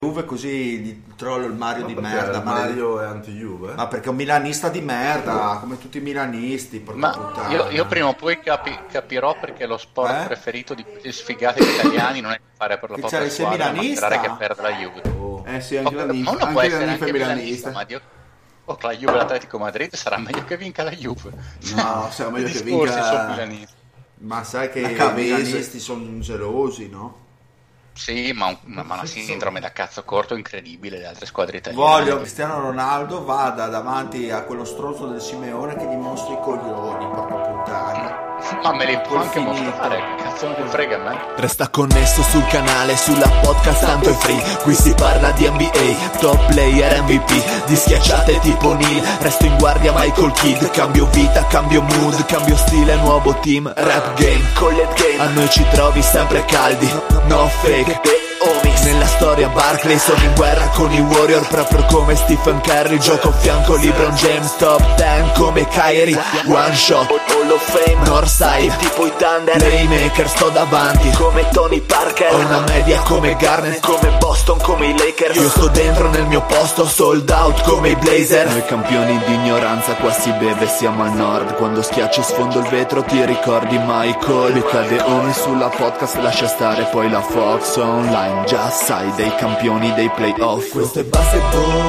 Juve, così gli trollo il Mario di merda. Mario è anti-Juve? Ma perché è un milanista di merda, come tutti i milanisti. Ma io prima o poi capirò perché lo sport preferito di sfigati italiani non è fare per la propria squadra, ma sperare che perda la Juve. Sì, anche la Nif, ma uno può essere anche milanista. Ma la Juve e l'Atletico Madrid sarà meglio che vinca la Juve. No, sarà meglio che vinca. Ma sai che i milanisti sono gelosi, no? Sì, ma una sindrome da cazzo corto incredibile delle altre squadre italiane. Voglio che Cristiano Ronaldo vada davanti a quello stronzo del Simeone che gli mostri i coglioni, porca puttana. Ma me li può anche mostrare, che cazzo non ti frega a me. Resta connesso sul canale, sulla podcast tanto è free. Qui si parla di NBA, top player MVP, di schiacciate tipo Neil. Resto in guardia Michael Kidd, cambio vita, cambio mood, cambio stile, nuovo team, rap game, collet game. A noi ci trovi sempre caldi, no fake, homies. Nella storia Barkley sono in guerra con i Warrior, proprio come Stephen Curry. Gioco a fianco LeBron James, top 10 come Kyrie. One shot, Hall of Fame, Northside, tipo i Thunder. Playmaker, sto davanti come Tony Parker. Ho una media come Garnett, come Boston, come i Lakers. Io sto dentro nel mio posto, sold out come i Blazer. Noi campioni di ignoranza, qua si beve, siamo al nord. Quando schiaccio sfondo il vetro ti ricordi Michael. Mi cade ogni sulla podcast, lascia stare poi la Fox online. Già sai, dei campioni dei playoff. Questo è basketball,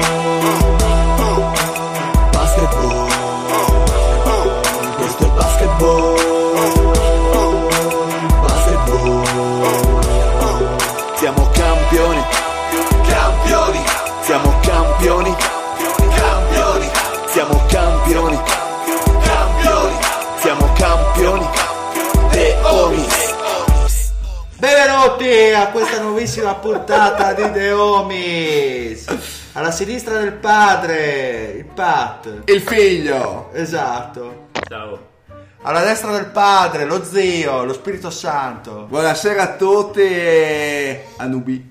basketball. Questo è basketball, basketball. Siamo campioni, campioni. Siamo campioni, campioni. Siamo campioni, campioni. Siamo campioni, The Homies. Benvenuti a questa nuovissima puntata di The Homies. Alla sinistra del padre, il Pat. Il figlio. Esatto. Ciao. Alla destra del padre, lo zio, lo Spirito Santo. Buonasera a tutti e... Anubi.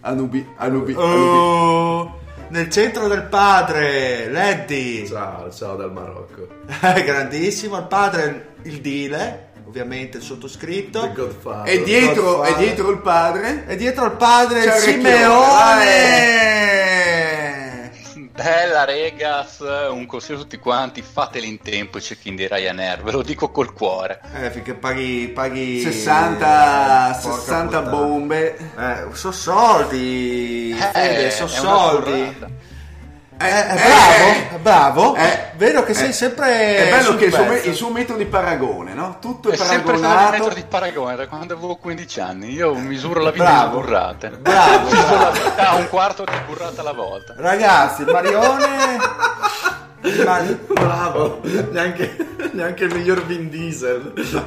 Nel centro del padre, Leddy. Ciao dal Marocco. Grandissimo, il padre, il Dile. Ovviamente il sottoscritto. The Godfather. E dietro il padre. E dietro il padre c'è il Simeone. Bella regas, un consiglio a tutti quanti, fateli in tempo i check-in di Ryanair, ve lo dico col cuore. Finché paghi 60 bombe. Sono soldi. Sono soldi. Bravo. Vedo che sei sempre. È bello che pezzo. il suo metro di paragone, no? Tutto è sempre stato il paragonato. metro di paragone da quando avevo 15 anni. Io misuro la vita in burrate. Bravo. Misuro la vita a un quarto di burrata alla volta. Ragazzi, il Marione. Bravo. Neanche il miglior Vin Diesel.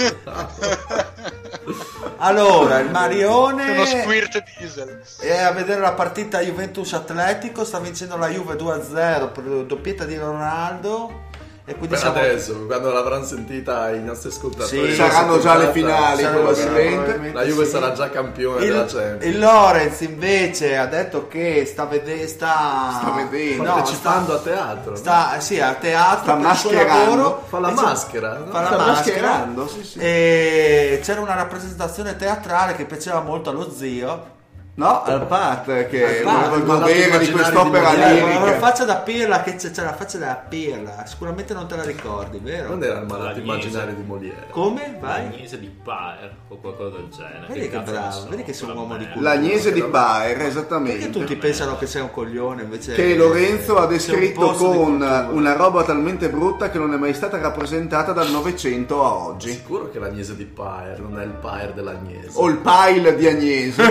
Allora, il Marione Uno squirt diesel. è a vedere la partita Juventus Atletico. Sta vincendo la Juve 2-0 per doppietta di Ronaldo. E quindi Per adesso, quando l'avranno sentita i nostri ascoltatori, Sì, Saranno già le finali, Saranno probabilmente. la Juve sì. sarà già campione della Champions. Il Lorenz invece ha detto che sta Partecipando a teatro. a teatro, Sta per il suo mascherando. lavoro. Fa la maschera, no? Fa la Sta maschera. mascherando, sì. E c'era una rappresentazione teatrale che piaceva molto allo zio. No, al Pat che Pat, aveva il mandato dovere di immaginario quest'opera di La lirica. faccia da Pirla, che c'è la faccia della Pirla. Sicuramente non te la ricordi, vero? Non era il malato L'Agnese. immaginario di Molière. Come? Vai. L'Agnese di Baer o qualcosa del genere. Vedi che cazzo bravo, ne so, vedi che sei un uomo di vabbè. cultura. L'Agnese di Baer, Perché esattamente. tutti pensano che sei un coglione invece Che Lorenzo ha sei un descritto pozzo di con cultura. una roba talmente brutta che non è mai stata rappresentata dal Novecento a oggi. Sicuro che l'Agnese di Paer non è il Paer dell'Agnese. O il pile di Agnese.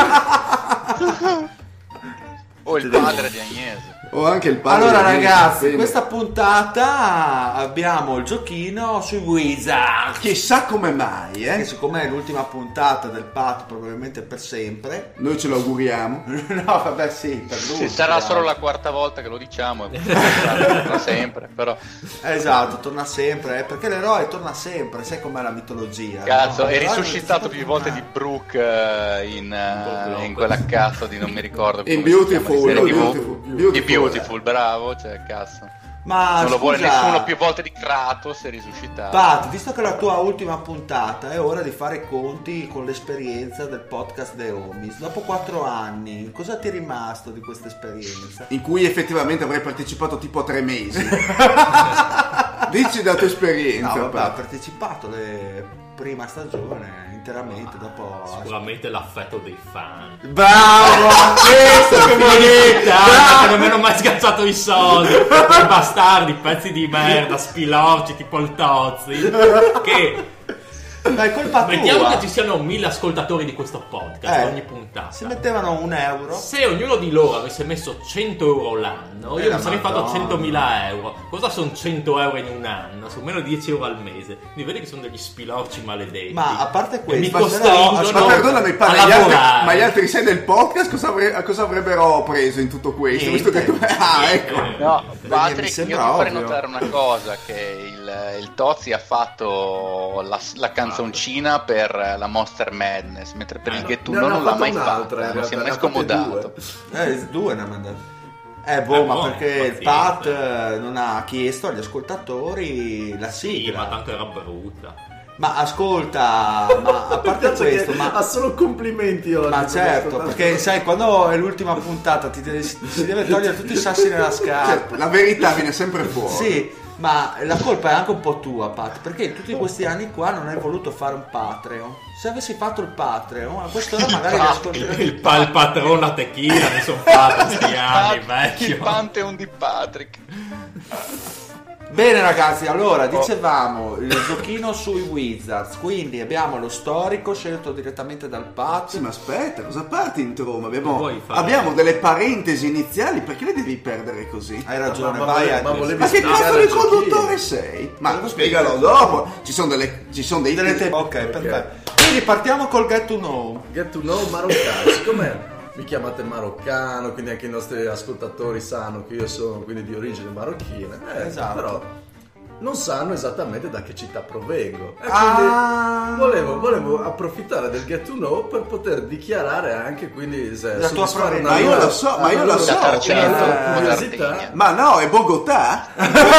O il padre di Agnese. O anche il pile Allora di Agnese. ragazzi, Bene. questa puntata abbiamo il giochino sui Wizards. Chissà come mai, Che siccome è l'ultima puntata del Pat, probabilmente per sempre. Noi ce lo auguriamo. No, vabbè, sì, per lui. Sì, sarà solo la quarta volta che lo diciamo, torna sempre, però. Esatto, torna sempre, perché l'eroe torna sempre, sai com'è la mitologia. Cazzo, no? è L'eroe risuscitato non si più può volte di tornare. Brooke in quella cazzo di non mi ricordo In come si chiama, Beautiful, di serie no, TV. Beautiful. Di Beautiful, bravo, cioè cazzo. Ma non lo vuole scusa, nessuno più volte di Kratos e risuscitato. Pat, visto che è la tua ultima puntata, è ora di fare i conti con l'esperienza del podcast The Homies. Dopo 4 anni, cosa ti è rimasto di questa esperienza? In cui effettivamente avrei partecipato tipo a 3 mesi. Dici la tua esperienza. No, vabbè, ho partecipato le prima stagione interamente, dopo sicuramente l'affetto dei fan. Bravo! Questo che moneta! Che non mi hanno mai scazzato i soldi, quei bastardi, pezzi di merda, spilorci tipo il Tozzi, che è colpa tua. Mettiamo che ci siano 1000 ascoltatori di questo podcast ogni puntata. Se mettevano €1, se ognuno di loro avesse messo €100 l'anno, io mi sarei fatto 100.000 euro. Cosa sono 100 euro in un anno? Sono meno di 10 euro al mese. Quindi vedi che sono degli spilorci maledetti. Ma a parte questo, mi costringono ma perdonami, a gli altri 6 del podcast cosa avrebbero preso in tutto questo? Visto che tu... ecco. No, Patrick, io ti farei notare una cosa, che il Tozzi ha fatto la canzoncina per la Monster Madness, mentre per il Get To Know non l'ha mai fatta, non si è mai scomodato. 2 ne ha mandato. Ma perché il Pat non ha chiesto agli ascoltatori la sigla. Sì, ma tanto era brutta. Ma ascolta, ma a parte questo, ma ha solo complimenti oggi. Ma certo, perché sai, quando è l'ultima puntata si deve togliere tutti i sassi nella scarpa. La verità viene sempre fuori. Sì, ma la colpa è anche un po' tua, Pat, perché in tutti questi anni qua non hai voluto fare un Patreon. Se avessi fatto il Patreon, a quest'ora magari il patrono a tequila mi sono fatto questi anni, vecchio. Il Pantheon di Patrick. Bene ragazzi, allora dicevamo il giochino sui Wizards, quindi abbiamo lo storico scelto direttamente dal Pat. Sì, ma aspetta, cosa parte in Roma? Abbiamo delle parentesi iniziali, perché le devi perdere così? Hai ragione, ma che cazzo di conduttore sei? Ma spiegalo dopo, ci sono dei ok, perfetto. Quindi partiamo col Get To Know. Get To Know maroccano, siccome mi chiamate maroccano, quindi anche i nostri ascoltatori sanno che io sono quindi di origine marocchina, esatto. Però non sanno esattamente da che città provengo e quindi volevo approfittare del Get To Know per poter dichiarare anche quindi la tua provenienza. Ma io lo so, curiosità. Ma no, è Bogotà.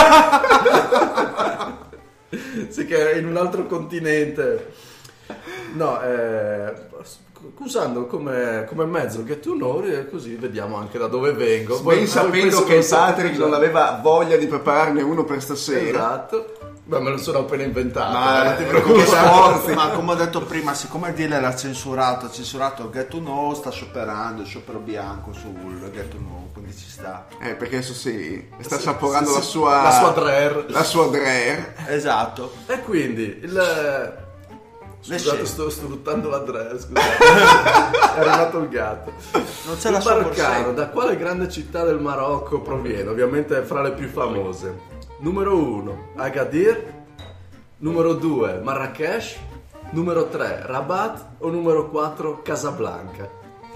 Sì, che è in un altro continente. No, usando come mezzo Get To Know, e così vediamo anche da dove vengo. Ben sapendo che Patrick non aveva voglia di prepararne uno per stasera. Esatto. Beh, me lo sono appena inventato. Ma come ho detto prima, siccome il dealer ha censurato il Get To Know, sta scioperando il sciopero bianco sul Get To Know, quindi ci sta. Perché adesso sta assaporando la sua Dreher. Esatto. E quindi Scusate, sto sfruttando la Dreher, scusate. È arrivato il gatto. Non c'è il la sua maroccano, da quale grande città del Marocco proviene? Ovviamente è fra le più famose. Numero 1 Agadir, numero 2 Marrakesh, numero 3 Rabat o numero 4 Casablanca.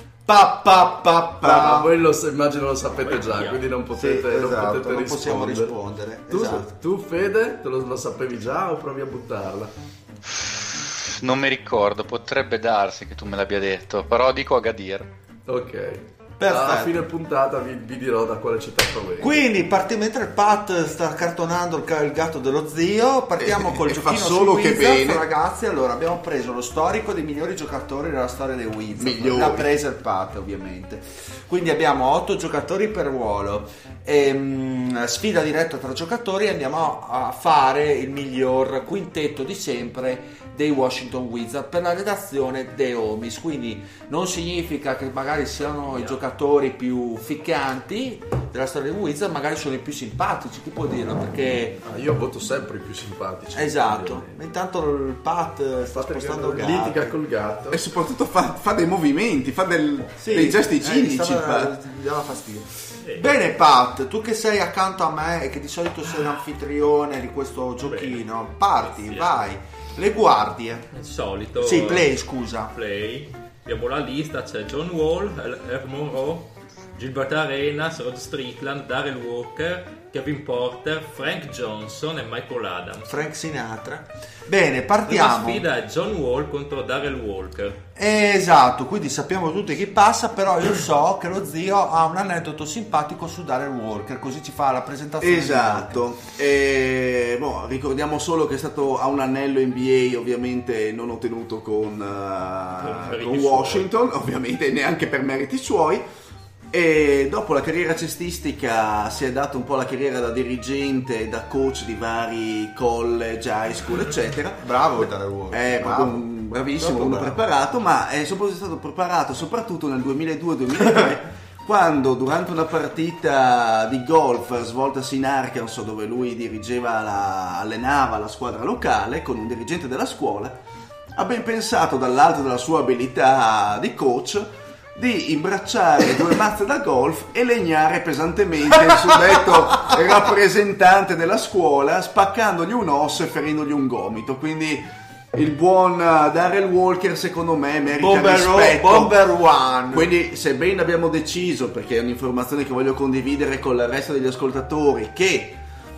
Ma voi immagino lo sapete già, quindi non potete, non possiamo rispondere. Tu Fede, te lo sapevi già o provi a buttarla? Non mi ricordo, potrebbe darsi che tu me l'abbia detto, però dico Agadir. Ok. Perfetto. A fine puntata vi dirò da quale città provengo. Quindi mentre il Pat sta cartonando il gatto dello zio, partiamo col giochino solo su che Wizards, bene. Ragazzi, allora abbiamo preso lo storico dei migliori giocatori della storia dei Wizards. L'ha presa il Pat, ovviamente. Quindi abbiamo 8 giocatori per ruolo. Sfida diretta tra giocatori, andiamo a fare il miglior quintetto di sempre dei Washington Wizards per la redazione The Homies. Quindi non significa che magari siano i giocatori più ficcanti della storia dei Wizards, magari sono i più simpatici, chi può dirlo? Perché io voto sempre i più simpatici. Esatto. Intanto il Pat sta spostando il gatto, litiga col gatto e soprattutto fa dei movimenti, fa dei gesti cinici. Gli dava fastidio. Bene Pat, tu che sei accanto a me e che di solito sei l'anfitrione di questo giochino, parti, vai. Le guardie. Il solito. Sì, play, scusa. Play. Abbiamo la lista, c'è John Wall, Herb Monroe, Gilbert Arenas, Rod Strickland, Darrell Walker, Kevin Porter, Frank Johnson e Michael Adams. Frank Sinatra. Bene, partiamo. La sfida è John Wall contro Darrell Walker. Esatto, quindi sappiamo tutti chi passa, però io so che lo zio ha un aneddoto simpatico su Darrell Walker, così ci fa la presentazione. Esatto. Ricordiamo solo che è stato a un anello NBA, ovviamente non ottenuto con Washington, ovviamente neanche per meriti suoi. E dopo la carriera cestistica si è dato un po' la carriera da dirigente, da coach di vari college, high school, eccetera. Bravo Darrell Walker. Bravissimo, uno preparato, ma è stato preparato soprattutto nel 2002-2003 quando durante una partita di golf svoltasi in Arkansas, dove lui allenava la squadra locale con un dirigente della scuola, ha ben pensato dall'alto della sua abilità di coach di imbracciare 2 mazze da golf e legnare pesantemente il suddetto rappresentante della scuola, spaccandogli un osso e ferendogli un gomito. Quindi il buon Darrell Walker secondo me merita rispetto. Bomber One. Quindi sebbene abbiamo deciso, perché è un'informazione che voglio condividere con il resto degli ascoltatori, che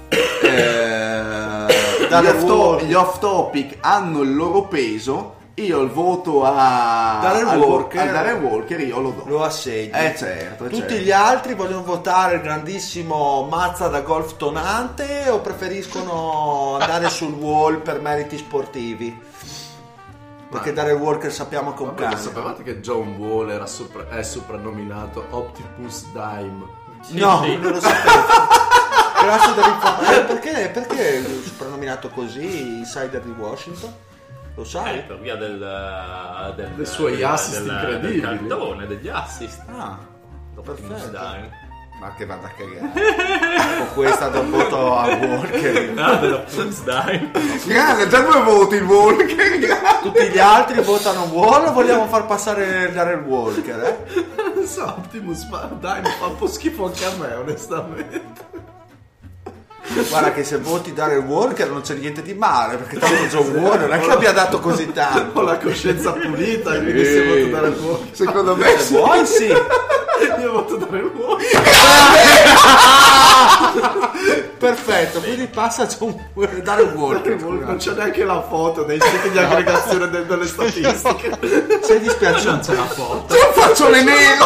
gli off topic hanno il loro peso, io il voto a Darrell Walker io lo do. Lo assegno. Certo. Tutti gli altri vogliono votare il grandissimo mazza da golf tonante o preferiscono andare sul Wall per meriti sportivi? Perché Darrell Walker sappiamo che è un cane. Sapevate che John Wall è soprannominato Optimus Dime? No, non lo sapevo. Grazie dell'informazione. Perché è soprannominato così, insider di Washington? Lo sai? Per via dei suoi assist incredibili. Del cartone, degli assist. Perfetto. Dai. Ma che vada a cagare. Con questo do un voto a Walker. Dai. Grande, già 2 voti il Walker. Tutti gli altri votano Wall o vogliamo far passare Darrell Walker? Non so, Optimus Dime fa un po' schifo anche a me, onestamente. Guarda che se voti Darrell Walker non c'è niente di male, perché tanto John Wall non è che abbia dato così tanto. Ho la coscienza pulita e quindi se voto Darrell Walker. Secondo me se vuoi sì. Io voto Darrell Walker. Perfetto, quindi passa Darrell Walker. Non c'è neanche la foto nei siti di aggregazione delle statistiche. Sei dispiaciuto? Non c'è la foto. c'è un faccione nero.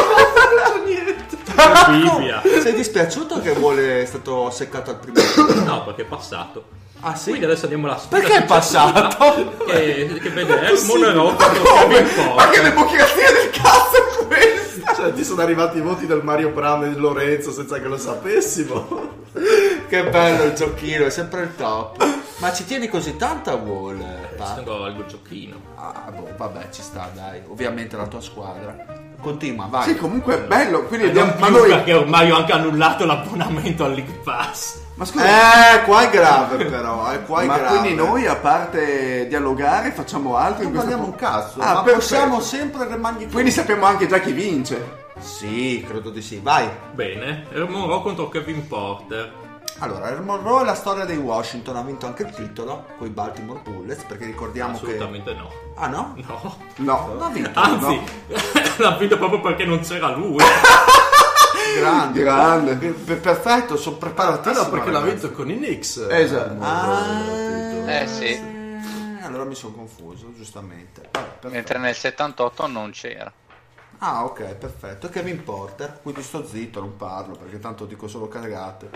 Sei dispiaciuto che Wall è stato seccato al primo turno? No, perché è passato. Ah sì? Quindi adesso andiamo alla sfida. Perché è passato? Che vede Monroe contro Kevin Porter. Ma che democrazia del cazzo è questa? Cioè ti sono arrivati i voti del Mario Brown e di Lorenzo senza che lo sapessimo. Che bello il giochino, è sempre il top. Ma ci tieni così tanto a Wall? Tengo al giochino. Vabbè, ci sta, dai. Ovviamente la tua squadra. Continua, vai. Sì, comunque è bello. Quindi ma noi perché ormai ho anche annullato l'abbonamento al League Pass. Ma scusa, qua è grave però, ma quindi noi a parte dialogare facciamo altro? Non parliamo un cazzo, ma possiamo sempre rimanere. Quindi sappiamo anche già chi vince. Sì, credo di sì, vai. Bene, Monroe contro Kevin Porter. Allora, Monroe è la storia dei Washington, ha vinto anche il titolo con i Baltimore Bullets, perché ricordiamo assolutamente che... no. Ah no? No. Non ha vinto. Anzi, l'ha vinto proprio perché non c'era lui. Grande. Perfetto, sono preparatissimo. No, perché l'ha vinto con i Knicks. Esatto. Sì. Allora mi sono confuso, giustamente. Mentre nel 78 non c'era. Ah, ok, perfetto. Kevin Porter, quindi sto zitto, non parlo perché tanto dico solo cagate.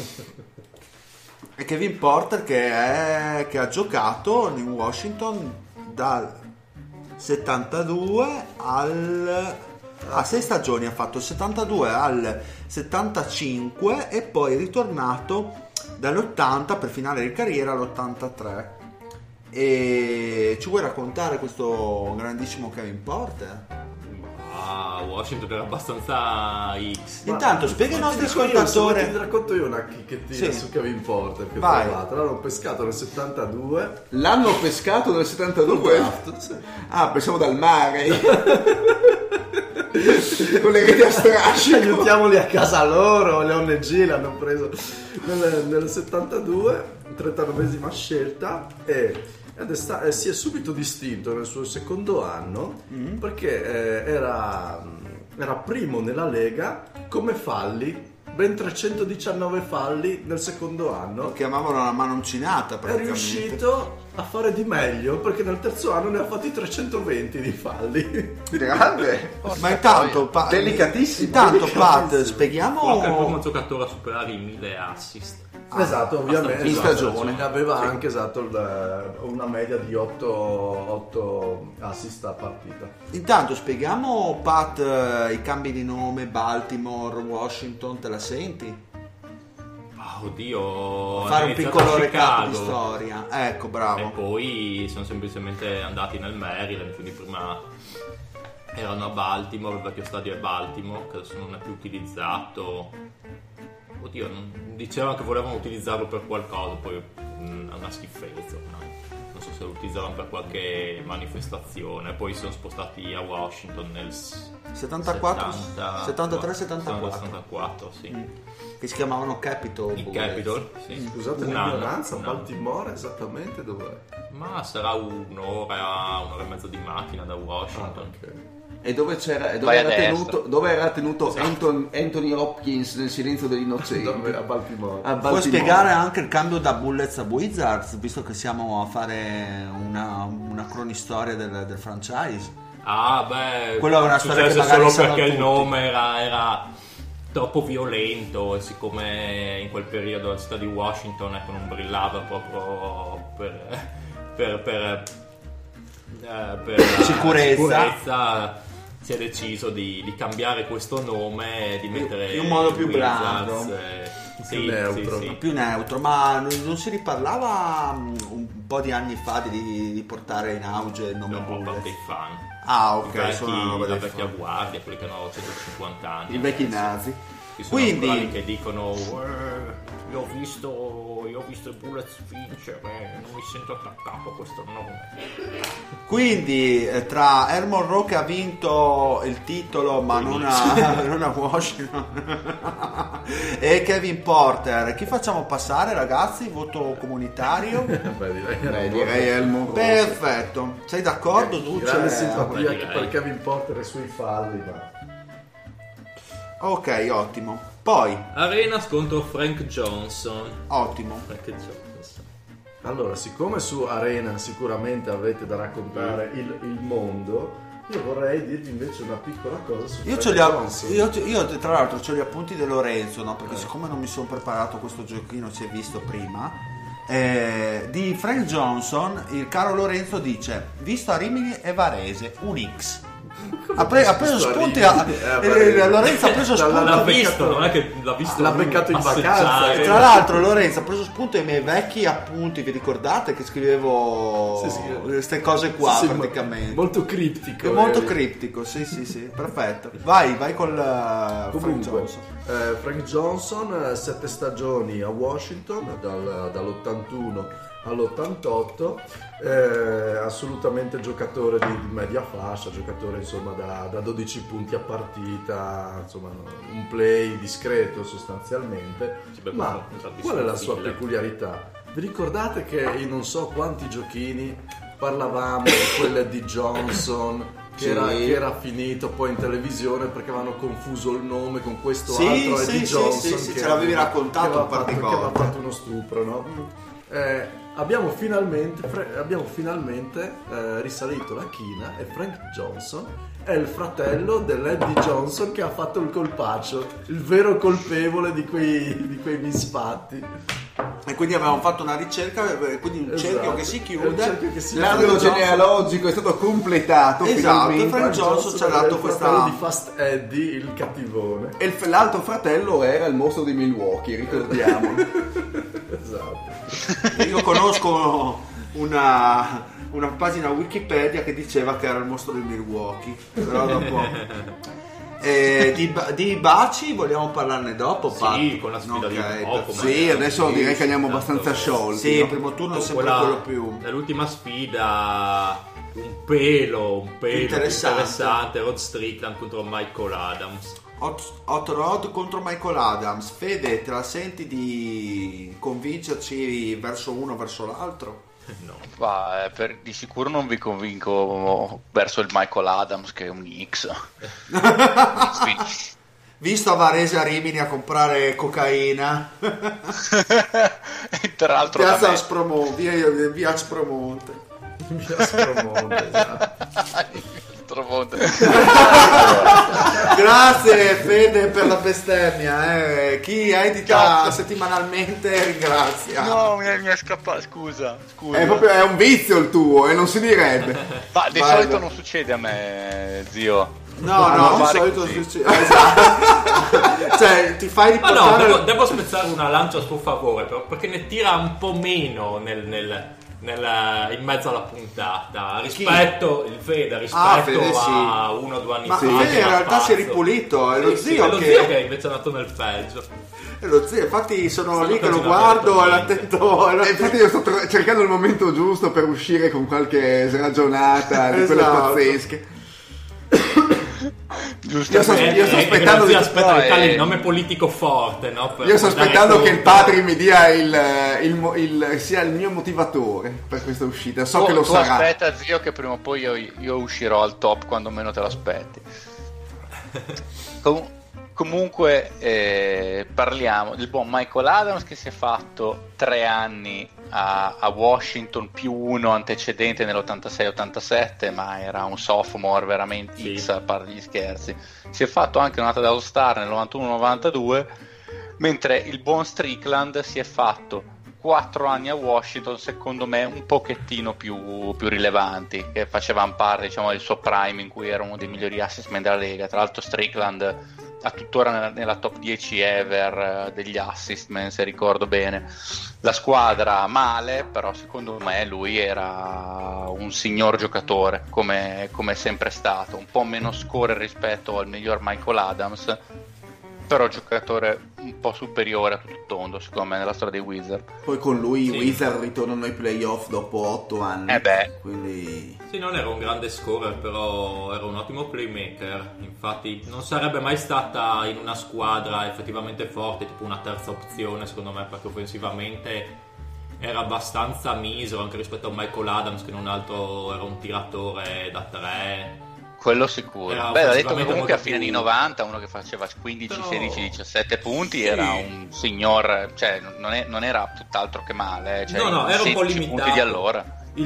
E Kevin Porter che ha giocato in Washington dal 72 a 6 stagioni, ha fatto il 72 al 75 e poi è ritornato dall'80 per finale di carriera all'83. E ci vuoi raccontare questo grandissimo Kevin Porter? Washington era abbastanza X. Intanto spiega ai nostri ascoltatori. Ti racconto io una chichettina su Kevin Porter che ho trovato. L'hanno pescato nel 72. L'hanno pescato nel 72? Sì. Ah, pensavo dal mare. Con le reti a strascico. Aiutiamoli a casa loro. Le ONG l'hanno preso nel 72, 39esima scelta si è subito distinto nel suo secondo anno perché era primo nella Lega come falli, ben 319 falli nel secondo anno. Lo chiamavano la mano uncinata praticamente. È riuscito a fare di meglio perché nel terzo anno ne ha fatti 320 di falli. Grande. Ma intanto delicatissimo. Intanto Pat, spieghiamo. Qual è il primo giocatore a superare i 1000 assist? Esatto, ovviamente in stagione. Ne aveva anche una media di 8 assist a partita. Intanto spieghiamo, Pat, i cambi di nome, Baltimore, Washington, te la senti? Oddio, fare un piccolo recap di storia. Ecco, bravo. E poi sono semplicemente andati nel Maryland, quindi prima erano a Baltimore, il vecchio stadio è Baltimore, che adesso non è più utilizzato. Oddio, dicevano che volevano utilizzarlo per qualcosa, poi è una schifezza, no? Non so se lo utilizzavano per qualche manifestazione. Poi sono spostati a Washington nel 74? 74, sì. Che si chiamavano Capitol. Il Capitol, sì. Scusate l'ignoranza, Baltimore esattamente dov'è? Ma sarà un'ora e mezza di macchina da Washington. Okay. E dove era tenuto Anthony Hopkins nel Silenzio degli Innocenti? A Baltimore. Puoi spiegare anche il cambio da Bullets a Wizards, visto che siamo a fare una cronistoria del franchise? Ah, beh, quello è una storia che solo magari perché il nome era troppo violento, e siccome in quel periodo la città di Washington non brillava proprio per sicurezza, si è deciso di cambiare questo nome e di mettere in un modo più blando, più neutro. Ma non si riparlava un po' di anni fa di portare in auge il nome Bullets? Dei fan. Ah, ok, sono la vecchia guardia, quelli che hanno 150 anni. I vecchi nazi. Quindi quelli che dicono io ho visto i Bullets vincere, non mi sento attaccato a questo nome. Quindi tra Earl Monroe, che ha vinto il titolo ma non a Washington, e Kevin Porter, chi facciamo passare, ragazzi? Voto comunitario? direi Earl Monroe. Perfetto, sei d'accordo tu? Grande simpatia per Kevin Porter e i suoi falli, ma... Ok, ottimo. Poi Arenas contro Frank Johnson. Ottimo. Frank Johnson. Allora, siccome su Arena sicuramente avrete da raccontare il mondo, io vorrei dirvi invece una piccola cosa su Frank Johnson. Io tra l'altro ho gli appunti di Lorenzo, no? Perché siccome non mi sono preparato questo giochino, si è visto prima, di Frank Johnson, il caro Lorenzo dice: visto a Rimini e Varese, un X. Ha preso spunti Lorenzo ha preso spunto, l'ha visto, non è che l'ha visto, l'ha beccato in vacanza. E tra l'altro Lorenzo ha preso spunto ai miei vecchi appunti, vi ricordate che scrivevo queste cose qua, praticamente molto criptico, molto criptico, sì, perfetto. Vai col Frank Johnson. Frank Johnson, 7 stagioni a Washington dall'81 all'88, assolutamente giocatore di media fascia, giocatore insomma da 12 punti a partita, insomma un play discreto sostanzialmente. Ma qual è la sua peculiarità? Vi ricordate che in non so quanti giochini parlavamo di quelle di Johnson che era finito poi in televisione perché avevano confuso il nome con questo altro Eddie Johnson che ce l'avevi raccontato un po' di volte, che aveva fatto uno stupro, no? Abbiamo finalmente risalito la china e Frank Johnson è il fratello dell'Eddie Johnson che ha fatto il colpaccio, il vero colpevole di quei misfatti. E quindi avevamo fatto una ricerca, quindi un cerchio che si chiude, l'angolo genealogico è stato completato. Esatto, Frank Johnson ci ha dato questa di Fast Eddie, il cattivone, e l'altro fratello era il mostro di Milwaukee, ricordiamo. Esatto. Io conosco una pagina Wikipedia che diceva che era il mostro di Milwaukee, però dopo di baci vogliamo parlarne dopo? Sì, con la sfida di dopo. Sì, adesso direi che andiamo abbastanza sciolti. Sì, il primo turno è sempre quello più. È l'ultima sfida, un pelo interessante. Rod Strickland contro Michael Adams. Hot Rod contro Michael Adams. Fede, te la senti di convincerci verso uno o verso l'altro? No. Di sicuro non vi convinco verso il Michael Adams, che è un X. visto a Varese a Rimini a comprare cocaina. Tra l'altro Piazza Aspromonte, via Aspromonte. Via Aspromonte, esatto. Grazie Fede per la bestemmia, chi edita settimanalmente ringrazia. No, mi è scappato, scusa. È un vizio il tuo e non si direbbe. Ma di solito non succede a me, zio. No, di solito succede. Esatto. Cioè ti fai riportare. No, devo spezzare una lancia a suo favore, però, perché ne tira un po' meno in mezzo alla puntata rispetto il Fede rispetto a 1 o 2 anni fa. Ma Fede in realtà si è ripulito, è lo zio che è invece è nato nel peggio. È lo zio, infatti sono lì che lo guardo e l'attento. Infatti io sto cercando il momento giusto per uscire con qualche sragionata di quelle pazzesche. Io sto aspettando il nome politico forte, no? Io sto aspettando che il padre mi dia sia il mio motivatore per questa uscita. So che lo sarà. Aspetta, zio, che prima o poi io uscirò al top quando meno te l'aspetti. Comunque parliamo del buon Michael Adams, che si è fatto 3 anni a Washington più 1 antecedente nell'86-87, ma era un sophomore veramente X, a parte gli scherzi. Si è fatto anche un'altra da All-Star nel 91-92, mentre il buon Strickland si è fatto 4 anni a Washington, secondo me un pochettino più rilevanti, che facevano parte, diciamo, del suo prime, in cui era uno dei migliori assistment della Lega. Tra l'altro Strickland ha tuttora nella top 10 ever degli assistment, se ricordo bene. La squadra male, però secondo me lui era un signor giocatore, come è sempre stato, un po' meno score rispetto al miglior Michael Adams, però giocatore un po' superiore a tutto tondo, secondo me, nella storia dei Wizards. Poi con lui i Wizards ritornano ai playoff dopo 8 anni. Quindi sì, non era un grande scorer, però era un ottimo playmaker. Infatti non sarebbe mai stata in una squadra effettivamente forte, tipo una terza opzione, secondo me, perché offensivamente era abbastanza misero anche rispetto a Michael Adams, che non altro era un tiratore da 3. Quello sicuro. L'ha detto che comunque a fine anni 90 uno che faceva 15, 16, 17 punti era un signor, cioè non era tutt'altro che male, cioè era un po' limitato. Punti di allora. Il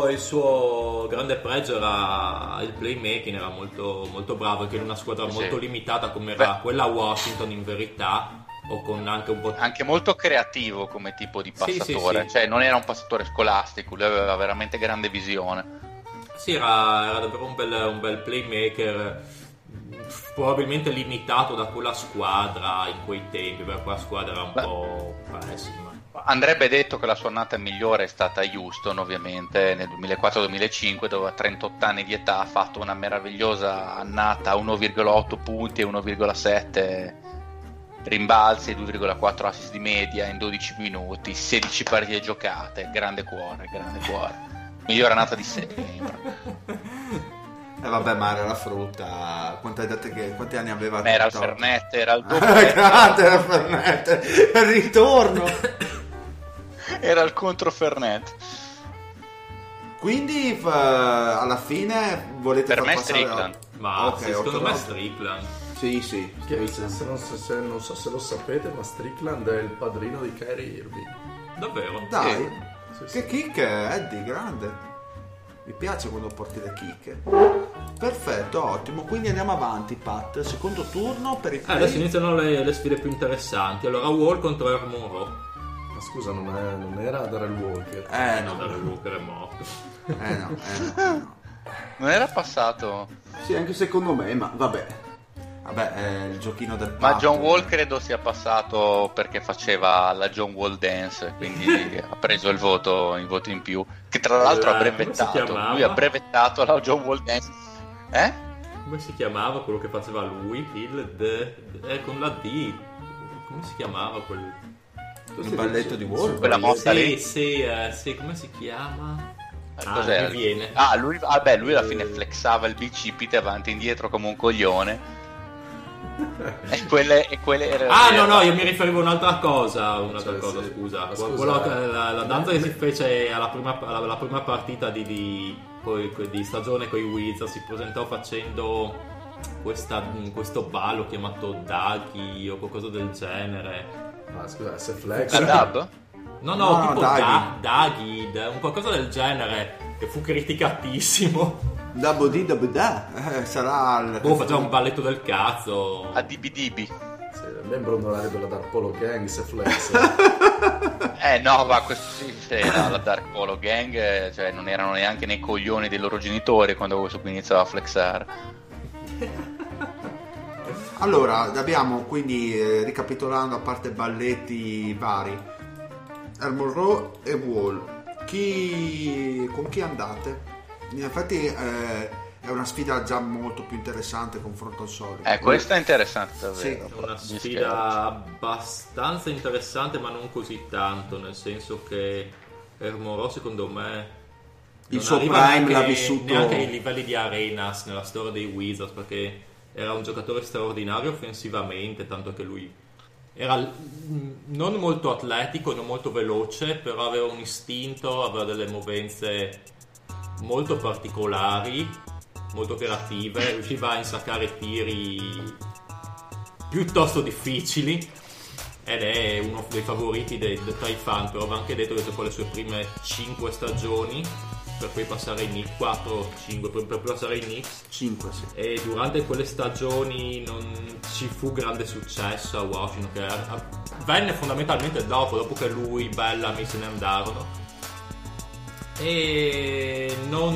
suo grande pregio era il playmaking, era molto, molto bravo, anche in una squadra molto limitata come era quella a Washington, in verità, o con anche un po'... Anche molto creativo come tipo di passatore, cioè non era un passatore scolastico, lui aveva veramente grande visione. Sì, era davvero un bel playmaker, probabilmente limitato da quella squadra in quei tempi, perché quella squadra era un po' pessima. Andrebbe detto che la sua annata migliore è stata a Houston, ovviamente, nel 2004-2005, dove a 38 anni di età ha fatto una meravigliosa annata, 1,8 punti e 1,7 rimbalzi e 2,4 assist di media in 12 minuti, 16 partite giocate, grande cuore. Migliore annata di sempre. Vabbè, ma era la frutta. Quanti anni aveva? Era il Fernet, era il doppio. Grande, era il Fernet. Il ritorno. Era il contro Fernet. Quindi alla fine volete per me Strickland. Ma secondo me Strickland. Sì. Non so se lo sapete, ma Strickland è il padrino di Kyrie Irving. Davvero? Dai. Che kick, Eddie, grande. Mi piace quando porti le kick. Perfetto, ottimo. Quindi andiamo avanti, Pat. Secondo turno per i play. Adesso iniziano le sfide più interessanti. Allora, Wall contro Earl Monroe. Ma scusa, non era Darrell Walker? No. Darrell Walker è morto. No. Non era passato? Sì, anche secondo me, ma vabbè. Vabbè, è il giochino del Pat. Ma John Wall credo sia passato perché faceva la John Wall dance, quindi ha preso il voto in più, che tra l'altro ha brevettato. Lui ha brevettato la John Wall dance. Come si chiamava quello che faceva lui? Con la D. Come si chiamava quel... Il balletto di Wall? Quella mossa lì? Sì, come si chiama? Cos'era? Mi viene. Lui alla fine flexava il bicipite avanti e indietro come un coglione. E quelle erano... No, io mi riferivo a un'altra cosa, scusa. La danza che si fece alla prima partita di stagione con i Wizards, si presentò facendo questo ballo chiamato Dagi o qualcosa del genere. Ma scusa, se Flex Dab? No, tipo Dagi, un qualcosa del genere che fu criticatissimo. Sarà il... facciamo un balletto del cazzo. A Dibi. membro onorario della Dark Polo Gang, se Flex. No, ma questo sì, la Dark Polo Gang, cioè non erano neanche nei coglioni dei loro genitori quando questo qui iniziava a flexare. Allora, abbiamo quindi, ricapitolando, a parte balletti vari, Monroe e Wall, con chi andate? In effetti è una sfida già molto più interessante confronto al solito. Questa è interessante davvero. Sì, è una sfida abbastanza interessante, ma non così tanto, nel senso che Monroe secondo me il suo prime l'ha vissuto neanche ai livelli di Arenas nella storia dei Wizards, perché era un giocatore straordinario offensivamente, tanto che lui era non molto atletico, non molto veloce, però aveva un istinto, aveva delle movenze molto particolari, molto creative, riusciva a insaccare tiri piuttosto difficili ed è uno dei favoriti tra i fan. Però va anche detto che giocò le sue prime 5 stagioni per poi passare in Knicks, 4-5 per passare in Knicks 5, sì. E durante quelle stagioni non ci fu grande successo a Washington, che venne fondamentalmente dopo che lui, Bellamy se ne andarono, e non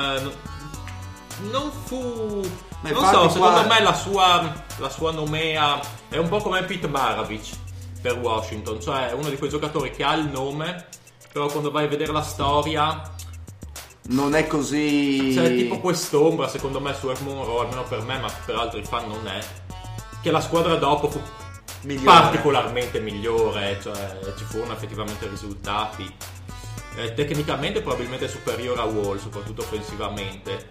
fu, non so, secondo me la sua nomea è un po' come Pete Maravich per Washington, cioè uno di quei giocatori che ha il nome, però quando vai a vedere la storia non è così, c'è tipo quest'ombra secondo me su Monroe, almeno per me, ma per altri fan non è, che la squadra dopo fu particolarmente migliore, cioè ci furono effettivamente risultati. Tecnicamente probabilmente superiore a Wall, soprattutto offensivamente.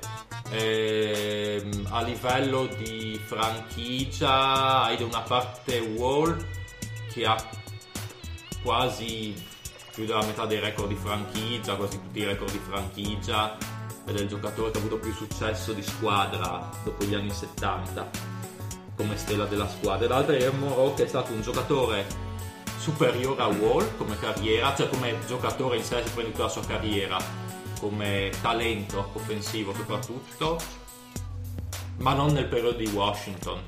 A livello di franchigia hai da una parte Wall che ha quasi più della metà dei record di franchigia, quasi tutti i record di franchigia, ed è il giocatore che ha avuto più successo di squadra dopo gli anni 70 come stella della squadra. E l'altro è Monroe, che è stato un giocatore superiore a Wall come carriera, cioè come giocatore in sé, si prende tutta la sua carriera, come talento offensivo soprattutto, ma non nel periodo di Washington.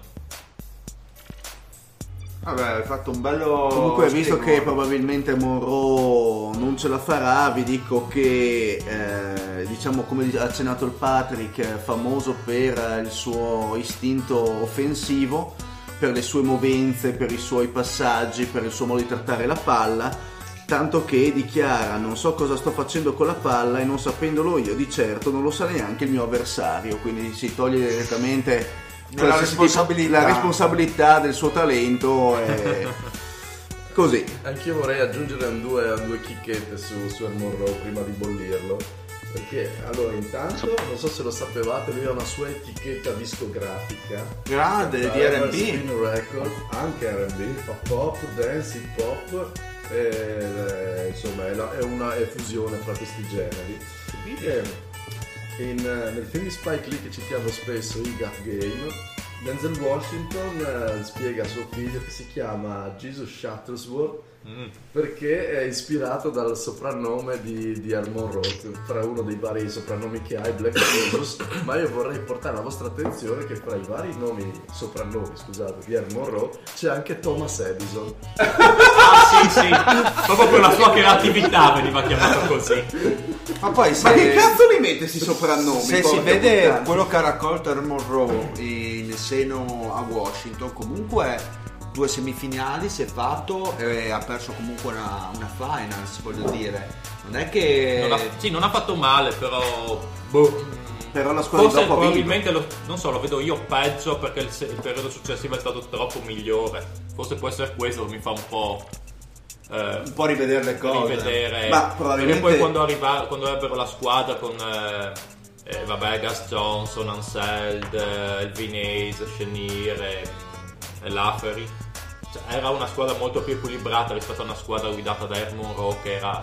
Vabbè, hai fatto un bello... Comunque, visto che probabilmente Monroe non ce la farà, vi dico che diciamo, come ha accennato il Patrick, è famoso per il suo istinto offensivo, per le sue movenze, per i suoi passaggi, per il suo modo di trattare la palla, tanto che dichiara: non so cosa sto facendo con la palla e non sapendolo io di certo non lo sa neanche il mio avversario, quindi si toglie direttamente la responsabilità del suo talento e così. Anch'io vorrei aggiungere due chicchette su Monroe prima di bollirlo, perché allora intanto non so se lo sapevate, lui ha una sua etichetta discografica grande di R&B, Spin Record, anche R&B, fa pop, dance, hip hop, insomma è fusione fra questi generi. Nel film di Spike Lee che citiamo spesso, He Got Game, Denzel Washington spiega a suo figlio che si chiama Jesus Shuttlesworth perché è ispirato dal soprannome di Al Monroe, fra uno dei vari soprannomi che ha, Black Jesus. Ma io vorrei portare la vostra attenzione che fra i vari soprannomi di Al Monroe c'è anche Thomas Edison. Sì, proprio per la sua creatività veniva chiamato così. Ma poi ma che cazzo li mette questi soprannomi? Se si vede quello che ha raccolto Al Monroe in seno a Washington, comunque 2 semifinali si è fatto e ha perso comunque una finals, voglio dire, non è che non ha fatto male, però però la squadra forse dopo probabilmente non so, lo vedo io peggio perché il periodo successivo è stato troppo migliore. Forse può essere questo che mi fa un po' rivedere le cose, ma probabilmente perché poi quando ebbero la squadra con Gus Johnson, Anseld, Elvin Hayes, Chenier e Lafferty, cioè, era una squadra molto più equilibrata rispetto a una squadra guidata da Al Monroe che era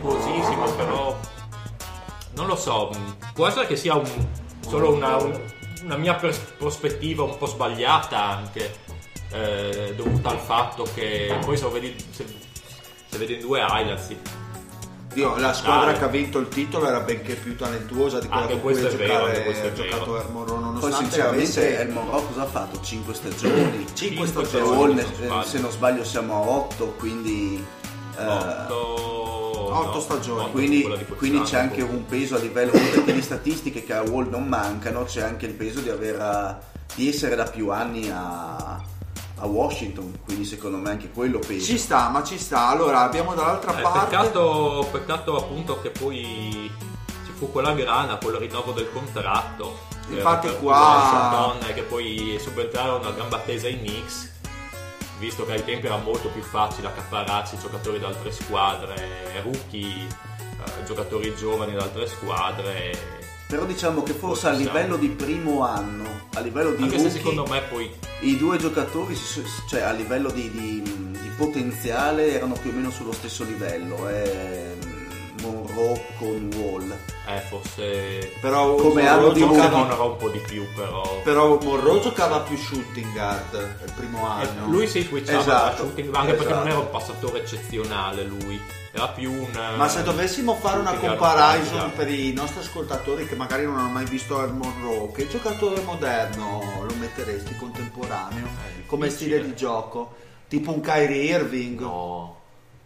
talentuosissimo, però non lo so, può essere che sia solo una mia prospettiva un po' sbagliata anche, dovuta al fatto che poi se vedi in 2 highlights la squadra che ha vinto il titolo era benché più talentuosa di quella con cui ha giocato El Morro, nonostante poi sinceramente El Morro cosa ha fatto? 5 stagioni 5 stagioni se non sbaglio siamo a 8, quindi 8 stagioni, quindi c'è anche un peso a livello di statistiche che a Wall non mancano, c'è anche il peso di essere da più anni a Washington, quindi secondo me anche quello pesa. Ci sta. Allora abbiamo dall'altra parte peccato appunto che poi ci fu quella grana, quel rinnovo del contratto, infatti qua che poi subentrarono a gamba tesa i Knicks, visto che ai tempi era molto più facile accaparrarsi giocatori da altre squadre, rookie, giocatori giovani da altre squadre. Però diciamo che forse a livello di primo anno, a livello di anche rookie, se secondo me poi i 2 giocatori, cioè a livello di potenziale, erano più o meno sullo stesso livello, Monroe con Wall. Forse però come hanno giocava un po' di più, però Monroe giocava più shooting guard il primo anno. Lui si switchava da shooting anche perché non era un passatore eccezionale, lui. Era più ma se dovessimo fare una comparison per i nostri ascoltatori che magari non hanno mai visto El Monroe, che giocatore moderno lo metteresti contemporaneo come stile di gioco? Tipo un Kyrie Irving? No.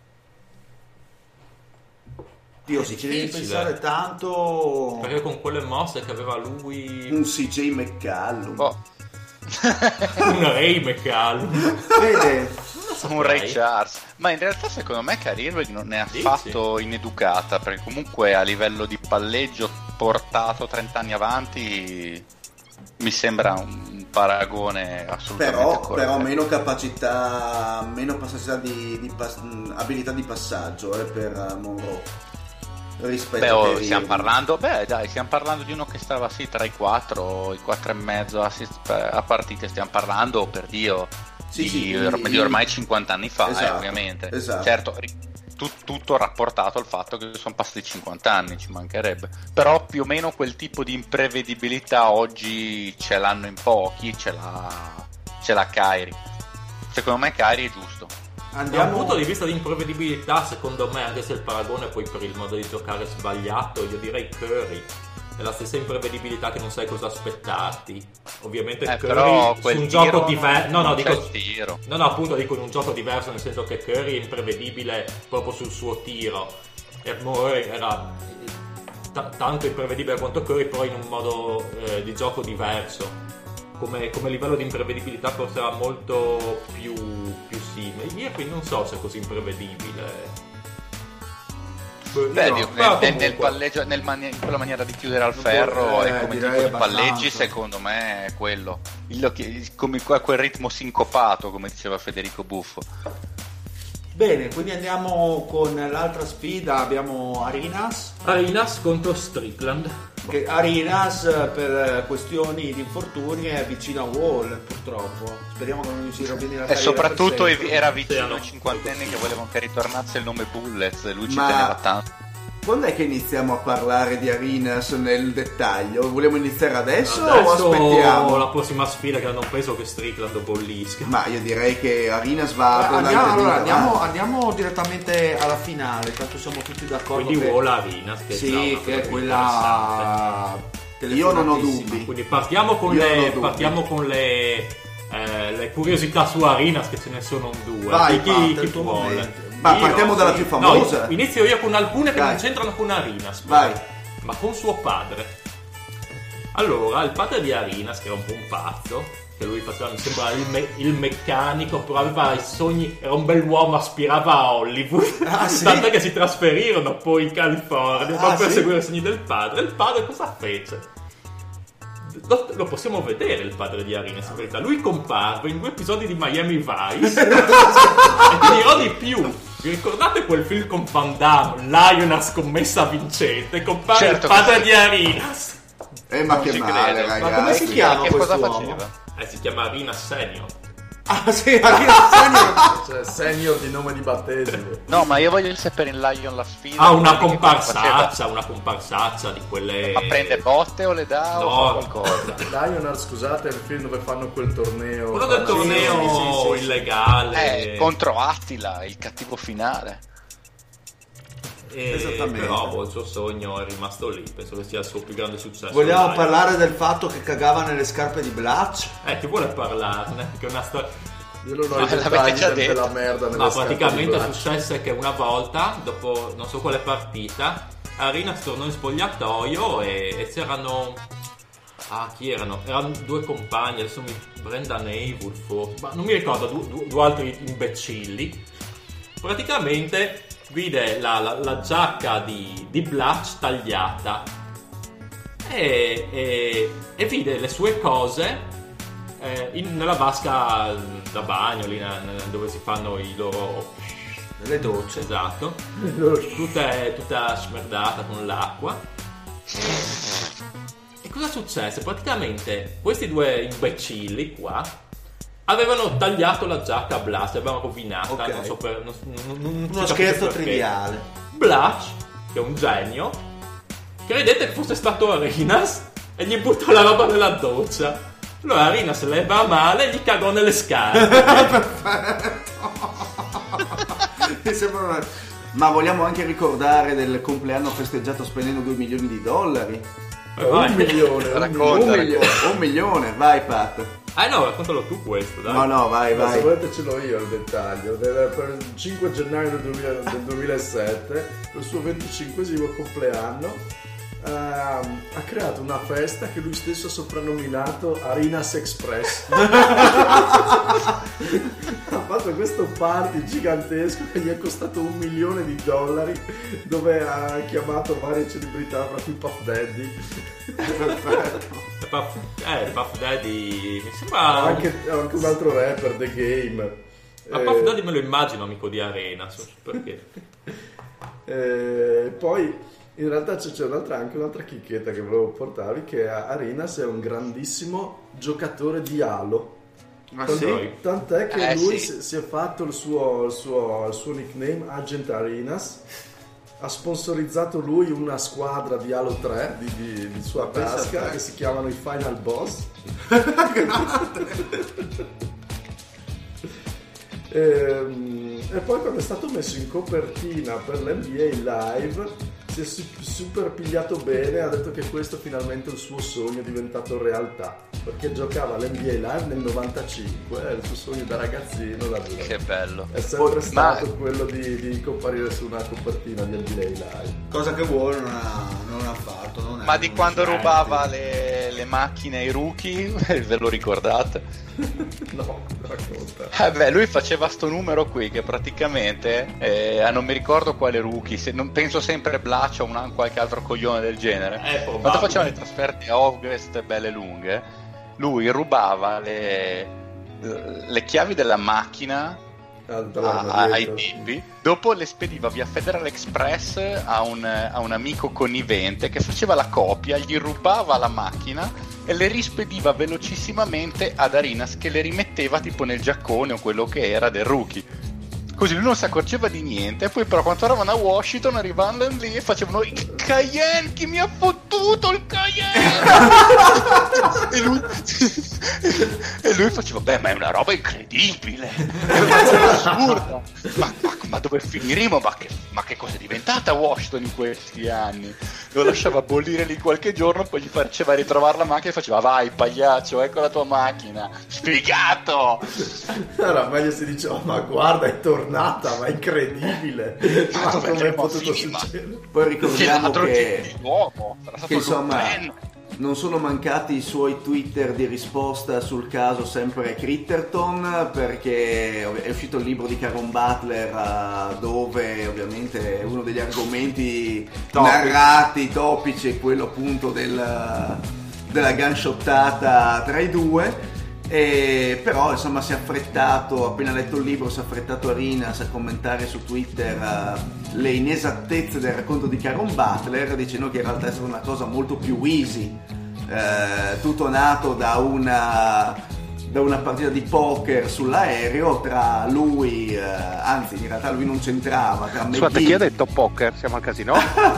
Io ci devi pensare tanto, perché con quelle mosse che aveva lui, un CJ McCallum, un Ray McCallum, vede, un Ray Charles. Ma in realtà secondo me Kyrie Irving non è affatto ineducata, perché comunque a livello di palleggio portato 30 anni avanti mi sembra un paragone assolutamente corretto. Però meno capacità di abilità di passaggio per Monroe rispetto stiamo parlando di uno che stava tra i 4 e mezzo assist a partite, stiamo parlando per Dio di ormai 50 anni fa, esatto, ovviamente. Esatto. Certo, tutto rapportato al fatto che sono passati 50 anni, ci mancherebbe, però più o meno quel tipo di imprevedibilità oggi ce l'hanno in pochi, ce l'ha Kyrie. Secondo me Kyrie è giusto. Da un punto di vista di imprevedibilità, secondo me, anche se il paragone poi per il modo di giocare è sbagliato, io direi Curry. È la stessa imprevedibilità che non sai cosa aspettarti. Ovviamente Curry su un gioco diverso. No, appunto dico in un gioco diverso, nel senso che Curry è imprevedibile proprio sul suo tiro. E Moore era tanto imprevedibile quanto Curry, però in un modo di gioco diverso. Come livello di imprevedibilità forse era molto più simile. Irving non so se è così imprevedibile. Nel palleggio, in quella maniera di chiudere al ferro e come tipo di palleggi, secondo me è quello. Come quel ritmo sincopato, come diceva Federico Buffo. Bene, quindi andiamo con l'altra sfida. Abbiamo Arenas contro Strickland. Che Arenas per questioni di infortuni è vicino a Wall, purtroppo. Speriamo che non si rovini la carriera. E soprattutto era vicino ai cinquantenni che volevano che ritornasse il nome Bullets. Lui ci teneva tanto. Quando è che iniziamo a parlare di Arenas nel dettaglio? Vogliamo iniziare adesso o aspettiamo? La prossima sfida, che non penso che Strickland bollisca. Ma io direi che Arenas va andiamo direttamente alla finale, tanto siamo tutti d'accordo. Quindi Wall Arenas, che è quella. Io non ho dubbi. Quindi partiamo con le curiosità su Arenas, che ce ne sono 2. Vai, chi vuole? Ma partiamo dalla più famosa. No, inizio io con alcune che non c'entrano con Arenas. Vai. Ma con suo padre. Allora, il padre di Arenas, che era un po' un pazzo, che lui faceva, mi sembra, il meccanico, però aveva i sogni, era un bell'uomo, aspirava a Hollywood. Tanto che si trasferirono poi in California per seguire i sogni del padre. Il padre cosa fece? Lo possiamo vedere il padre di Arenas in verità. Lui comparve in 2 episodi di Miami Vice e ti dirò di più. Vi ricordate quel film con Van Damme, Lion scommessa vincente? Compare il padre di Arenas. Ma che male, ragazzi. Ma come si chiama che questo cosa uomo? faceva? Si chiama Arenas Senior. Ah sì, cioè senior di nome di battesimo. No, ma io voglio sapere in Lion la sfida. Ha una comparsaccia di quelle. Ma prende botte o le dà o fa qualcosa? Lionheart, scusate, è il film dove fanno quel torneo. Quello del torneo illegale. Contro Attila, il cattivo finale. Esattamente. Però il suo sogno è rimasto lì. Penso che sia il suo più grande successo. Vogliamo parlare del fatto che cagava nelle scarpe di Blatch? Chi vuole parlarne? Che è una storia. Io non ho i dettagli della merda nelle ma praticamente successe che una volta, dopo non so quale partita, Arenas tornò in spogliatoio e c'erano. Chi erano? Erano due compagni, adesso Brendan Haywood forse, ma non mi ricordo, due altri imbecilli. Praticamente vide la giacca di Blatch tagliata e vide le sue cose nella vasca da bagno, lì dove si fanno i loro le docce. Esatto. tutta smerdata con l'acqua. E cosa successe? Praticamente questi due imbecilli qua avevano tagliato la giacca a Blatch, l'avevano rovinata. Okay. Non so uno scherzo triviale. Blatch, che è un genio, credette che fosse stato Arenas e gli buttò la roba nella doccia. Allora Arenas le va male e gli cagò nelle scarpe. Perfetto. Mi sembra Ma vogliamo anche ricordare del compleanno festeggiato spendendo $2 milioni. Un milione, vai Pat. No, raccontalo tu questo, dai. No, vai. Se volete ce l'ho io il dettaglio. Per il 5 gennaio del 2007, per il suo 25esimo compleanno, ha creato una festa che lui stesso ha soprannominato Arenas Express. Ha fatto questo party gigantesco che gli è costato $1 milione, dove ha chiamato varie celebrità, tra cui Puff Daddy. Puff Daddy mi sembra anche un altro rapper, The Game. Ma Puff Daddy me lo immagino amico di Arenas, perché poi in realtà c'è anche un'altra chicchetta che volevo portarvi, che Arenas è un grandissimo giocatore di Halo. Tant'è che lui si è fatto il suo nickname Agent Arenas. Ha sponsorizzato lui una squadra di Halo 3 di sua tasca, che si chiamano i Final Boss. E poi quando è stato messo in copertina per l'NBA Live si è super pigliato bene, ha detto che questo finalmente il suo sogno è diventato realtà, perché giocava all'NBA Live nel 95 e il suo sogno da ragazzino che bello è sempre stato quello di comparire su una copertina di NBA Live, cosa che vuole non ha fatto. Ma di quando rubava le macchine ai rookie, ve lo ricordate? No, racconta. Lui faceva sto numero qui che praticamente non mi ricordo quale rookie, non penso sempre Blatch o qualche altro coglione del genere, quando facevano le trasferte a Ovest belle lunghe, lui rubava le chiavi della macchina ai tipi, dopo le spediva via Federal Express a un amico connivente che faceva la copia, gli rubava la macchina e le rispediva velocissimamente ad Arenas, che le rimetteva tipo nel giaccone o quello che era del rookie. Così lui non si accorgeva di niente. E poi però quando eravamo a Washington arrivavano lì e facevano il Cayenne, chi mi ha fottuto il Cayenne? e lui faceva, ma è una roba incredibile, è una cosa assurda, ma dove finiremo? Ma che cosa è diventata Washington in questi anni? Lo lasciava bollire lì qualche giorno, poi gli faceva ritrovare la macchina e faceva, vai pagliaccio, ecco la tua macchina, sfigato. Allora meglio si diceva, ma guarda è tornata, ma è incredibile, ma come è potuto succedere? Poi ricordiamo che insomma non sono mancati i suoi Twitter di risposta sul caso sempre Critterton, perché è uscito il libro di Caron Butler dove ovviamente uno degli argomenti narrati topici è quello appunto della gunshottata tra i due. Però insomma si è affrettato, appena letto il libro, si è affrettato Arenas a commentare su Twitter le inesattezze del racconto di Caron Butler, dicendo che in realtà è stata una cosa molto più easy, tutto nato da da una partita di poker sull'aereo tra lui, anzi in realtà lui non c'entrava, tra Scusate, chi ha detto poker? Siamo al casino?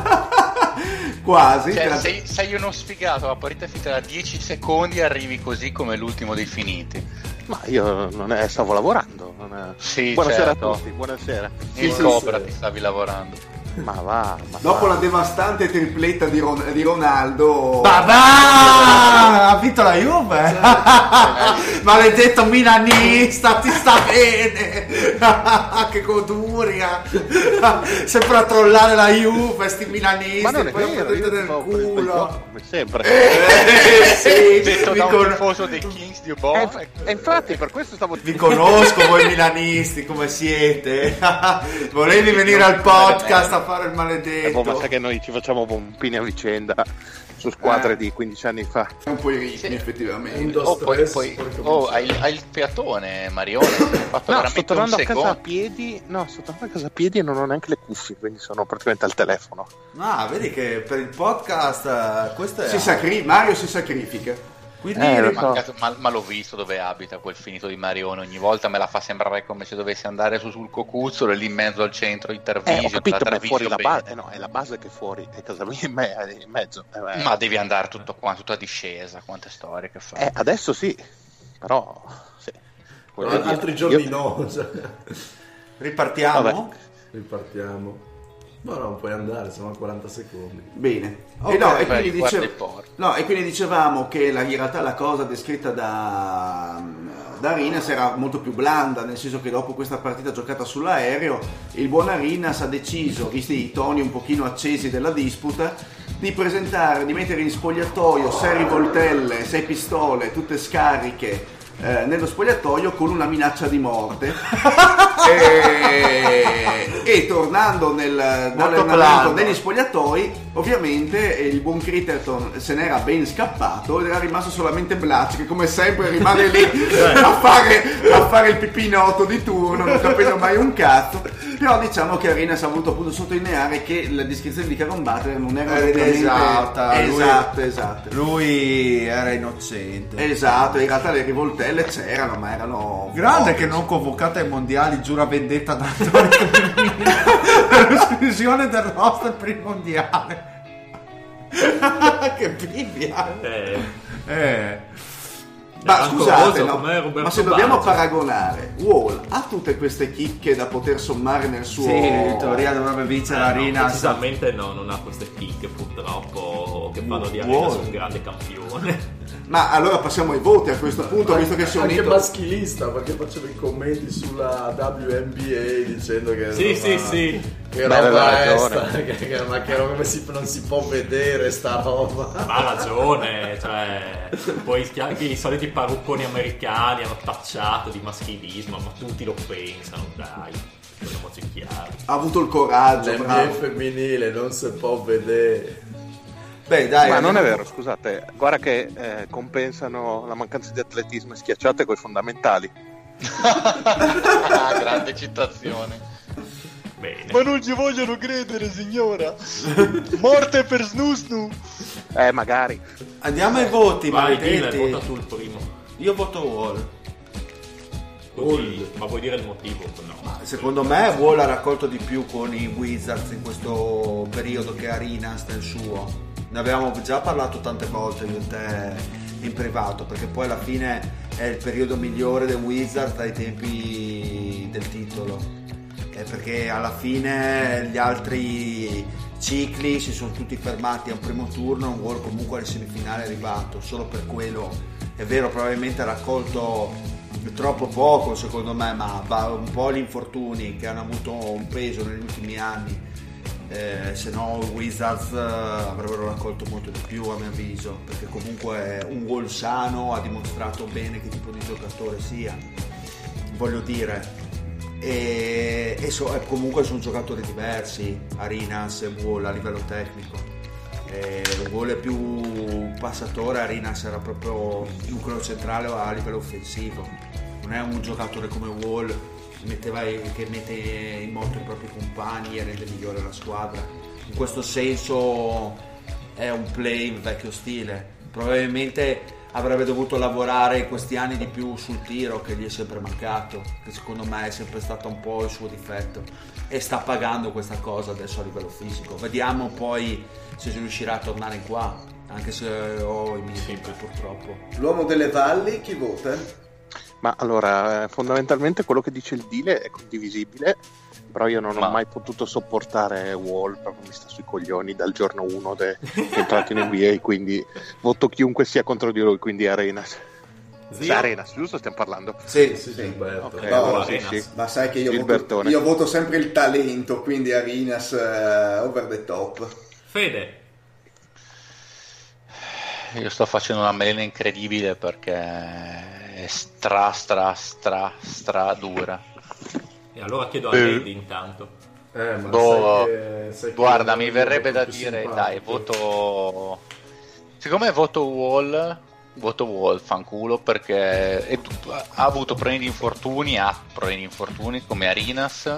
Quasi. Cioè, sei uno sfigato, la partita è finita da 10 secondi e arrivi così come l'ultimo dei finiti. Ma io stavo lavorando. Sì, buonasera certo. a tutti, buonasera. In Cobra ti stavi lavorando. Dopo la devastante tripletta di Ronaldo, ha vinto la Juve. Maledetto milanista, ti sta bene. Che goduria. Sempre a trollare la Juve, sti milanisti. Ma non è poi vero, io del culo. come sempre. Sì, Detto da un tifoso dei Kings di Ubon. E infatti per questo stavo vi conosco voi milanisti come siete. Volevi venire al podcast a fare il maledetto. ma sai che noi ci facciamo pompini a vicenda su squadre di 15 anni fa. Un po' i ritmi, effettivamente. Hai il peatone, Marione. Sto tornando a casa a piedi. No, sto tornando a casa a piedi e non ho neanche le cuffie, quindi sono praticamente al telefono. Vedi che per il podcast questo è Mario si sacrifica. Quindi ma l'ho visto dove abita quel finito di Marione, ogni volta me la fa sembrare come se dovessi andare sul Cocuzzolo e lì in mezzo al centro Intervision. Ho capito, ma è fuori la base, è la base che è fuori, è casa mia in mezzo. Ma devi andare tutto qua, tutta discesa, quante storie che fa. Adesso sì, però sì. Altri giorni no. Ripartiamo? Vabbè. Ripartiamo. No, non puoi andare, sono 40 secondi. Bene. Okay, e quindi dicevamo che in realtà la cosa descritta da Arenas era molto più blanda, nel senso che dopo questa partita giocata sull'aereo, il buon Arenas ha deciso, visti i toni un pochino accesi della disputa, di mettere in spogliatoio 6 rivoltelle, 6 pistole, tutte scariche, nello spogliatoio con una minaccia di morte e tornando dall'allenamento negli spogliatoi, ovviamente il buon Critterton se n'era ben scappato ed era rimasto solamente Blatch, che come sempre rimane lì a fare il pipinotto di turno, non capendo mai un cazzo. Però diciamo che Arenas ha voluto appunto sottolineare che la descrizione di Caron Butler non era esatta. Lui era innocente. Esatto, in realtà le rivoltelle c'erano, ma erano grande che non convocate ai mondiali, giura vendetta da per l'esclusione del roster per il mondiale. Che bibbia. Ma scusate, ma se dobbiamo paragonare, Wall ha tutte queste chicche da poter sommare nel suo... Sì, in teoria dovrebbe vincere Arenas. Precisamente non ha queste chicche purtroppo che fanno di Arenas un grande campione. Ma allora passiamo ai voti a questo punto, visto che si è unito... Anche maschilista, perché facevo i commenti sulla WNBA dicendo che... Sì. Che roba è sta, ma che roba non si può vedere sta roba. Ma ha ragione, cioè poi i soliti parrucconi americani hanno tacciato di maschilismo, ma tutti lo pensano, dai, parliamoci chiaro. Ha avuto il coraggio, l'NBA femminile non si può vedere. Beh, dai, ma non è vero, scusate, guarda che compensano la mancanza di atletismo e schiacciate coi fondamentali. Grande citazione. Bene. Ma non ci vogliono credere, signora. Morte per Snusnu. Magari. Andiamo ai voti. Vai, Dile, vota tu il primo. Io voto Wall. Ma vuoi dire il motivo? No. Ma secondo me Wall ha raccolto di più con i Wizards in questo periodo che Arenas nel suo. Ne avevamo già parlato tante volte io e te in privato, perché poi alla fine è il periodo migliore dei Wizards dai tempi del titolo. Perché alla fine gli altri cicli si sono tutti fermati a un primo turno, un Wall comunque alle semifinali è arrivato, solo per quello è vero, probabilmente ha raccolto troppo poco secondo me, ma un po' gli infortuni che hanno avuto un peso negli ultimi anni, se no i Wizards avrebbero raccolto molto di più a mio avviso, perché comunque un Wall sano ha dimostrato bene che tipo di giocatore sia, voglio dire. Comunque sono giocatori diversi, Arenas e Wall a livello tecnico. Wall è più passatore, Arenas era proprio nucleo centrale a livello offensivo. Non è un giocatore come Wall che mette in moto i propri compagni e rende migliore la squadra. In questo senso è un play in vecchio stile. Probabilmente avrebbe dovuto lavorare in questi anni di più sul tiro, che gli è sempre mancato, che secondo me è sempre stato un po' il suo difetto, e sta pagando questa cosa adesso a livello fisico. Vediamo poi se riuscirà a tornare in qua, anche se ho i miei dubbi purtroppo. L'uomo delle valli, chi vota? Ma allora, fondamentalmente quello che dice il Dile è condivisibile, però io non ho mai potuto sopportare Wall, proprio mi sta sui coglioni dal giorno 1 che è entrato in NBA, quindi voto chiunque sia contro di lui, quindi Arenas. Arenas, giusto stiamo parlando? Sì. Okay, no, sì. Ma sai che io voto sempre il talento, quindi Arenas over the top. Fede. Io sto facendo una melena incredibile perché è stra dura. E allora chiedo a Lady intanto. Guarda, mi verrebbe da dire, dai, voto. Siccome voto Wall, fanculo, perché ha avuto problemi di infortuni come Arenas.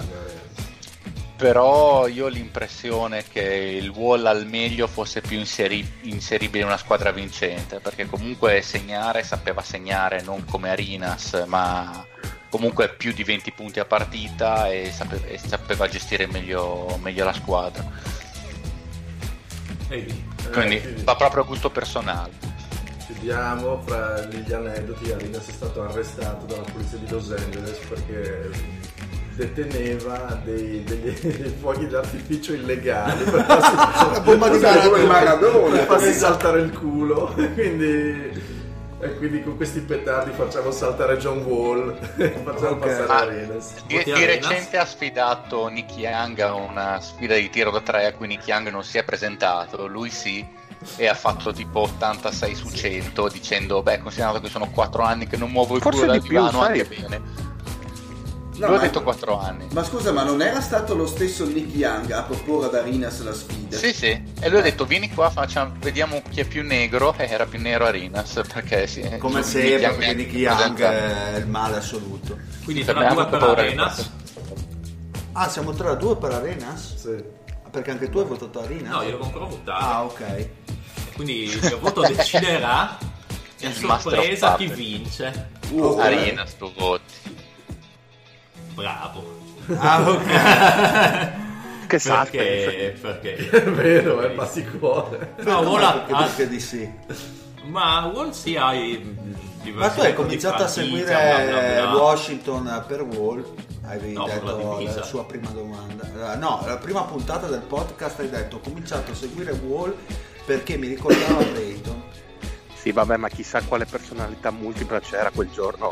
Però io ho l'impressione che il Wall al meglio fosse più inseribile in una squadra vincente, perché comunque sapeva segnare, non come Arenas, ma comunque più di 20 punti a partita e sapeva gestire meglio la squadra. Quindi va proprio a gusto personale. Chiudiamo fra gli aneddoti. Arenas è stato arrestato dalla polizia di Los Angeles perché deteneva dei fuochi d'artificio illegali per farsi saltare il culo, e quindi con questi petardi facciamo saltare John Wall e facciamo passare Arenas. Di recente ha sfidato Nick Young a una sfida di tiro da 3 a cui Nick Young non si è presentato, lui sì, e ha fatto tipo 86 su 100 dicendo considerato che sono 4 anni che non muovo il culo dal divano, anche bene. No, lui ha detto 4 anni. Ma scusa, ma non era stato lo stesso Nick Young a proporre ad Arenas la sfida? Sì, e lui ha detto vieni qua, vediamo chi è più negro, e era più nero Arenas, perché come sempre, perché Nick Young è il male assoluto. Quindi 3-2 per Arenas. Siamo 3-2 per Arenas? Sì. Perché anche tu hai votato Arenas? No, io devo ancora votare. Ok. Quindi il mio voto deciderà e a sorpresa chi vince. Arenas, tu voti. Bravo. Ok. Che perché è vero, è bassicuore. No, Wall di sì. Ma Wall sì hai. Ma tu hai cominciato a seguire Washington per Wall? Hai detto la sua prima domanda. No, la prima puntata del podcast hai detto ho cominciato a seguire Wall perché mi ricordava Dayton. Sì, vabbè, ma chissà quale personalità multipla c'era quel giorno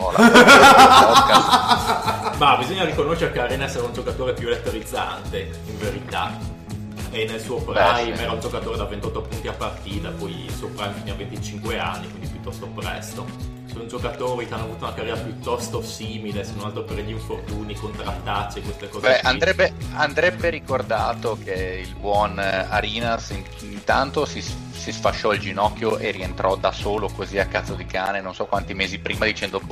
podcast. Ma bisogna riconoscere che Arenas era un giocatore più elettrizzante, in verità. E nel suo prime era un giocatore da 28 punti a partita, poi il suo prime finì a 25 anni, quindi piuttosto presto. Sono giocatori che hanno avuto una carriera piuttosto simile, se non altro per gli infortuni, contrattacci e queste cose. Andrebbe ricordato che il buon Arenas intanto si sfasciò il ginocchio e rientrò da solo così a cazzo di cane non so quanti mesi prima dicendo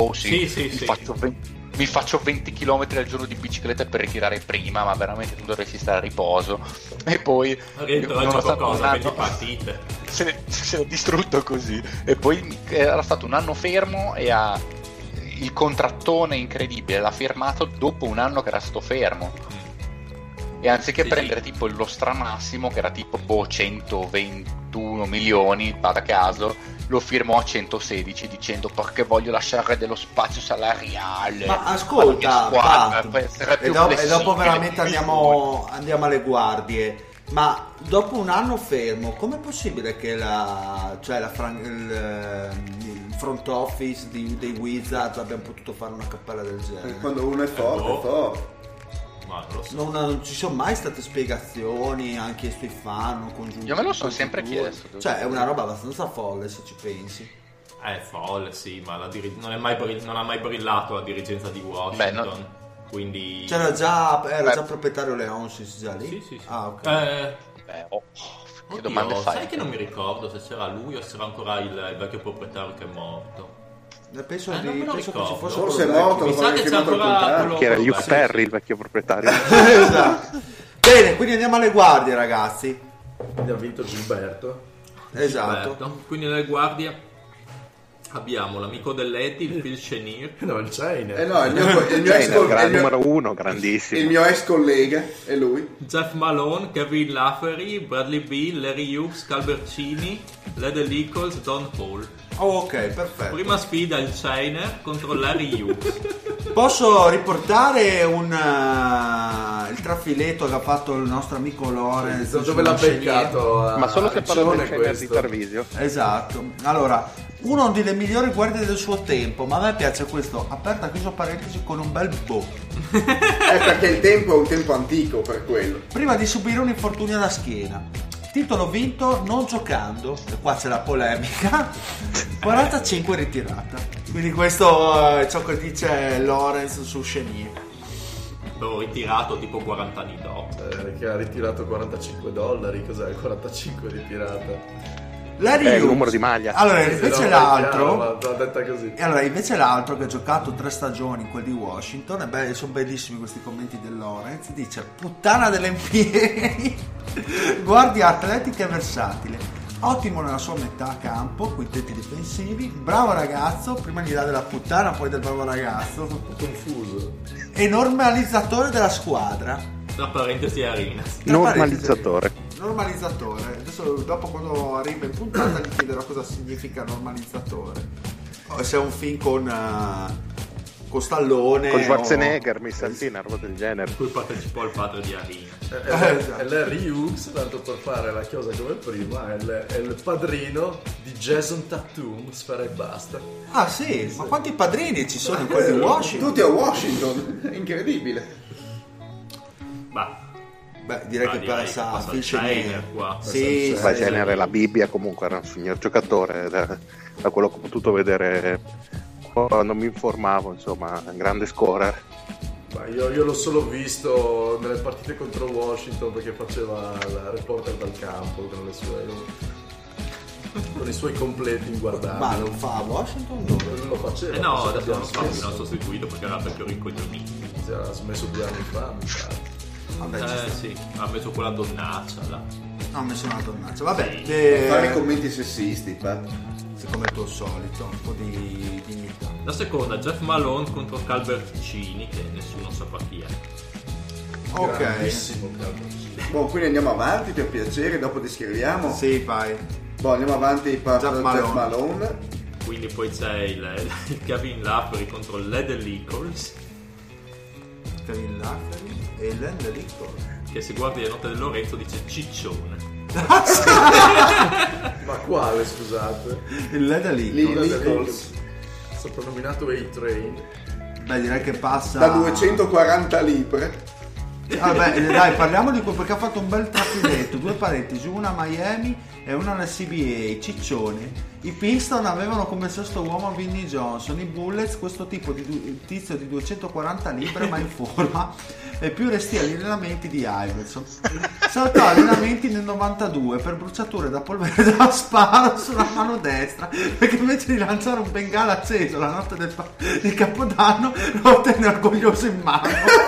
mi faccio 20 km al giorno di bicicletta per ritirare prima, ma veramente tu dovresti stare a riposo. E poi rientrò a qualcosa, 20 partite se l'è distrutto così, e poi era stato un anno fermo e il contrattone incredibile l'ha firmato dopo un anno che era stato fermo, e anziché prendere tipo lo stramassimo che era tipo 121 milioni, vada a caso, lo firmò a 116 dicendo perché voglio lasciare dello spazio salariale. Ma ascolta, e dopo veramente andiamo alle guardie. Ma dopo un anno fermo, com'è possibile che il front office dei Wizards abbiano potuto fare una cappella del genere? Quando uno è forte, è forte. Ma non lo so. Non ci sono mai state spiegazioni anche sui fan congiunti. Io me lo sono sempre chiesto. Cioè è una roba abbastanza folle se ci pensi. È folle, sì, ma non ha mai brillato la dirigenza di Washington. Quindi era già proprietario Leonsis già lì? Sì. Ah, ok. Che domande fai? Sai che non mi ricordo se c'era lui o se era ancora il vecchio proprietario che è morto. Penso non me lo che ci ricordo. fosse forse è morto, mi sa che c'è ancora quello, che era Hugh Perry, il vecchio proprietario. Esatto. Bene, quindi andiamo alle guardie, ragazzi. Quindi ha vinto Gilberto. Esatto. Quindi nelle guardie Abbiamo l'amico dell'Eti, il Phil Chenier. No, il Chenier. No, il mio ex collega, numero uno, grandissimo. Il mio ex collega è lui. Jeff Malone, Kevin Lafferty, Bradley Beal, Larry Hughes, Calbercini, Led Nichols, Don Hall. Oh, ok, perfetto. Prima sfida il Chenier contro Larry Hughes. Posso riportare il trafiletto che ha fatto il nostro amico Lorenz? Dove l'ha beccato? Ma solo se parla del Chenier di Tarvisio. Esatto. Allora, uno delle migliori guardie del suo tempo, ma a me piace questo, aperta chiuso parentesi, con un bel boh. Perché il tempo è un tempo antico per quello. Prima di subire un infortunio alla schiena. Titolo vinto non giocando, e qua c'è la polemica. 45 ritirata. Quindi questo è ciò che dice Lorenz su Chenier. L'ho ritirato tipo 40 anni dopo. Che ha ritirato $45, cos'è? 45 ritirata. Larry il numero di maglia. Allora, invece l'altro. L'ha detta così. E allora, invece l'altro che ha giocato 3 stagioni, quel di Washington, e sono bellissimi questi commenti del Lorenz. Dice: puttana dell'NBA, guardia atletica e versatile, ottimo nella sua metà campo, quintetti difensivi, bravo ragazzo, prima gli dà della puttana, poi del bravo ragazzo, Confuso. e normalizzatore della squadra. Tra parentesi Arena. Normalizzatore. Adesso dopo quando arriva in puntata gli chiederò cosa significa normalizzatore, o se è un film con Stallone, con Schwarzenegger, mi sa, sì, una roba del genere. Cui partecipò il padre di Arena. E Larry Hughes, tanto per fare la chiosa come prima, è il padrino di Jason Tatum, Sfera e Basta. Ah sì, ma quanti padrini ci sono in quelli di Washington? Tutti a Washington, è incredibile. Beh, direi che passa Phil Chenier qua. Sì, Ma genere la Bibbia, comunque era un signor giocatore, da quello che ho potuto vedere quando mi informavo, insomma, un grande scorer. Ma io l'ho solo visto nelle partite contro Washington, perché faceva il reporter dal campo con i suoi completi inguardabili. Ma non fa a Washington? Dove? Lo faceva. No, adesso non fa più, l'ha sostituito perché era proprio rincoglionito. Si era smesso 2 anni fa, mi pare. Vabbè, sì, ha messo quella donnaccia là. No, ho messo una donnaccia. Vabbè, fare i commenti sessisti, come il tuo solito, un po' di dignità. La seconda, Jeff Malone contro Calbercini, che nessuno sa chi è. Ok. Grandissimo. Quindi andiamo avanti per piacere, dopo descriviamo. Sì, vai. Andiamo avanti per Jeff Malone. Quindi poi c'è il Kevin Lafferty contro Led Nichols. Kevin Lafferty e Led Nichols. Che se guardi le note del Lorenzo dice ciccione. Ma quale, scusate? Il Led Nichols. Soprannominato A-Train. Beh, direi che passa da 240 libbre. Vabbè, dai, parliamo di quello, perché ha fatto un bel trafiletto. 2 parentesi, una a Miami e una alla CBA. Ciccione. I Pistons avevano come sesto uomo Vinnie Johnson, i Bullets questo tipo di tizio di 240 libbre ma in forma, e più resti agli allenamenti di Iverson. Saltò allenamenti nel 92 per bruciature da polvere da sparo sulla mano destra, perché invece di lanciare un bengala acceso la notte del Capodanno lo tenne orgoglioso in mano.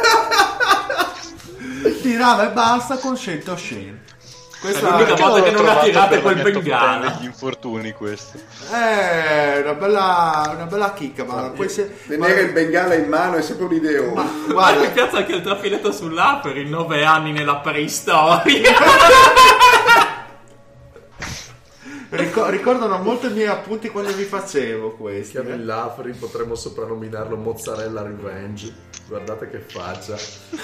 Tirava e basta con scelta oscena. Questa è l'unica volta che non ha tirato quel bengala. Gli infortuni, questo. Una bella chicca, ma poi tenere il bengala in mano è sempre un'idea. Guarda, mi piace anche il trafiletto sull'A per i 9 anni nella preistoria. Ricordano molto i miei appunti quando vi facevo questi. Kevin Lafferty, potremmo soprannominarlo Mozzarella Revenge. Guardate che faccia.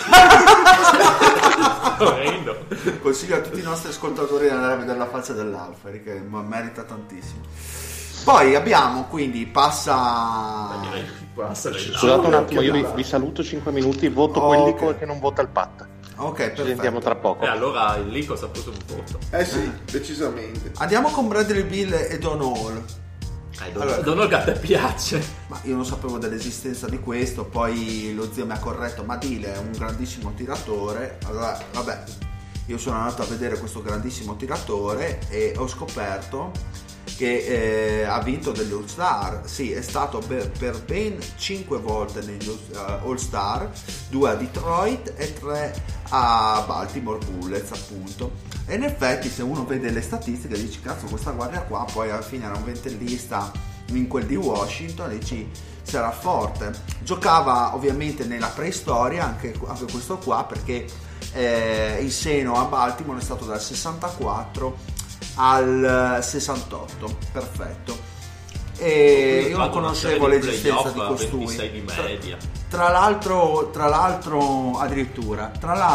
Consiglio a tutti i nostri ascoltatori di andare a vedere la faccia dell'Alferi, che merita tantissimo. Poi abbiamo, quindi passa. Scusate un attimo, io vi saluto 5 minuti, voto quelli che non vota il Pat. Ok, perfetto. Ci sentiamo tra poco. E allora il Lico ha preso un voto. Sì, decisamente. Andiamo con Bradley Beal e Don Hall. Don Hall che a te piace. Ma io non sapevo dell'esistenza di questo, poi lo zio mi ha corretto, ma Dile è un grandissimo tiratore. Allora, vabbè, io sono andato a vedere questo grandissimo tiratore e ho scoperto che ha vinto degli All Star. Sì, è stato per ben 5 volte negli All Star, 2 a Detroit e 3 a Baltimore Bullets, appunto. E in effetti, se uno vede le statistiche dici cazzo, questa guardia qua poi alla fine era un ventellista in quel di Washington, dici sarà forte. Giocava ovviamente nella preistoria anche questo qua, perché in seno a Baltimore è stato dal 64 al 68, perfetto. E io non conoscevo l'esistenza di costui. 26 di media. Tra l'altro addirittura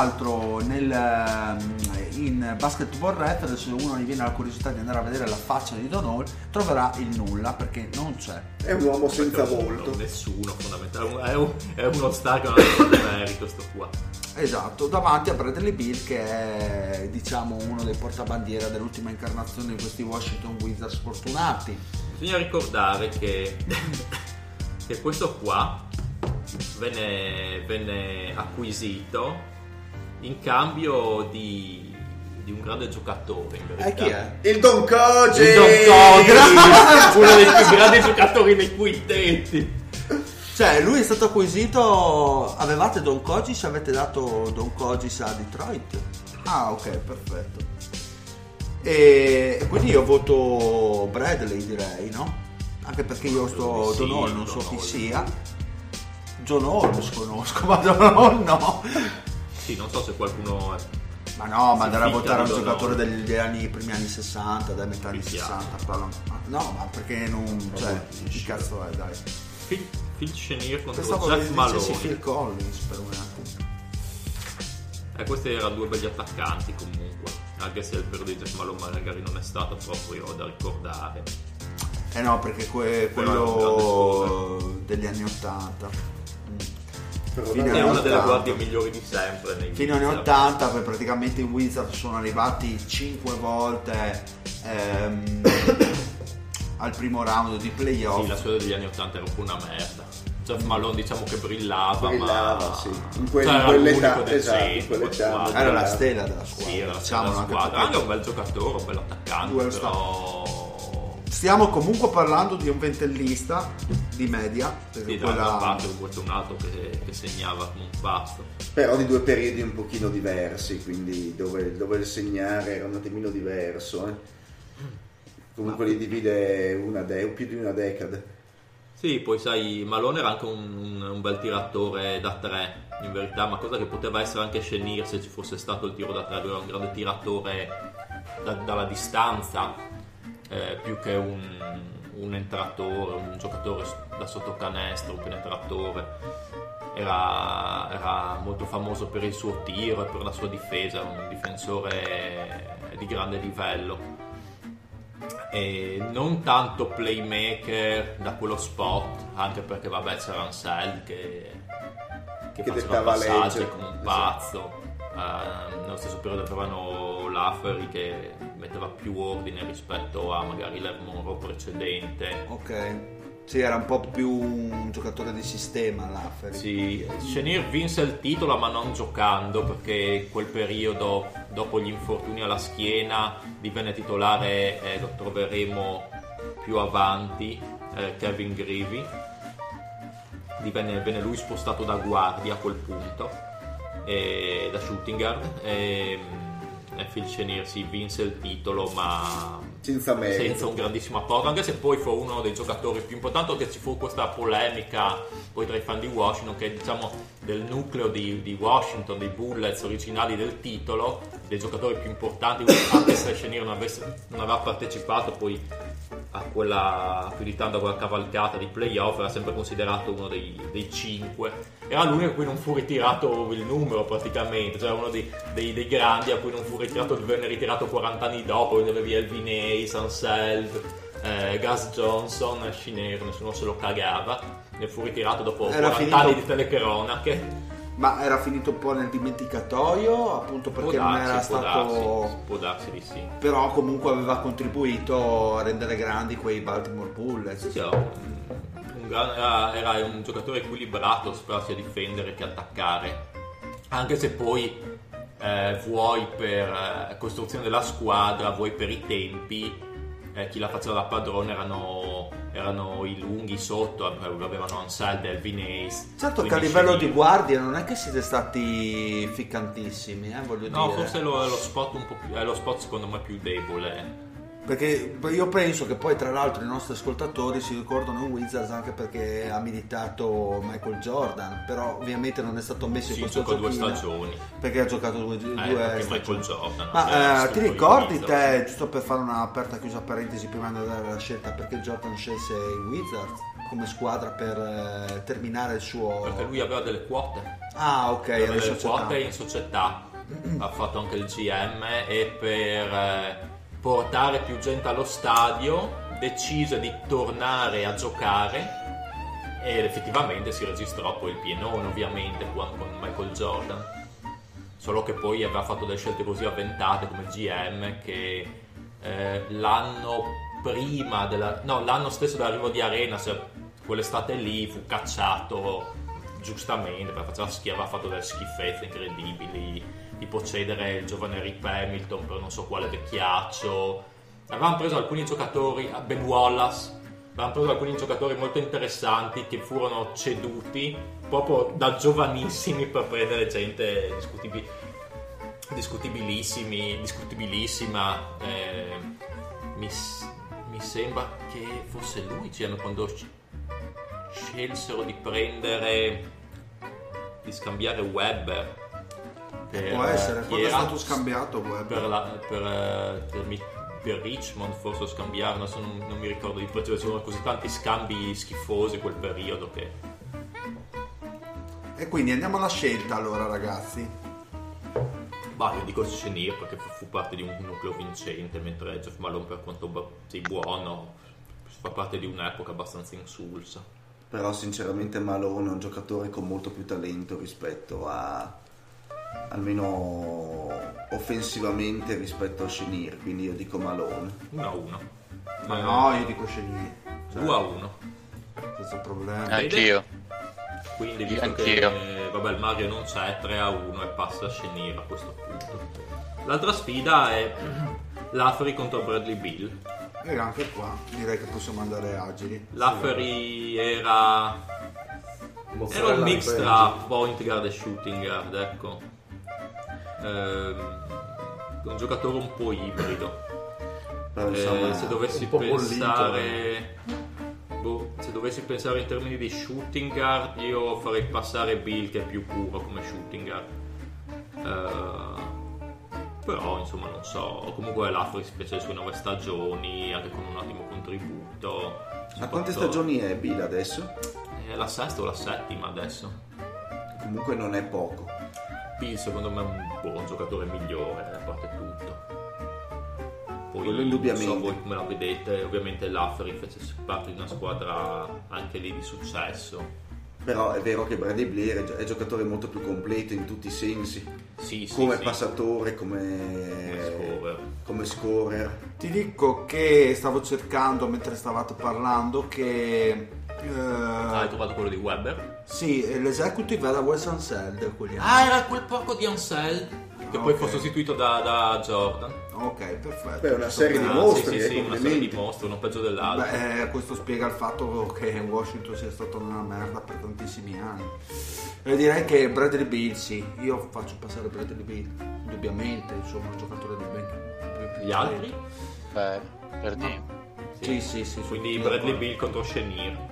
in Basketball Reference, se uno gli viene la curiosità di andare a vedere la faccia di Don Hall, troverà il nulla, perché non c'è. È un uomo senza volto. Nessuno fondamentalmente, è uno star che non ha nessun merito sto qua. Esatto, davanti a Bradley Beal, che è diciamo uno dei portabandiera dell'ultima incarnazione di questi Washington Wizards fortunati. Bisogna ricordare che questo qua venne acquisito in cambio di un grande giocatore, in verità. Chi è? Il Don Koji! Uno dei più grandi giocatori nei quintetti. Cioè, lui è stato acquisito. Avevate Don Kogis, avete dato Don Kogis a Detroit? Ah, ok, perfetto. E quindi io voto Bradley, direi, no? Anche perché io sto Don Hall non so chi sia. John Holmes conosco, ma Don Hall no. Sì, non so se qualcuno ma no, ma andare a votare un giocatore degli primi anni 60, dai metà anni 60, no, ma perché non, cioè, che cazzo è, dai. Phil Chenier contro Jeff Malone. Phil Collins per un attimo. Questi erano due belli attaccanti comunque, anche se il periodo di Jeff Malone magari non è stato proprio da ricordare. No, perché quello degli anni 80. È una delle guardie migliori di sempre. Fino agli anni 80, poi praticamente i Wizards sono arrivati 5 volte al primo round di playoff. Sì, la squadra degli anni 80 era un po' una merda. Jeff Malone diciamo che brillava ma sì. in quell'età, era la stella della squadra. Sì, era la stella della squadra. Anche un bel giocatore, un bel attaccante, però... Stiamo comunque parlando di un ventellista di media. Sì, dall'altra parte questo è un altro che segnava come un pazzo. Però di due periodi un pochino diversi, quindi dove il segnare era un attimino diverso. Comunque li divide più di una decade. Sì, poi sai, Malone era anche un bel tiratore da tre, in verità, ma cosa che poteva essere anche Chenier se ci fosse stato il tiro da tre. Lui era un grande tiratore dalla distanza. Più che un entratore, un giocatore da sotto canestro, un penetratore. Era molto famoso per il suo tiro e per la sua difesa, un difensore di grande livello e non tanto playmaker da quello spot, anche perché vabbè c'era Ansel che faceva passaggi come un pazzo. Nello stesso periodo avevano Lafferty che metteva più ordine rispetto a magari l'Monroe precedente. Ok, sì, era un po' più un giocatore di sistema Lafferty. Sì, Chenier vinse il titolo ma non giocando, perché quel periodo dopo gli infortuni alla schiena divenne titolare, lo troveremo più avanti, Kevin Greavy. Venne lui spostato da guardia a quel punto, da shooting guard, e Phil Chenier si vinse il titolo ma senza un grandissimo apporto, anche se poi fu uno dei giocatori più importanti, che ci fu questa polemica poi tra i fan di Washington, che diciamo del nucleo di Washington, dei Bullets originali del titolo, dei giocatori più importanti, anche se Chenier non aveva partecipato poi a quella, più di tanto a quella cavalcata di playoff, era sempre considerato uno dei 5. Era l'unico a cui non fu ritirato il numero praticamente, cioè uno dei grandi a cui non fu ritirato, venne ritirato 40 anni dopo, quindi avevi Elvin Hayes, Ansel, Gus Johnson, Chenier, nessuno se lo cagava, ne fu ritirato dopo 40 anni di telecronache. Ma era finito un po' nel dimenticatoio, appunto perché non era stato... Può darsi di sì. Però comunque aveva contribuito a rendere grandi quei Baltimore Bullets. Sì, era un giocatore equilibrato, spero sia difendere che attaccare. Anche se poi vuoi per costruzione della squadra, vuoi per i tempi, chi la faceva da padrone erano i lunghi sotto, avevano Ansel, Elvin Hayes. Certo che a livello di guardia non è che siete stati ficcantissimi, voglio dire. No, forse lo spot un po' più, lo spot secondo me più debole Perché io penso che poi tra l'altro i nostri ascoltatori si ricordano Wizards anche perché ha militato Michael Jordan, però ovviamente non è stato messo in questo giochino. 2 stagioni. Perché ha giocato due Michael Jordan. Ma ti ricordi te, giusto per fare una aperta chiusa parentesi prima di andare alla scelta, perché Jordan scelse i Wizards come squadra per terminare il suo... Perché lui aveva delle quote. Ah, ok, aveva delle quote in società. Ha fatto anche il GM e per portare più gente allo stadio decise di tornare a giocare ed effettivamente si registrò poi il pienone ovviamente con Michael Jordan, solo che poi aveva fatto delle scelte così avventate come GM che l'anno stesso dell'arrivo di Arena, cioè quell'estate lì, aveva fatto delle schifezze incredibili, tipo cedere il giovane Rip Hamilton per non so quale vecchiaccio. Avevamo preso alcuni giocatori, Ben Wallace, avevamo preso alcuni giocatori molto interessanti che furono ceduti proprio da giovanissimi per prendere gente discutibilissima. Mi sembra che fosse lui quando scelsero di scambiare Webber. Può essere, quando è stato scambiato Webber per Richmond forse scambiarono, adesso non mi ricordo di preciso, sono così tanti scambi schifosi quel periodo che... E quindi andiamo alla scelta allora, ragazzi. Io dico Chenier perché fu parte di un nucleo vincente, mentre Jeff Malone, per quanto sei buono, fa parte di un'epoca abbastanza insulsa. Però sinceramente Malone è un giocatore con molto più talento rispetto a, almeno offensivamente, rispetto a Chenier, quindi io dico Malone. 1-1. Ma no, io dico Chenier. 2-1. Questo problema. Anch'io. Quindi visto che il Mario non c'è, 3-1 e passa a Chenier a questo punto. L'altra sfida è Lafferty contro Bradley Beal. E anche qua direi che possiamo andare agili. Lafferty era un mix tra point guard e shooting guard, ecco. Un giocatore un po' ibrido. Se dovessi pensare in termini di shooting guard, io farei passare Bill, che è più puro come shooting guard. Però insomma non so, comunque Lafferty si piace le sue 9 stagioni, anche con un ottimo contributo. Ma quante stagioni è Bill adesso? È la 6ª o la 7ª adesso. Comunque non è poco. Bill secondo me è un buon giocatore, migliore, a parte tutto. Poi quello indubbiamente. Non so voi come la vedete, ovviamente Lafferty fece parte di una squadra anche lì di successo. Però è vero che Bradley Beal è giocatore molto più completo in tutti i sensi, come passatore, come scorer. Ti dico che stavo cercando mentre stavate parlando che hai trovato quello di Webber? Sì, l'esecutive era Wes Unseld. Era quel porco di Unseld che poi fu sostituito da Jordan. Ok, perfetto. Beh, una serie di mostri, una serie di mostri, uno peggio dell'altro. Questo spiega il fatto che Washington sia stato una merda per tantissimi anni. E direi che Bradley Beal, sì, io faccio passare Bradley Beal, indubbiamente, insomma, un giocatore di ben. Gli altri? Per dire. Sì. Quindi Bradley Beal contro Chenier.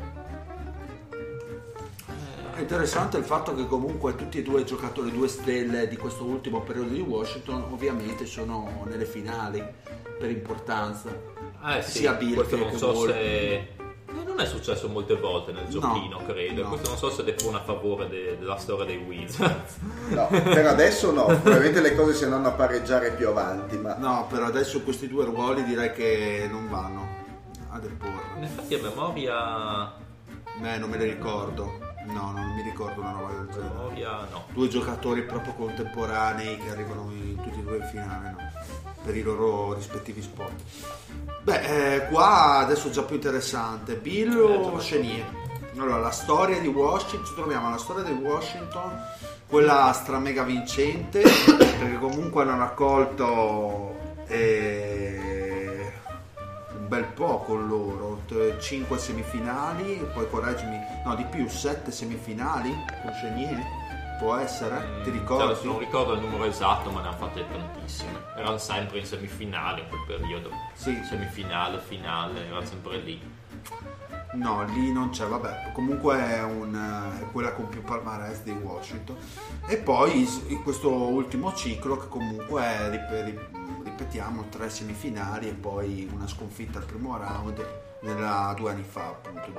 È interessante il fatto che comunque tutti e due i giocatori, 2 stelle di questo ultimo periodo di Washington, ovviamente sono nelle finali per importanza. Sia Bill questo che non so Wall. se non è successo molte volte nel giochino, credo. Questo non so se depone a favore della storia dei Wizards. No, per adesso no, probabilmente le cose si andranno a pareggiare più avanti, ma no, per adesso questi 2 ruoli direi che non vanno a deporre. In effetti a memoria non me ne ricordo. No, non mi ricordo una roba del genere. Memoria, no. 2 giocatori proprio contemporanei che arrivano tutti e 2 in finale, no? Per i loro rispettivi sport. Qua adesso è già più interessante. Bill o Chenier? Allora, la storia di Washington, ci troviamo la storia di Washington, quella stramega vincente, perché comunque hanno raccolto un bel po' con loro, 5 semifinali, poi correggimi, no di più, 7 semifinali con Chenier. può essere? Ti ricordi? Cioè, non ricordo il numero esatto, ma ne hanno fatte tantissime. Erano sempre in semifinale in quel periodo. Sì. Semifinale, finale, erano sempre lì. No, lì non c'è, vabbè, comunque è quella con più palmarès di Washington. E poi in questo ultimo ciclo che comunque è, ripetiamo, 3 semifinali e poi una sconfitta al primo round 2 anni fa, appunto.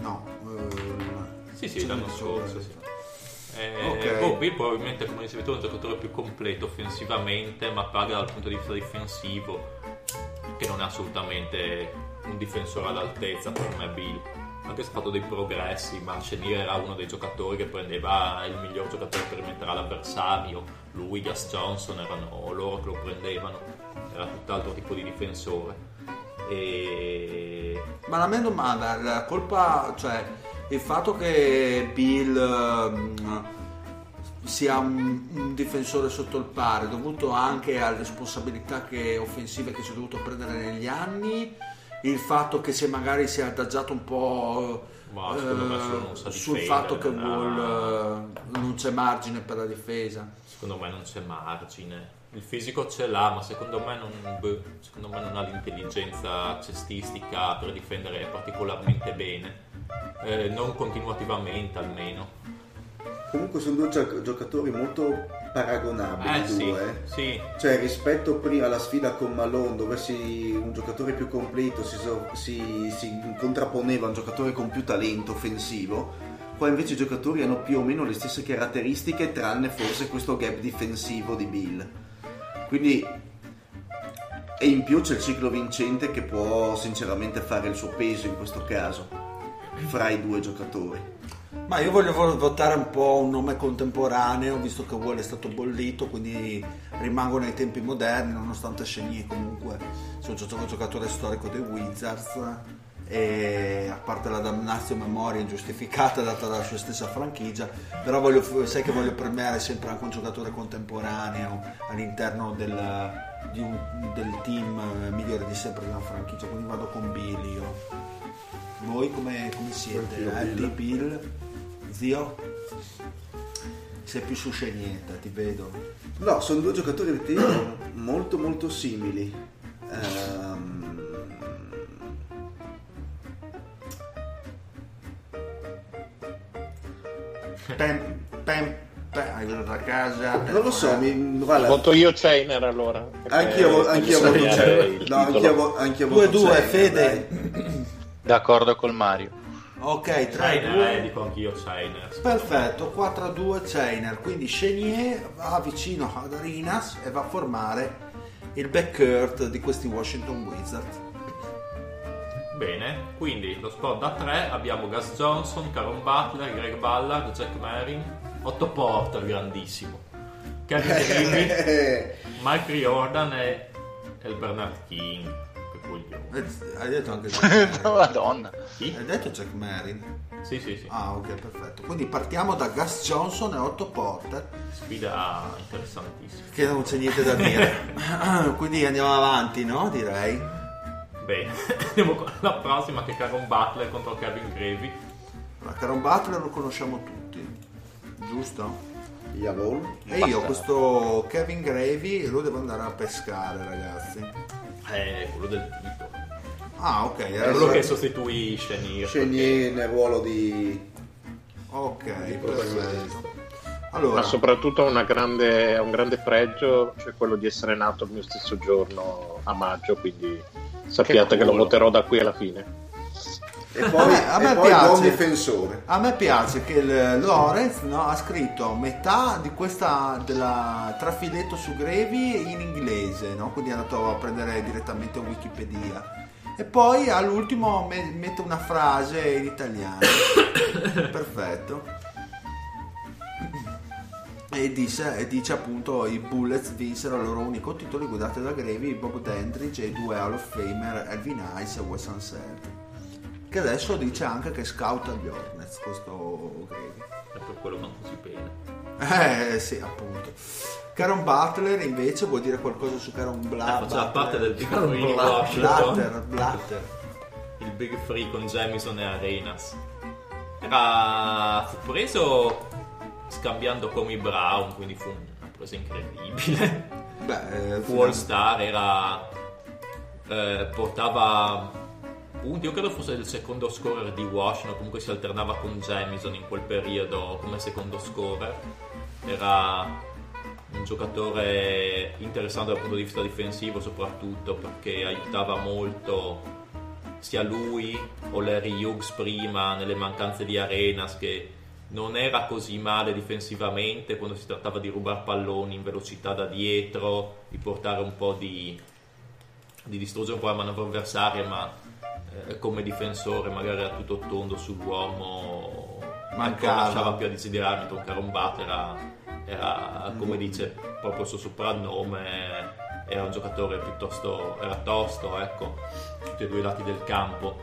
Sì, l'anno scorso. Sì. Okay. Bill probabilmente, come dicevi tu, è un giocatore più completo offensivamente, ma paga dal punto di vista difensivo, che non è assolutamente un difensore all'altezza per me Bill. Anche se ha fatto dei progressi, ma Chenier era uno dei giocatori che prendeva il miglior giocatore perimetrale all'avversario. Lui, Gus Johnson, erano loro che lo prendevano. Era tutt'altro tipo di difensore. Ma la mia domanda, la colpa, cioè il fatto che Bill sia un difensore sotto il pari, dovuto anche alle responsabilità offensive che si è dovuto prendere negli anni, il fatto che magari si è adagiato un po' sul fatto che non c'è margine per la difesa. Secondo me non c'è margine. Il fisico ce l'ha, ma secondo me non ha l'intelligenza cestistica per difendere particolarmente bene, non continuativamente almeno. Comunque sono due giocatori molto paragonabili, sì. Cioè rispetto prima alla sfida con Malone, dove un giocatore più completo si contrapponeva a un giocatore con più talento offensivo, qua invece i giocatori hanno più o meno le stesse caratteristiche, tranne forse questo gap difensivo di Bill. Quindi, e in più c'è il ciclo vincente che può sinceramente fare il suo peso in questo caso fra i due giocatori. Ma io voglio votare un po' un nome contemporaneo, visto che Wall è stato bollito, quindi rimango nei tempi moderni, nonostante Chenier comunque sia un giocatore storico dei Wizards, e a parte la damnatio memoria ingiustificata data dalla sua stessa franchigia, però sai che voglio premiare sempre anche un giocatore contemporaneo all'interno del team migliore di sempre della franchigia, quindi vado con Bill io. Voi come siete? Di Bill? Zio? Sei più su Chenier, ti vedo. No, sono due giocatori molto molto simili. Hai venuto a casa? Non lo so, voto io Chenier allora. Anch'io voto Chenier. No, anch'io voto 2-2, Fede. D'accordo col Mario. Ok, 3-2. Dico anch'io Chenier. Perfetto, 4-2 Chenier. Quindi Chenier va vicino ad Arenas e va a formare il backcourt di questi Washington Wizards. Bene, quindi lo squad da 3 abbiamo Gus Johnson, Caron Butler, Greg Ballard, Jack Marin, Otto Porter grandissimo, Kevin Davis, Mike Riordan e il Bernard King. Che coglione. Hai detto anche Jack Marin? Madonna. Chi? Hai detto Jack Marin? Sì. Ah, ok, perfetto. Quindi partiamo da Gus Johnson e Otto Porter. Sfida interessantissima. Che non c'è niente da dire. Quindi andiamo avanti, no? Direi. Bene, andiamo con la prossima, che è Caron Butler contro Kevin Gravy. Caron Butler lo conosciamo tutti, giusto? Jawohl. E io questo Kevin Gravy lo devo andare a pescare, ragazzi. Quello del titolo. Ah, ok. È quello che sostituisce Chenier nel ruolo di... Ok, perfetto. Allora, ma soprattutto ha un grande pregio, cioè quello di essere nato il mio stesso giorno a maggio, quindi sappiate che lo voterò da qui alla fine. E poi, a me piace, buon difensore. A me piace che Lorenz ha scritto metà di della trafiletto su Gravy in inglese, no? Quindi è andato a prendere direttamente Wikipedia. E poi all'ultimo mette una frase in italiano. Perfetto. E dice appunto i Bullets vinsero il loro unico titolo guidati da Gravy, Bob Dandridge e 2 Hall of Famer Elvin Hayes e Wes Unseld, che adesso dice anche che scout agli Hornets questo Gravy. È per quello che non così bene. Sì, appunto. Caron Butler invece vuol dire qualcosa su Caron Butler? Faceva parte del Big Free di Washington. Blatter. Il Big Free con Jamison e Arenas. Fu preso scambiando Kobe Brown, quindi fu una presa incredibile. Fu All-Star, portava punti, io credo fosse il secondo scorer di Washington, comunque si alternava con Jamison in quel periodo come secondo scorer. Era un giocatore interessante dal punto di vista difensivo, soprattutto perché aiutava molto sia lui o Larry Hughes prima nelle mancanze di Arenas, che non era così male difensivamente quando si trattava di rubare palloni in velocità da dietro, di portare un po' di distruggere un po' la manovra avversaria, ma come difensore magari era tutto tondo sull'uomo, lasciava più a desiderare, mentre un Caron Butler era come dice proprio il suo soprannome, era un giocatore piuttosto, era tosto, ecco, tutti e due i lati del campo.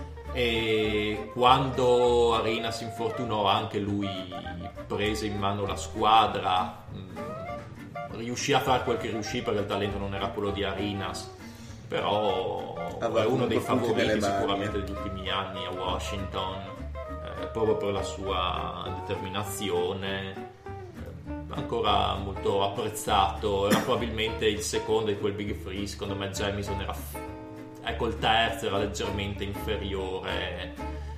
E quando Arena si infortunò anche lui prese in mano la squadra, riuscì a fare quel che riuscì perché il talento non era quello di Arenas, però è uno dei favoriti sicuramente degli ultimi anni a Washington, proprio per la sua determinazione, ancora molto apprezzato. Era probabilmente il secondo di quel Big Three, secondo me Jamison era, ecco, il terzo era leggermente inferiore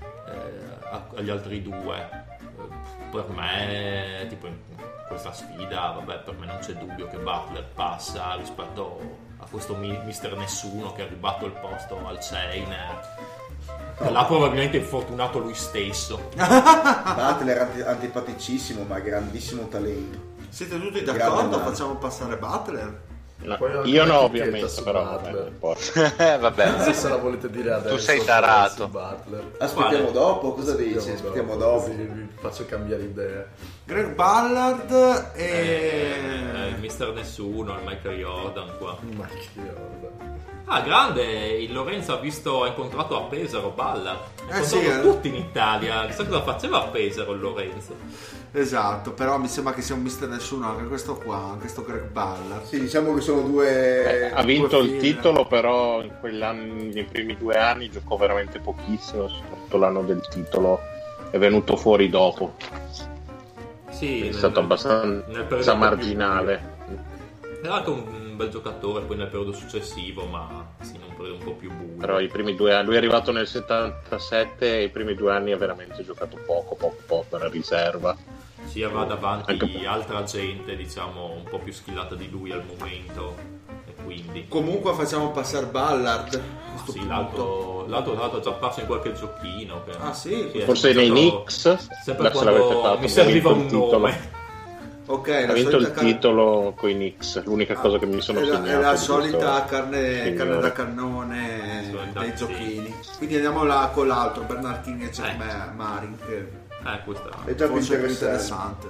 agli altri due. Per me, tipo in questa sfida, vabbè, per me non c'è dubbio che Butler passa rispetto a questo mister nessuno che ha rubato il posto al Chainer. L'ha probabilmente infortunato lui stesso. Butler antipaticissimo, ma grandissimo talento. Siete tutti d'accordo? Facciamo passare Butler? No, io no, ovviamente, però vabbè. Non so se la volete dire adesso. Tu sei tarato. Aspettiamo dopo, cosa dici? Aspettiamo dopo. Vi faccio cambiare idea. Greg Ballard il mister nessuno, il Michael Jordan qua. Grande, il Lorenzo ha incontrato a Pesaro Ballard. Tutti in Italia. Chissà cosa faceva a Pesaro il Lorenzo. Esatto, però mi sembra che sia un mister nessuno anche questo qua, questo Greg Ballard. Sì, diciamo che sono due. Ha vinto il titolo, però in quell'anno, nei primi 2 anni giocò veramente pochissimo, soprattutto l'anno del titolo è venuto fuori dopo. Sì, è stato abbastanza marginale. Era anche un bel giocatore poi nel periodo successivo, ma sì, in un periodo un po' più buio. Però i primi 2 anni, lui è arrivato nel 77 e i primi 2 anni ha veramente giocato poco per riserva. Sì, aveva davanti altra gente, diciamo, un po' più skillata di lui al momento, e quindi... Comunque facciamo passare Ballard. Sì, l'altro ha già perso in qualche giochino. Sì? Forse nei Knicks? Sempre quando mi serviva un nome. Ok, ha vinto il titolo con i Knicks, l'unica cosa che mi sono segnato. È la solita carne da cannone dei giochini. Quindi andiamo là con l'altro, Bernard King e Jack Marin, che questa è già più interessante.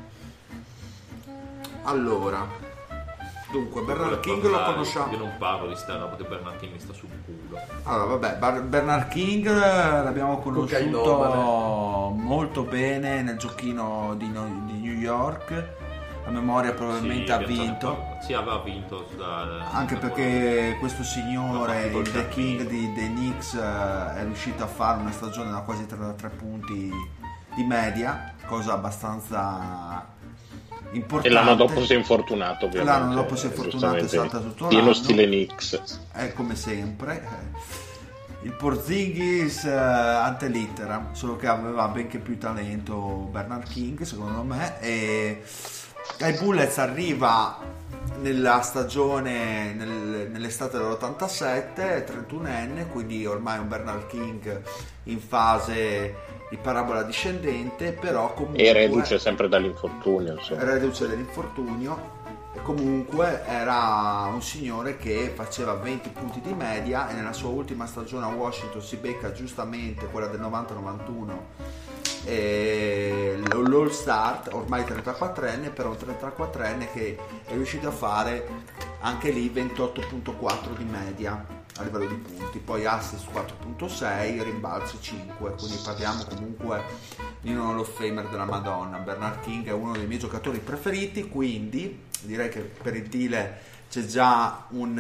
Allora, dunque Bernard King lo conosciamo. Io non parlo di sta roba, perché Bernard King mi sta sul culo. Allora vabbè, Bernard King l'abbiamo conosciuto molto bene nel giochino di New York. A memoria probabilmente ha vinto. Sì, aveva vinto anche perché questo signore, il The King dei Knicks, è riuscito a fare una stagione da quasi 33 punti di media, cosa abbastanza importante. E l'anno dopo si è infortunato, ovviamente. L'anno dopo si è infortunato e salta tutto pieno l'anno. Stile Knicks. Come sempre. Il Porzingis ante litteram, solo che aveva benché più talento Bernard King, secondo me, e ai Bullets arriva nella stagione, nell'estate dell'87, 31enne, quindi ormai un Bernard King in fase di parabola discendente, però comunque... E reduce sempre dall'infortunio. Reduce dall'infortunio, e comunque era un signore che faceva 20 punti di media, e nella sua ultima stagione a Washington si becca giustamente quella del 90-91, l'All Star, ormai 34enne, però un 34enne che è riuscito a fare anche lì 28.4 di media a livello di punti, poi assist 4.6, rimbalzi 5, quindi parliamo comunque di un Hall of Famer della Madonna. Bernard King è uno dei miei giocatori preferiti, quindi direi che per il Dile c'è già un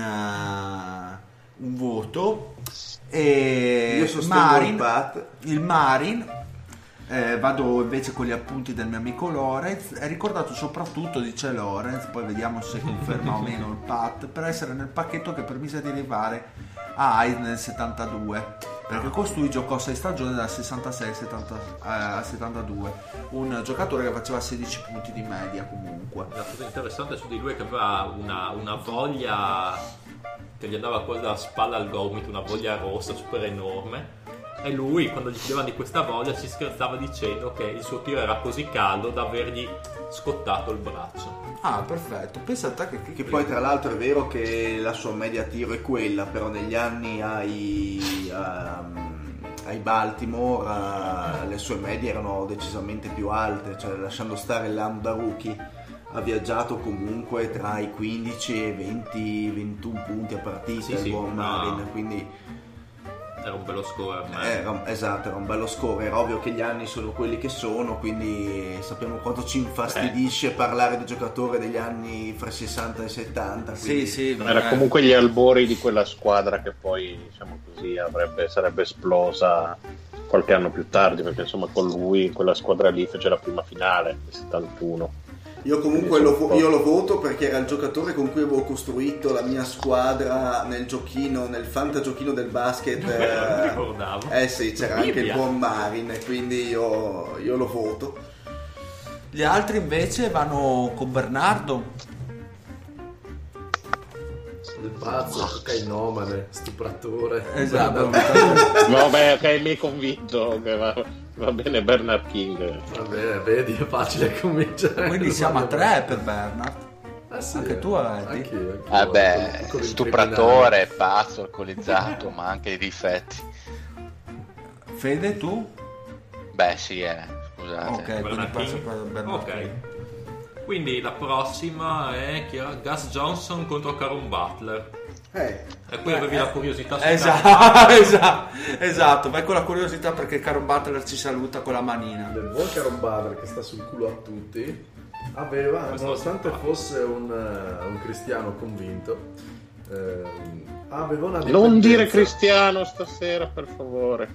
voto. E io sostengo il Marin Vado invece con gli appunti del mio amico Lorenz. È ricordato soprattutto, dice Lorenz, poi vediamo se conferma o meno il Pat, per essere nel pacchetto che permise di arrivare a Hyde nel 72, perché costui giocò 6 stagioni dal 66 al 72, un giocatore che faceva 16 punti di media comunque. La cosa interessante su di lui è che aveva una voglia che gli andava quasi dalla spalla al gomito, una voglia rossa super enorme. E lui, quando gli chiedevano di questa voglia, ci scherzava dicendo che il suo tiro era così caldo da avergli scottato il braccio. Ah, perfetto. Pensa a te che poi tra l'altro è vero che la sua media tiro è quella, però negli anni ai Baltimore le sue medie erano decisamente più alte, cioè lasciando stare l'anno da rookie ha viaggiato comunque tra i 15 e 21 punti a partita, il buon Marin, quindi era un bello score. Esatto, era un bello score. Era ovvio che gli anni sono quelli che sono, quindi sappiamo quanto ci infastidisce parlare di giocatore degli anni fra 60 e 70. Quindi... Sì, era comunque gli albori di quella squadra che poi, diciamo così, sarebbe esplosa qualche anno più tardi, perché insomma con lui quella squadra lì fece la prima finale nel 71. Io comunque lo voto perché era il giocatore con cui avevo costruito la mia squadra nel fantagiochino del basket. Non ricordavo. Sì, c'era anche il buon Marin, quindi io lo voto. Gli altri invece vanno con Bernardo. Il pazzo, cocainomane, stupratore. Esatto. Vabbè, ok, mi hai convinto che va bene Bernard King. Vabbè, vedi, è facile convincere. Quindi siamo a 3 per Bernard. Sì, anche tu avete. Anch'io. Vabbè, stupratore, pazzo, alcolizzato, ma anche i difetti. Fede, tu? Beh, sì, scusate. Ok, quindi passo per Bernard. Ok. Quindi la prossima è Gus Johnson contro Caron Butler. E poi avevi la curiosità su esatto, vai con la curiosità perché Caron Butler ci saluta con la manina. Il buon Caron Butler, che sta sul culo a tutti, aveva, nonostante fosse un cristiano convinto, aveva una dipendenza. Non dire cristiano stasera, per favore.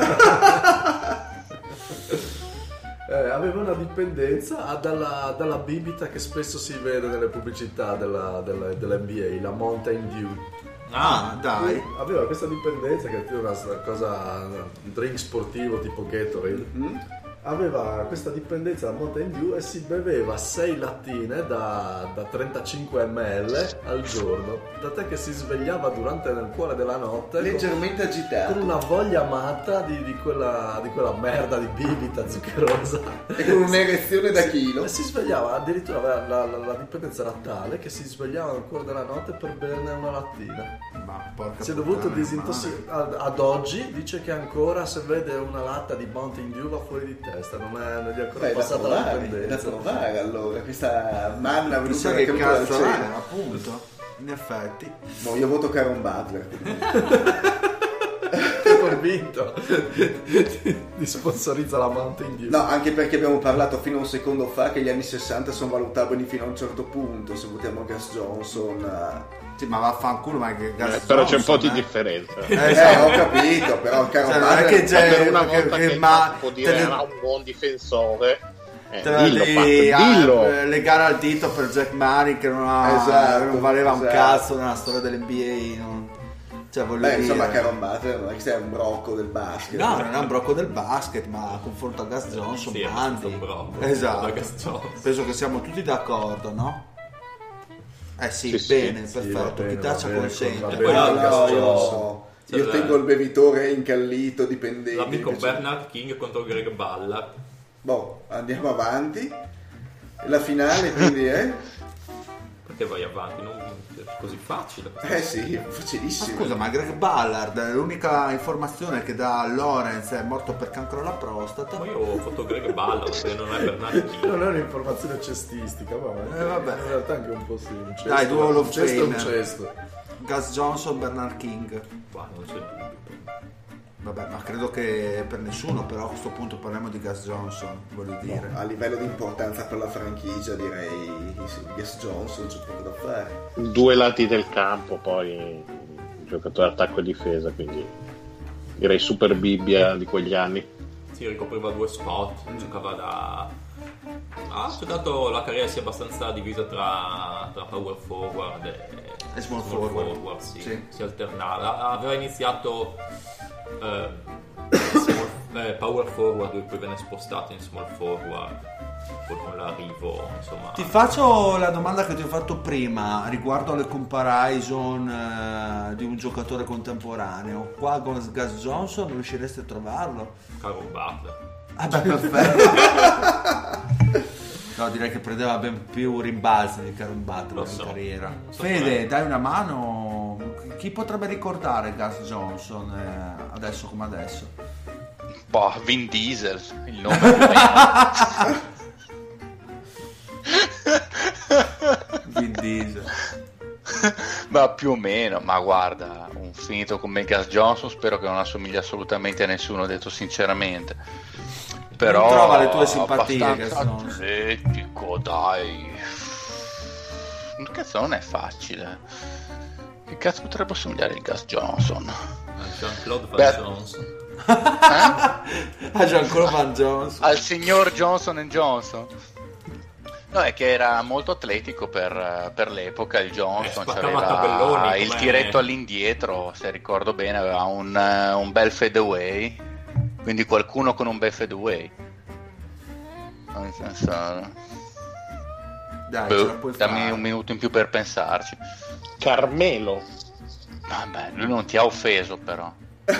Aveva una dipendenza dalla bibita che spesso si vede nelle pubblicità dell'NBA, la Mountain Dew. Dai. Aveva questa dipendenza che è una cosa, un drink sportivo tipo Gatorade. Aveva questa dipendenza da Mountain Dew e si beveva 6 lattine da 35 ml al giorno, tant'è che si svegliava nel cuore della notte leggermente agitato, con una voglia matta di quella merda di bibita zuccherosa e con un'erezione da chilo. E si svegliava, addirittura la dipendenza era tale che si svegliava nel cuore della notte per berne una lattina. Ma porca, si è dovuto disintossicare. Ad oggi dice che ancora se vede una latta di Mountain Dew va fuori di testa, non gli è ancora passata la dipendenza. Da trovare allora questa manna venuta che cazzo è, appunto, in effetti. Io voto Caron Butler. Convinto di sponsorizza la Mountain Dew. No, anche perché abbiamo parlato fino a un secondo fa che gli anni 60 sono valutabili fino a un certo punto. Se votiamo Gus Johnson, sì, ma vaffanculo, ma che Gus però Johnson, c'è un po' di differenza. Ho capito, però il Caron Butler per una volta che può dire era un buon difensore. Dillo. Legare al dito per Jack Marin che non valeva un cazzo nella storia dell'NBA. Cioè, insomma, Caron Butler non è che sia un brocco del basket. No, non è un brocco del basket, ma a confronto a Gus Johnson, sì, un brocco. Esatto. Penso che siamo tutti d'accordo, no? Sì, bene, perfetto. Chi taccia consente. Io tengo il bevitore incallito, dipendente. L'amico Bernard King contro Greg Ballard. Andiamo avanti. La finale, quindi Perché vai avanti? Non è così facile. Sì, facilissimo. Ma scusa, ma Greg Ballard, l'unica informazione che dà Lorenz è morto per cancro alla prostata. Ma io ho fatto Greg Ballard, se non è Bernard King. Non è un'informazione cestistica, vabbè. In realtà anche un po' sì. Un cesto, dai, Duel of Fame. Un cesto. Gus Johnson, Bernard King. Non c'è dubbio. Vabbè, ma credo che per nessuno, però a questo punto parliamo di Gus Johnson, voglio dire. A livello di importanza per la franchigia direi Gus Johnson, c'è poco da fare. 2 lati del campo, poi giocatore attacco e difesa, quindi direi super Bibbia di quegli anni. Sì, ricopriva 2 spot, giocava ha giocato la carriera sia abbastanza divisa tra power forward e small forward. Sì. Si alternava. Aveva iniziato power forward e poi venne spostato in small forward. Poi con l'arrivo, insomma. Ti faccio la domanda che ti ho fatto prima riguardo alle comparison di un giocatore contemporaneo. Qua con Gus Johnson non riuscireste a trovarlo? Caron Butler. Ah beh, perfetto. No, direi che prendeva ben più rimbalzi di Caron Butler in carriera. Fede, dai una mano. Chi potrebbe ricordare Gus Johnson adesso come adesso? Boh, Vin Diesel, il nome più o meno. Vin Diesel. Ma più o meno, ma guarda, un finito come Gus Johnson spero che non assomiglia assolutamente a nessuno, detto sinceramente. Però non trova le tue simpatie, Gus Johnson. Atletico, dai. Cazzo, non è facile. Che cazzo potrebbe assomigliare il Gus Johnson? Jean-Claude Van Johnson. A Jean-Claude Van Johnson. Al signor Johnson & Johnson. No, è che era molto atletico per l'epoca il Johnson, aveva il tiretto all'indietro, se ricordo bene, aveva un bel fadeaway, quindi qualcuno con un bel fadeaway. Nel senso... Dai, dammi un minuto in più per pensarci. Carmelo. Vabbè, lui non ti ha offeso però.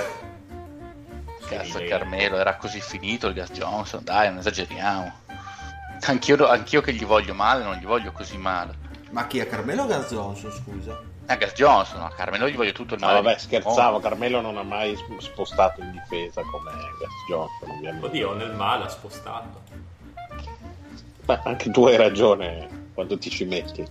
Cazzo, Carmelo era così finito il Gus Johnson, dai, non esageriamo. Anch'io che gli voglio male, non gli voglio così male. Ma chi è Carmelo o Gus Johnson, scusa? Gus Johnson, a Carmelo gli voglio tutto il male. No, vabbè, scherzavo, Carmelo non ha mai spostato in difesa come Gus Johnson, ovviamente. Oddio, nel male ha spostato. Beh, anche tu hai ragione quando ti ci metti.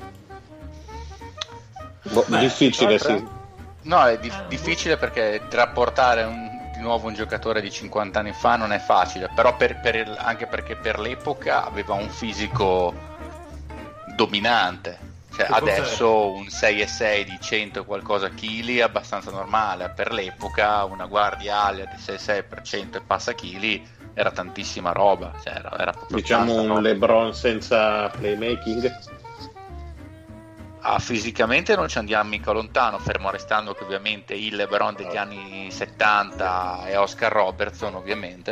Difficile, sì. No, è difficile perché rapportare di nuovo un giocatore di 50 anni fa non è facile, però anche perché per l'epoca aveva un fisico dominante, cioè adesso un 6,6 di 100 e qualcosa chili è abbastanza normale, per l'epoca una guardia alia di 6,6 per 100 e passa chili era tantissima roba, cioè era proprio diciamo un roba. LeBron senza playmaking. Fisicamente non ci andiamo mica lontano, fermo restando che ovviamente il LeBron degli anni 70 e Oscar Robertson ovviamente,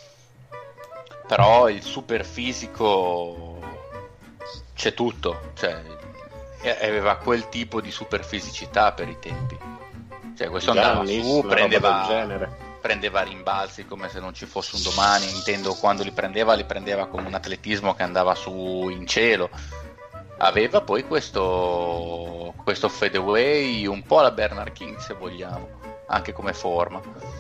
però il super fisico c'è tutto, cioè aveva quel tipo di super fisicità per i tempi, cioè questo andava su, prendeva rimbalzi come se non ci fosse un domani, intendo quando li prendeva con un atletismo che andava su in cielo. Aveva poi questo fadeaway un po' alla Bernard King, se vogliamo, anche come forma.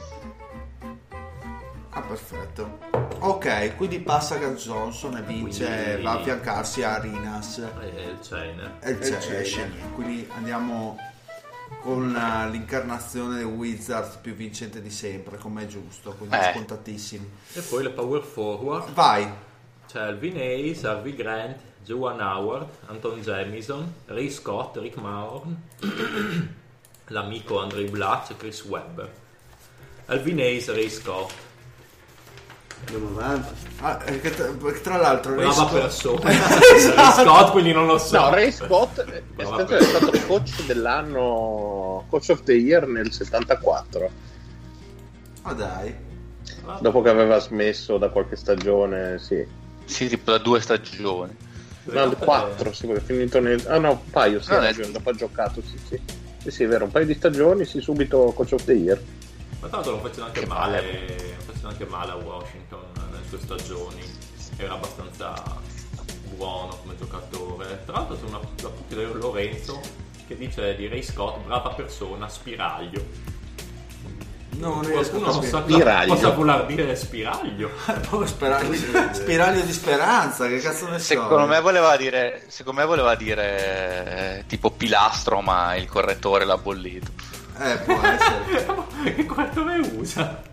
Ah, perfetto. Ok, quindi passa Gus Johnson e vince, va a affiancarsi a Arenas e il Chainer. Quindi andiamo con l'incarnazione dei Wizards più vincente di sempre, come è giusto, quindi scontatissimi. E poi le power forward. Vai. C'è Alvin Hayes, Harvey Grant, Juwan Howard, Anton Jamison, Ray Scott, Rick Mahorn, l'amico Andrei Blatch e Chris Webber. Alvin Hayes, Ray Scott. Andiamo avanti. Tra l'altro brava persona. Esatto. Ray Scott, quindi non lo so. No, Ray Scott è stato coach dell'anno, coach of the year nel 74. Ah, dai. Dopo che aveva smesso da qualche stagione, sì. Sì, tipo da 2 stagioni. No, 4, sì, è finito nel... Ah no, un paio, sì, dopo ha giocato, sì, è vero, un paio di stagioni, sì, subito coach of the year. Ma tanto non faceva anche male a Washington nelle sue stagioni, era abbastanza buono come giocatore. Tra l'altro c'è una battuta di Lorenzo che dice di Ray Scott, brava persona, spiraglio. Non qualcuno non sa cosa voler dire spiraglio. Spiraglio di speranza, che cazzo ne so. Secondo me voleva dire tipo pilastro, ma il correttore l'ha bollito. Può essere. Che correttore usa?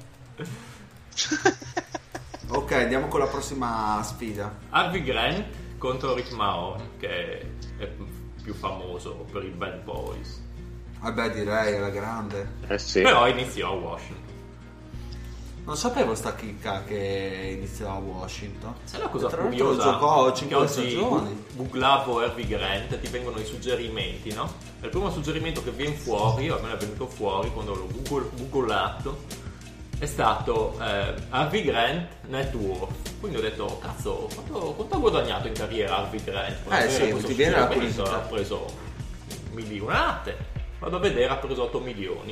Ok, andiamo con la prossima sfida. Harvey Grant contro Rick Mahorn, che è più famoso per i Bad Boys. Vabbè, direi alla grande. Sì. Però iniziò a Washington. Non sapevo sta chicca che iniziava a Washington. Sai una cosa Tra curiosa? l'altro giocò 5 stagioni. Googlavo Harvey Grant, ti vengono i suggerimenti, no? E il primo suggerimento che viene fuori, o almeno è venuto fuori quando l'ho googlato, è stato Harvey Grant Net Worth. Quindi ho detto, cazzo, quanto ha guadagnato in carriera Harvey Grant? Sì, ti viene la curiosità. Ha preso milionate. Vado a vedere, ha preso 8 milioni.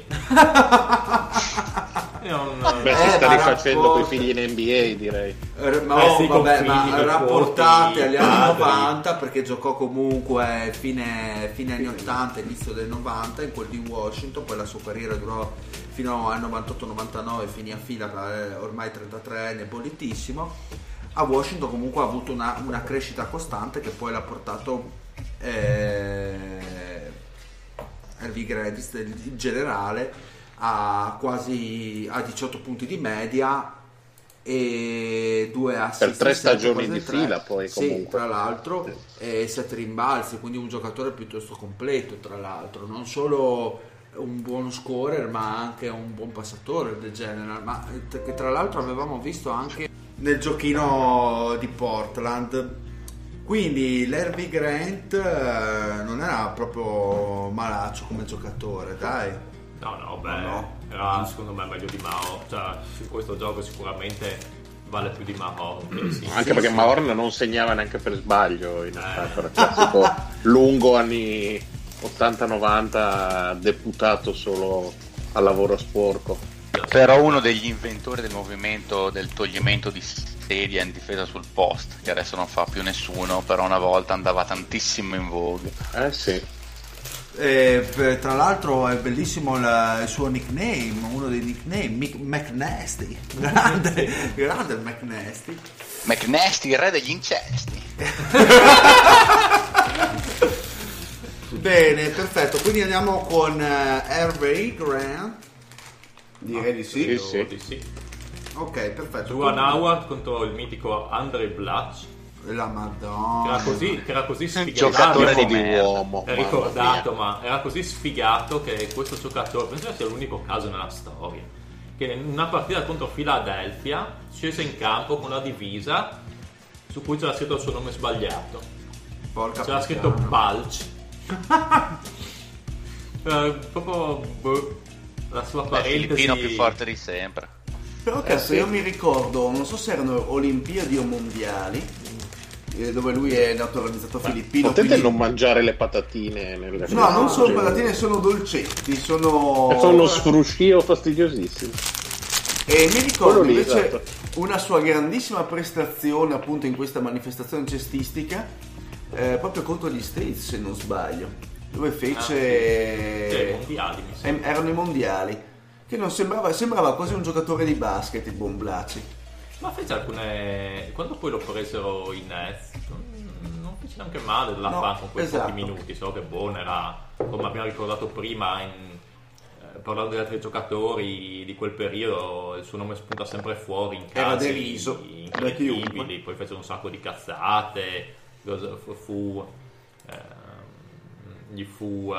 Si sta rifacendo coi figli in NBA, direi. Ma rapportate agli anni 90, perché giocò comunque fine anni 80, inizio del 90 in quel di Washington, poi la sua carriera durò fino al 98-99, finì a fila, ormai 33 anni, bollitissimo. A Washington comunque ha avuto una crescita costante che poi l'ha portato Harvey Grant in generale a quasi a 18 punti di media e 2 assist per 3 stagioni di fila, poi comunque sì, tra l'altro, e 7 rimbalzi, quindi un giocatore piuttosto completo, tra l'altro non solo un buono scorer ma anche un buon passatore del genere, ma che tra l'altro avevamo visto anche nel giochino di Portland. Quindi l'Harvey Grant non era proprio malaccio come giocatore, dai. No, era secondo me meglio di Mahorn. Cioè, su questo gioco sicuramente vale più di Mahorn. Sì, anche perché Mahorn non segnava neanche per sbaglio, in realtà, era classico lungo anni 80-90, deputato solo al lavoro sporco. Però uno degli inventori del movimento del togliimento di sedia in difesa sul post, che adesso non fa più nessuno, però una volta andava tantissimo in vogue. Sì. Tra l'altro è bellissimo il suo nickname, uno dei nickname, McNasty, grande McNasty. McNasty, il re degli incesti. Bene, perfetto, quindi andiamo con Harvey Grant. Direi di sì. Sì. Ok, perfetto. Juwan Howard contro il mitico Andre Blatch. La Madonna. Che era così sfigato. Giocatore di uomo. È ricordato, ma era così sfigato che questo giocatore, penso sia l'unico caso nella storia, che in una partita contro Philadelphia scese in campo con la divisa su cui c'era scritto il suo nome sbagliato. C'era scritto Balch. Proprio la sua parentesi. Il filippino più forte di sempre. Però cazzo, io mi ricordo, non so se erano Olimpiadi o Mondiali, dove lui è naturalizzato filippino. Potete quindi... non mangiare le patatine nelle No, non sono patatine, sono dolcetti, sono uno sfruscio fastidiosissimo. E mi ricordo lì, invece esatto, una sua grandissima prestazione appunto in questa manifestazione cestistica, proprio contro gli Streets, se non sbaglio, dove fece mondiali, erano i mondiali, che non sembrava quasi un giocatore di basket, il buon Blacci. Ma fece alcune, quando poi lo presero in Nets non fece neanche male della panca con quei pochi minuti, solo che Bon era, come abbiamo ricordato prima parlando di altri giocatori di quel periodo, il suo nome spunta sempre fuori in casi era deriso incredibili, poi fece un sacco di cazzate, gli fu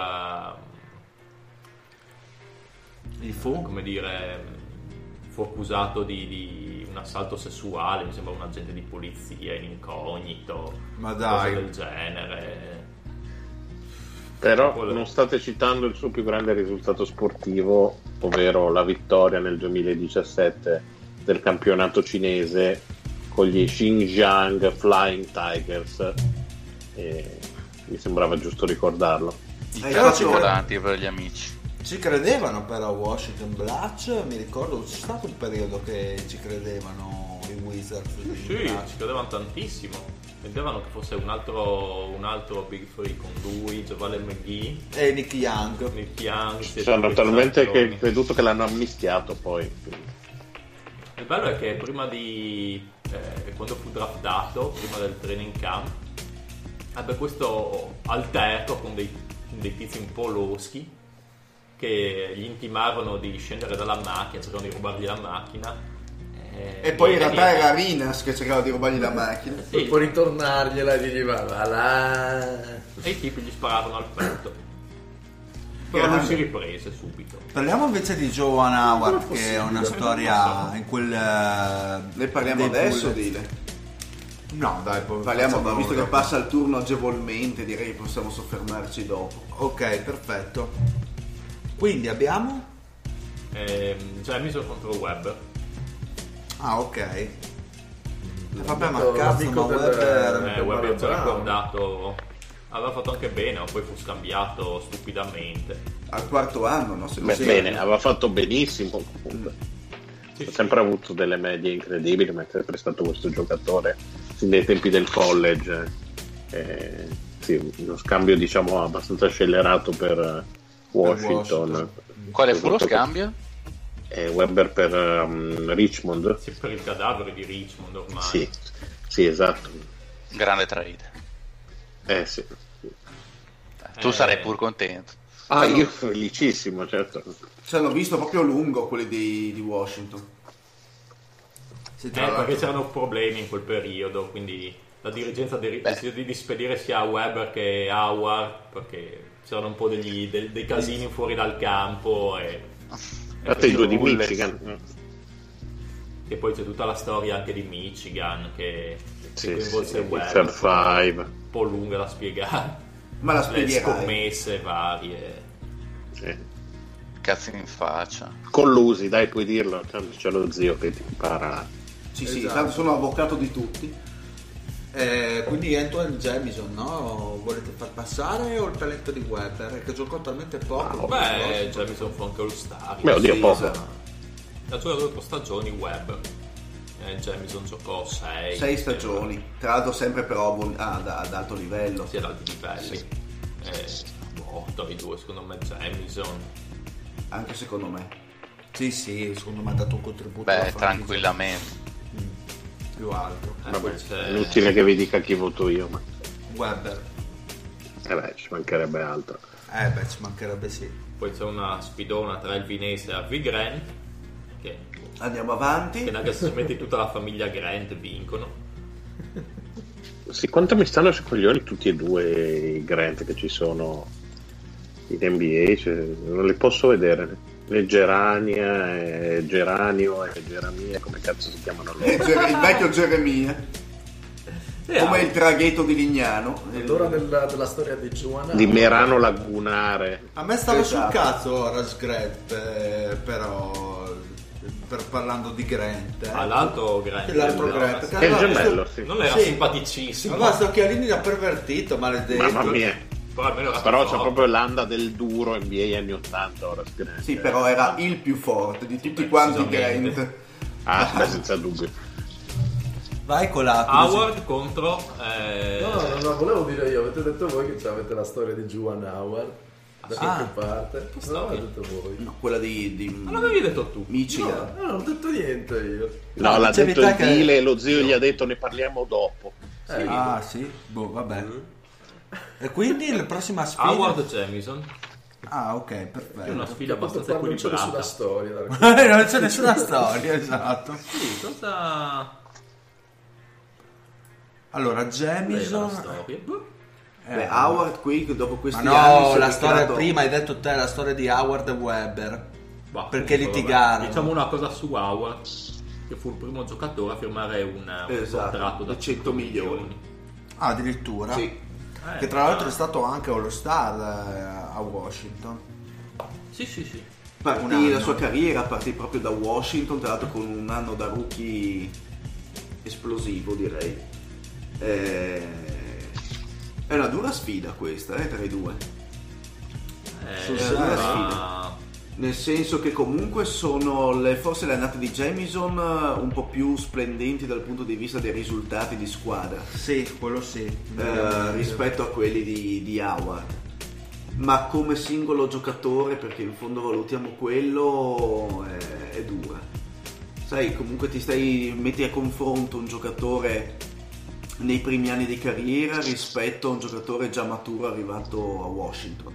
come dire, fu accusato di un assalto sessuale, mi sembra un agente di polizia in incognito, ma dai, cose del genere. Però non state citando il suo più grande risultato sportivo, ovvero la vittoria nel 2017 del campionato cinese con gli Xinjiang Flying Tigers, e mi sembrava giusto ricordarlo. Importanti per gli amici. Ci credevano però Washington Blatch, mi ricordo c'è stato un periodo che ci credevano i Wizards. Sì, ci credevano tantissimo. Vedevano che fosse un altro Big Three con lui, Javale McGee e Nick Young. Sono talmente creduto che l'hanno amnistiato poi. Il bello è che prima di quando fu draftato, prima del training camp, ebbe questo alterco con dei tizi un po' loschi che gli intimarono di scendere dalla macchina, cercavano di rubargli la macchina. E poi in realtà era Rinas che cercava di rubargli la macchina. Sì. Poi ritornargliela e dirgli va là. E i tipi gli sparavano al petto. Però non si riprese subito. Parliamo invece di Joan Howard, che è una storia in quel... Ne parliamo adesso, Dile? No, dai, parliamo, visto che passa il turno agevolmente, direi che possiamo soffermarci dopo. Ok, perfetto. Quindi abbiamo Jamison contro Webber. Ah, ok. Vabbè, ma cazzo, ma Webber ci ha ricordato, aveva fatto anche bene, ma poi fu scambiato stupidamente al quarto anno, no? Se bene, aveva fatto benissimo comunque. Ha sempre avuto delle medie incredibili, ma è sempre stato questo giocatore sin dai tempi del college. Sì, uno scambio diciamo abbastanza scellerato per Washington. Quale fu lo scambio? Webber per Richmond. Sì, per il cadavere di Richmond ormai. Sì, esatto. Grande trade. Sì. Tu sarai pur contento. Io felicissimo, certo. Ci hanno visto proprio lungo quelli di Washington. Perché c'erano problemi in quel periodo, quindi la dirigenza decise di spedire sia Webber che Howard, perché c'erano un po' dei casini fuori dal campo e i due di Michigan. E poi c'è tutta la storia anche di Michigan che coinvolse Webber, un po' lunga da spiegare. Ma la spiegherai. Le scommesse varie. Cazzo in faccia. Collusi, dai, puoi dirlo, c'è lo zio che ti impara. Sì, tanto sono avvocato di tutti. Quindi Antoine Jamison, no? Volete far passare o il talento di Webber? Che giocò talmente poco. Jamison fu anche All-Star. Poco. Ha giocato 4 stagioni Webber. Jamison giocò 6 stagioni, tra l'altro sempre però ad alto livello. Sì, ad alti livelli. Tra i due secondo me Jamison. Anche secondo me. Sì, secondo me ha dato un contributo. Tranquillamente. Più alto. È inutile che vi dica chi voto io, ma Webber. Ci mancherebbe altro. Ci mancherebbe sì. Poi c'è una sfidona tra il Vinese e Harvey Grant, che andiamo avanti, che anche se ci metti tutta la famiglia Grant vincono. Sì, quanto mi stanno sui coglioni tutti e due i Grant che ci sono in NBA, non li posso vedere. Le Geranio e Geramia, come cazzo si chiamano loro? Il vecchio Geremia, come il traghetto di Lignano. Allora della storia di Giovanna di Merano Lagunare. A me stava sul cazzo Grant, però parlando di Grant. L'altro Grant. L'altro Grant. È il gemello, sì. Non era simpaticissimo. Ma sto Chiarini l'ha pervertito, maledetto. Mamma mia. Però c'è proprio l'anda del duro NBA anni 80 ora. Sì, però era il più forte di tutti quanti Grant. Senza dubbio. Vai con la Howard contro No, volevo dire io, avete detto voi che avete la storia di Juwan Howard. Da che parte? No, l'avete detto voi. No, quella di non l'avevi detto tu. Michigan. No, non ho detto niente io. No, l'ha detto il Dile e lo zio gli ha detto ne parliamo dopo. Sì? Vabbè. E quindi la prossima sfida Howard Jamison. Ok, perfetto. È una sfida abbastanza equilibrata. Non c'è nessuna storia. Non c'è nessuna storia, esatto. Sì, cosa... Allora, Jamison... Howard qui dopo questi anni... la storia prima, hai detto te, la storia di Howard e Webber. Perché litigarono. Diciamo una cosa su Howard, che fu il primo giocatore a firmare un contratto da 100 milioni. Addirittura? Sì. Che tra l'altro è stato anche All-Star a Washington. Sì. Partì la sua carriera, partì proprio da Washington, tra l'altro con un anno da rookie esplosivo, direi. È una dura sfida questa, tra i due. È una dura sfida. Nel senso che comunque sono forse le annate di Jamison un po' più splendenti dal punto di vista dei risultati di squadra. Sì, quello sì. Rispetto a quelli di Howard. Ma come singolo giocatore, perché in fondo valutiamo quello, è dura. Sai, comunque metti a confronto un giocatore nei primi anni di carriera rispetto a un giocatore già maturo arrivato a Washington.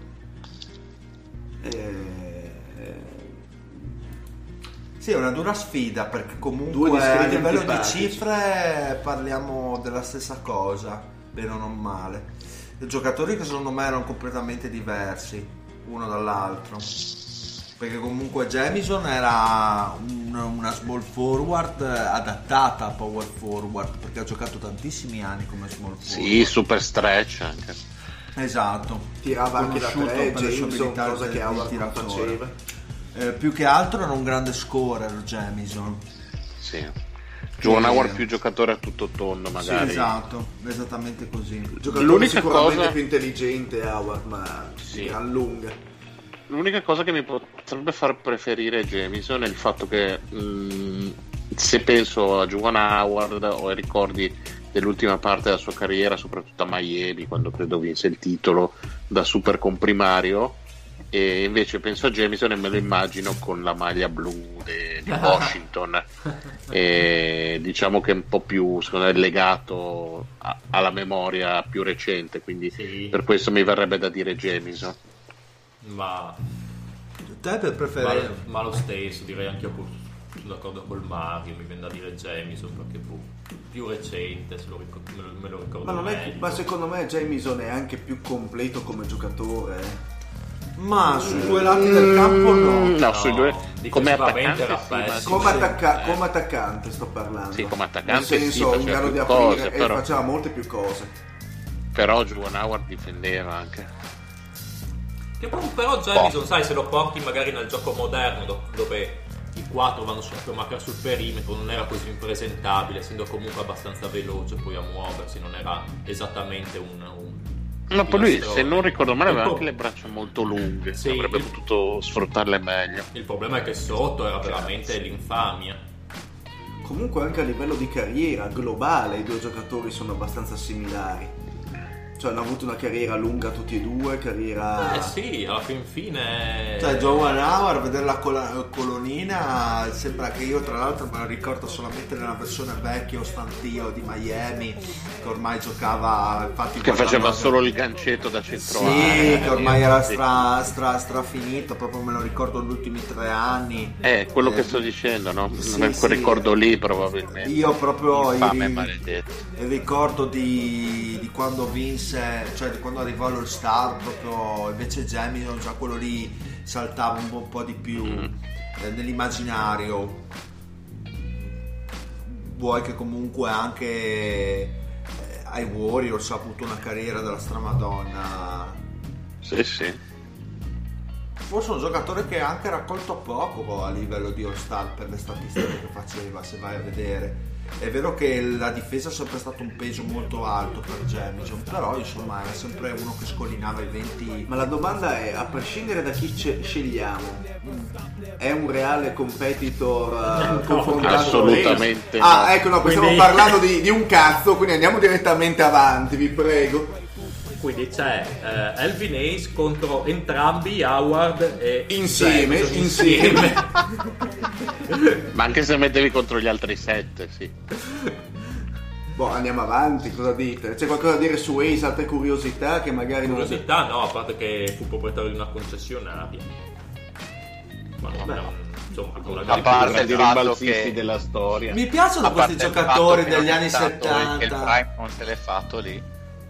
Sì, è una dura sfida perché comunque a livello di cifre parliamo della stessa cosa, bene o non male. I giocatori che secondo me erano completamente diversi. uno dall'altro, perché comunque Jamison era una small forward adattata a power forward, perché ha giocato tantissimi anni come small forward. Sì, super stretch anche. Esatto, tirava anche da 3, Jamison, cosa che Howard non faceva. Più che altro era un grande scorer Jamison. Sì. Juwan Howard più giocatore a tutto tondo magari. Sì, esatto, esattamente così. Giocatore L'unica sicuramente cosa... più intelligente Howard, ma sì, gran lunga. L'unica cosa che mi potrebbe far preferire Jamison è il fatto che se penso a Juwan Howard ho i ricordi dell'ultima parte della sua carriera, soprattutto a Miami, quando credo vinse il titolo da super comprimario, e invece penso a Jamison e me lo immagino con la maglia blu di Washington, e diciamo che è un po' più, secondo me, legato alla memoria più recente, quindi sì, per questo mi verrebbe da dire Jamison. Ma te per preferire? Ma lo stesso, direi anche io, sono d'accordo col Mario, mi viene da dire Jamison perché più recente, se me lo ricordo. Ma, non è, ma secondo me Jamison è anche più completo come giocatore. Ma sui due lati del campo no, sui due, come attaccante come attaccante sto parlando. Sì, come attaccante, nel senso, in grado di aprire, però faceva molte più cose. Però Juwan Howard difendeva anche. Però Jamison, sai, se lo porti magari nel gioco moderno dove i 4 vanno a marcare sul perimetro, non era così impresentabile, essendo comunque abbastanza veloce poi a muoversi, non era esattamente no, poi lui, se non ricordo male, aveva anche le braccia molto lunghe, sì, avrebbe potuto sfruttarle meglio. Il problema è che sotto era veramente l'infamia. Comunque anche a livello di carriera globale i due giocatori sono abbastanza similari. Cioè hanno avuto una carriera lunga tutti e due, carriera... sì, alla fine... Cioè Juwan Howard, vedere la colonnina, sembra che io tra l'altro me la ricordo solamente nella versione vecchia ostantio di Miami, che ormai giocava... Infatti, che faceva solo il gancetto da centro. Sì, che ormai era strafinito, proprio me lo ricordo negli ultimi 3 anni. Quello che sto dicendo, no? Sì, quel ricordo lì probabilmente. Io proprio il ricordo di quando vinse, cioè di quando arrivò all'All Star, proprio invece Jamison già quello lì saltava un po' di più nell'immaginario. Vuoi che comunque anche ai Warriors ha avuto una carriera della stramadonna. Sì. Forse un giocatore che ha anche raccolto poco a livello di All Star per le statistiche che faceva, se vai a vedere. È vero che la difesa è sempre stato un peso molto alto per Jamison, però insomma era sempre uno che scollinava i 20. Ma la domanda è, a prescindere da chi scegliamo, è un reale competitor confrontato? Assolutamente no. Ecco, no, stiamo parlando di un cazzo, quindi andiamo direttamente avanti, vi prego. Quindi c'è Elvin Hayes contro entrambi Howard e insieme. Ma anche se mettevi contro gli altri 7, sì. Andiamo avanti, cosa dite? C'è qualcosa da dire su Hayes, altre curiosità che magari non... Curiosità no, a parte che fu proprietario di una concessionaria. Ma insomma, a parte i rimbalzisti della storia. Mi piacciono questi giocatori degli anni 70. Che il Prime non se l'è fatto lì.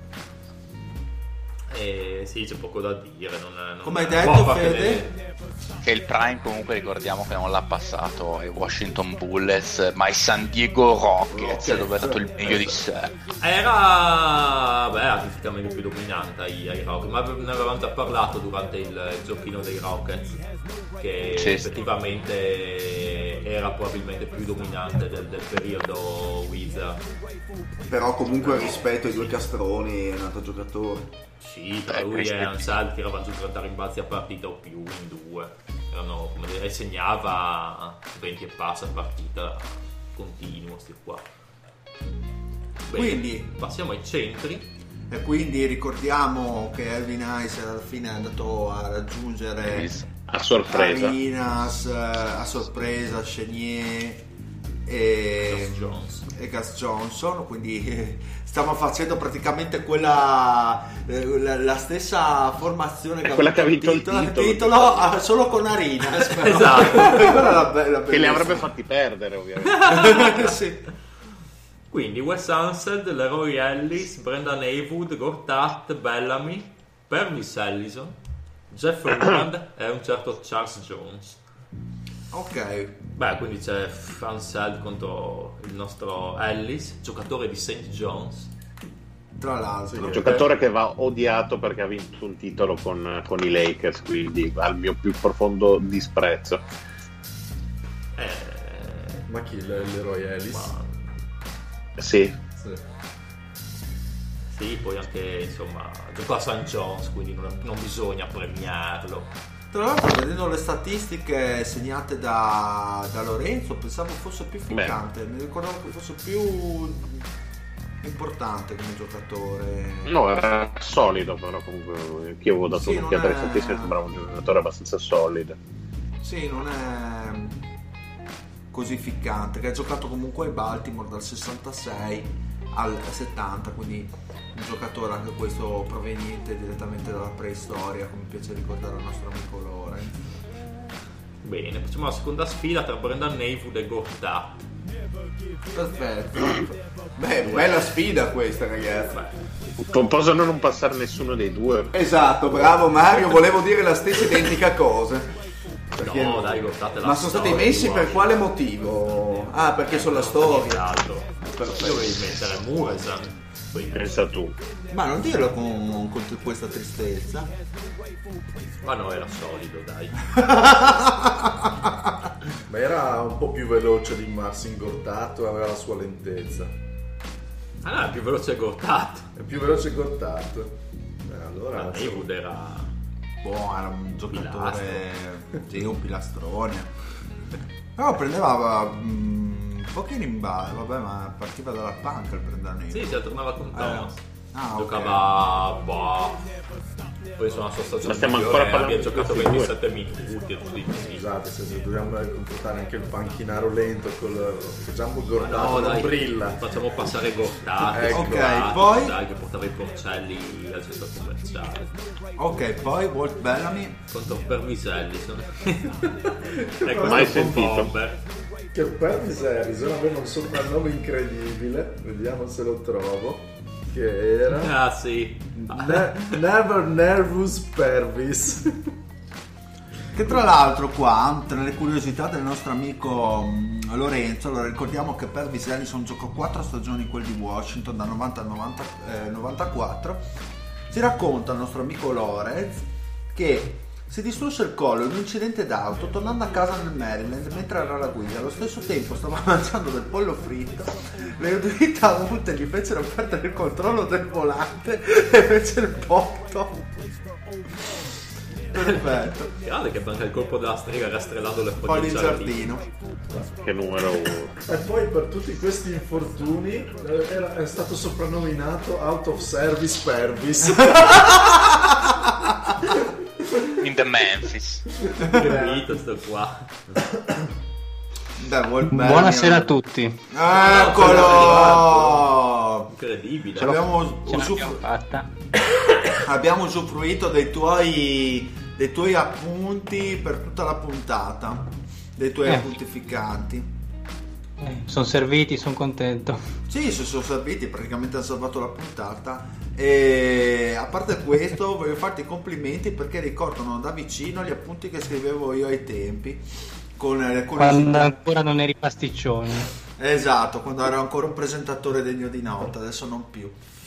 Sì, c'è poco da dire. Come hai detto, Fede? Che il Prime comunque ricordiamo che non l'ha passato ai Washington Bullets, ma ai San Diego Rockets, dove ha dato il meglio di sé. Era artisticamente più dominante ai Rockets, ma ne avevamo già parlato durante il giochino dei Rockets, che effettivamente era probabilmente più dominante del periodo Wizard. Però comunque rispetto ai due castroni è un altro giocatore. Sì, tra lui e Ansel tirava giù 30 rimbalzi a partita o più in 2. Erano, come dire, segnava 20 e passa a partita continuo, sti qua. Bene, quindi passiamo ai centri. E quindi ricordiamo che Elvin Hayes alla fine è andato a raggiungere a sorpresa Arinas, a sorpresa Chenier e Gus Johnson, quindi stiamo facendo praticamente quella la stessa formazione che ha vinto il titolo solo con Arinas. Esatto. Che li avrebbe fatti perdere ovviamente. Sì. Quindi Wes Unseld, Leroy Ellis, Brendan Haywood, Gortat, Bellamy, Pervis Ellison, Jeff Rowland e un certo Charles Jones. Ok. Beh, quindi c'è Franseld contro il nostro Ellis, giocatore di St. John's. Tra l'altro, un giocatore che va odiato perché ha vinto un titolo con i Lakers, quindi al mio più profondo disprezzo. Ma chi? Leroy Ellis? Sì. Sì, poi anche insomma giocò a St. John's, quindi non bisogna premiarlo. Tra l'altro, vedendo le statistiche segnate da Lorenzo, pensavo fosse più ficcante. Mi ricordavo che fosse più importante come giocatore. No, era solido, però comunque io avevo dato un'occhiata alle statistiche, sembrava un giocatore abbastanza solido. Sì, non è così ficcante, che ha giocato comunque ai Baltimore dal 66 al 70, quindi un giocatore anche questo proveniente direttamente dalla preistoria, come piace ricordare al nostro amico Lorenz. Bene, facciamo la seconda sfida tra Brendan Haywood e Gortat. Perfetto. Beh, bella sfida questa, ragazzi. Possono non passare nessuno dei due. Esatto, bravo Mario, volevo dire la stessa identica cosa. Perché... No, dai, Gortat è la ma sono stati messi per quale motivo? Ah, perché sono la storia. Dovevi mettere Muresan. Pensa tu. Ma non dirlo con questa tristezza. Ma no, era solido, dai. Ma era un po' più veloce di Marcin Gortat, aveva la sua lentezza. Ah no, è più veloce Gortat. È più veloce Gortat. Allora Haywood era un giocatore, sì, un pilastrone. Però prendeva pochi rimbalzi, vabbè, ma partiva dalla panca il Brendan. Sì, si alternava con Thomas. Giocava poi sono la sua stagione. Ma stiamo ancora parlando, abbia giocato 27 minuti. Scusate, se dobbiamo confrontare anche il panchinaro lento con Giambo Gortat, no, non brilla. Facciamo passare Gortat. Ok, poi dai, che portava i porcelli al centro commerciale. Ok, poi Walt Bellamy contro Perviselli. Mai sentito. Che Pervis Harrison aveva un soprannome incredibile, vediamo se lo trovo, che era sì, Never Nervous Pervis, che tra l'altro qua, tra le curiosità del nostro amico Lorenzo, allora ricordiamo che Pervis Harrison giocò 4 stagioni in quel di Washington dal 90 al 94. Si racconta al nostro amico Lorenz che si distrusse il collo in un incidente d'auto tornando a casa nel Maryland mentre era alla guida. Allo stesso tempo stava mangiando del pollo fritto. Le autorità multe gli fecero perdere il controllo del volante e fece il botto. Perfetto. Guarda che manca il colpo della strega rastrellando le foglie in giardino. Che numero 1. E poi per tutti questi infortuni è stato soprannominato Out of Service Pervis. In the Memphis. Capito sto qua. Buonasera a tutti. Eccolo! Incredibile. Abbiamo usufruito dei tuoi appunti per tutta la puntata, dei tuoi appunti ficcanti. Sono serviti, sono contento. Sì, si sono serviti, praticamente hanno salvato la puntata. E a parte questo voglio farti i complimenti perché ricordano da vicino gli appunti che scrivevo io ai tempi con le quando ancora non eri pasticcione. Esatto, quando ero ancora un presentatore degno di nota, adesso non più.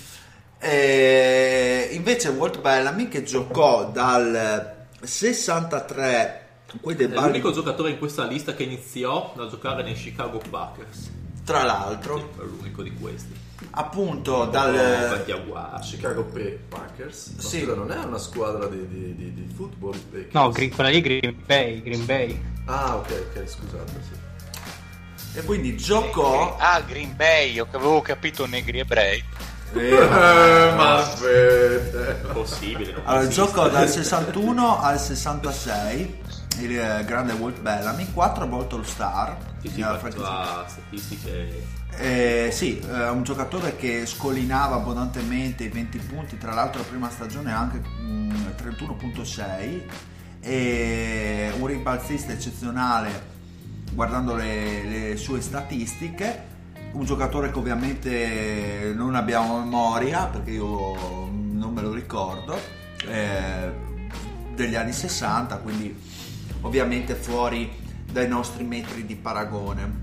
E invece Walt Bellamy, che giocò dal 63, è l'unico giocatore in questa lista che iniziò a giocare nei Chicago Packers. Tra l'altro, sì, è l'unico di questi. Appunto dal Chicago Packers. Sì. Scusa, non è una squadra di football? No, quella lì Green Bay. Ah, ok, scusate. Sì. E quindi giocò. Green Bay, io avevo capito negri ebrei. Ma aspetta, possibile. Allora, giocò dal 61 al 66. Il grande Walt Bellamy, 4 volte All-Star. Sì, statistiche. Sì, un giocatore che scollinava abbondantemente i 20 punti, tra l'altro la prima stagione anche 31.6, e un rimbalzista eccezionale guardando le sue statistiche. Un giocatore che ovviamente non abbiamo memoria perché io non me lo ricordo, degli anni 60, quindi ovviamente fuori dai nostri metri di paragone.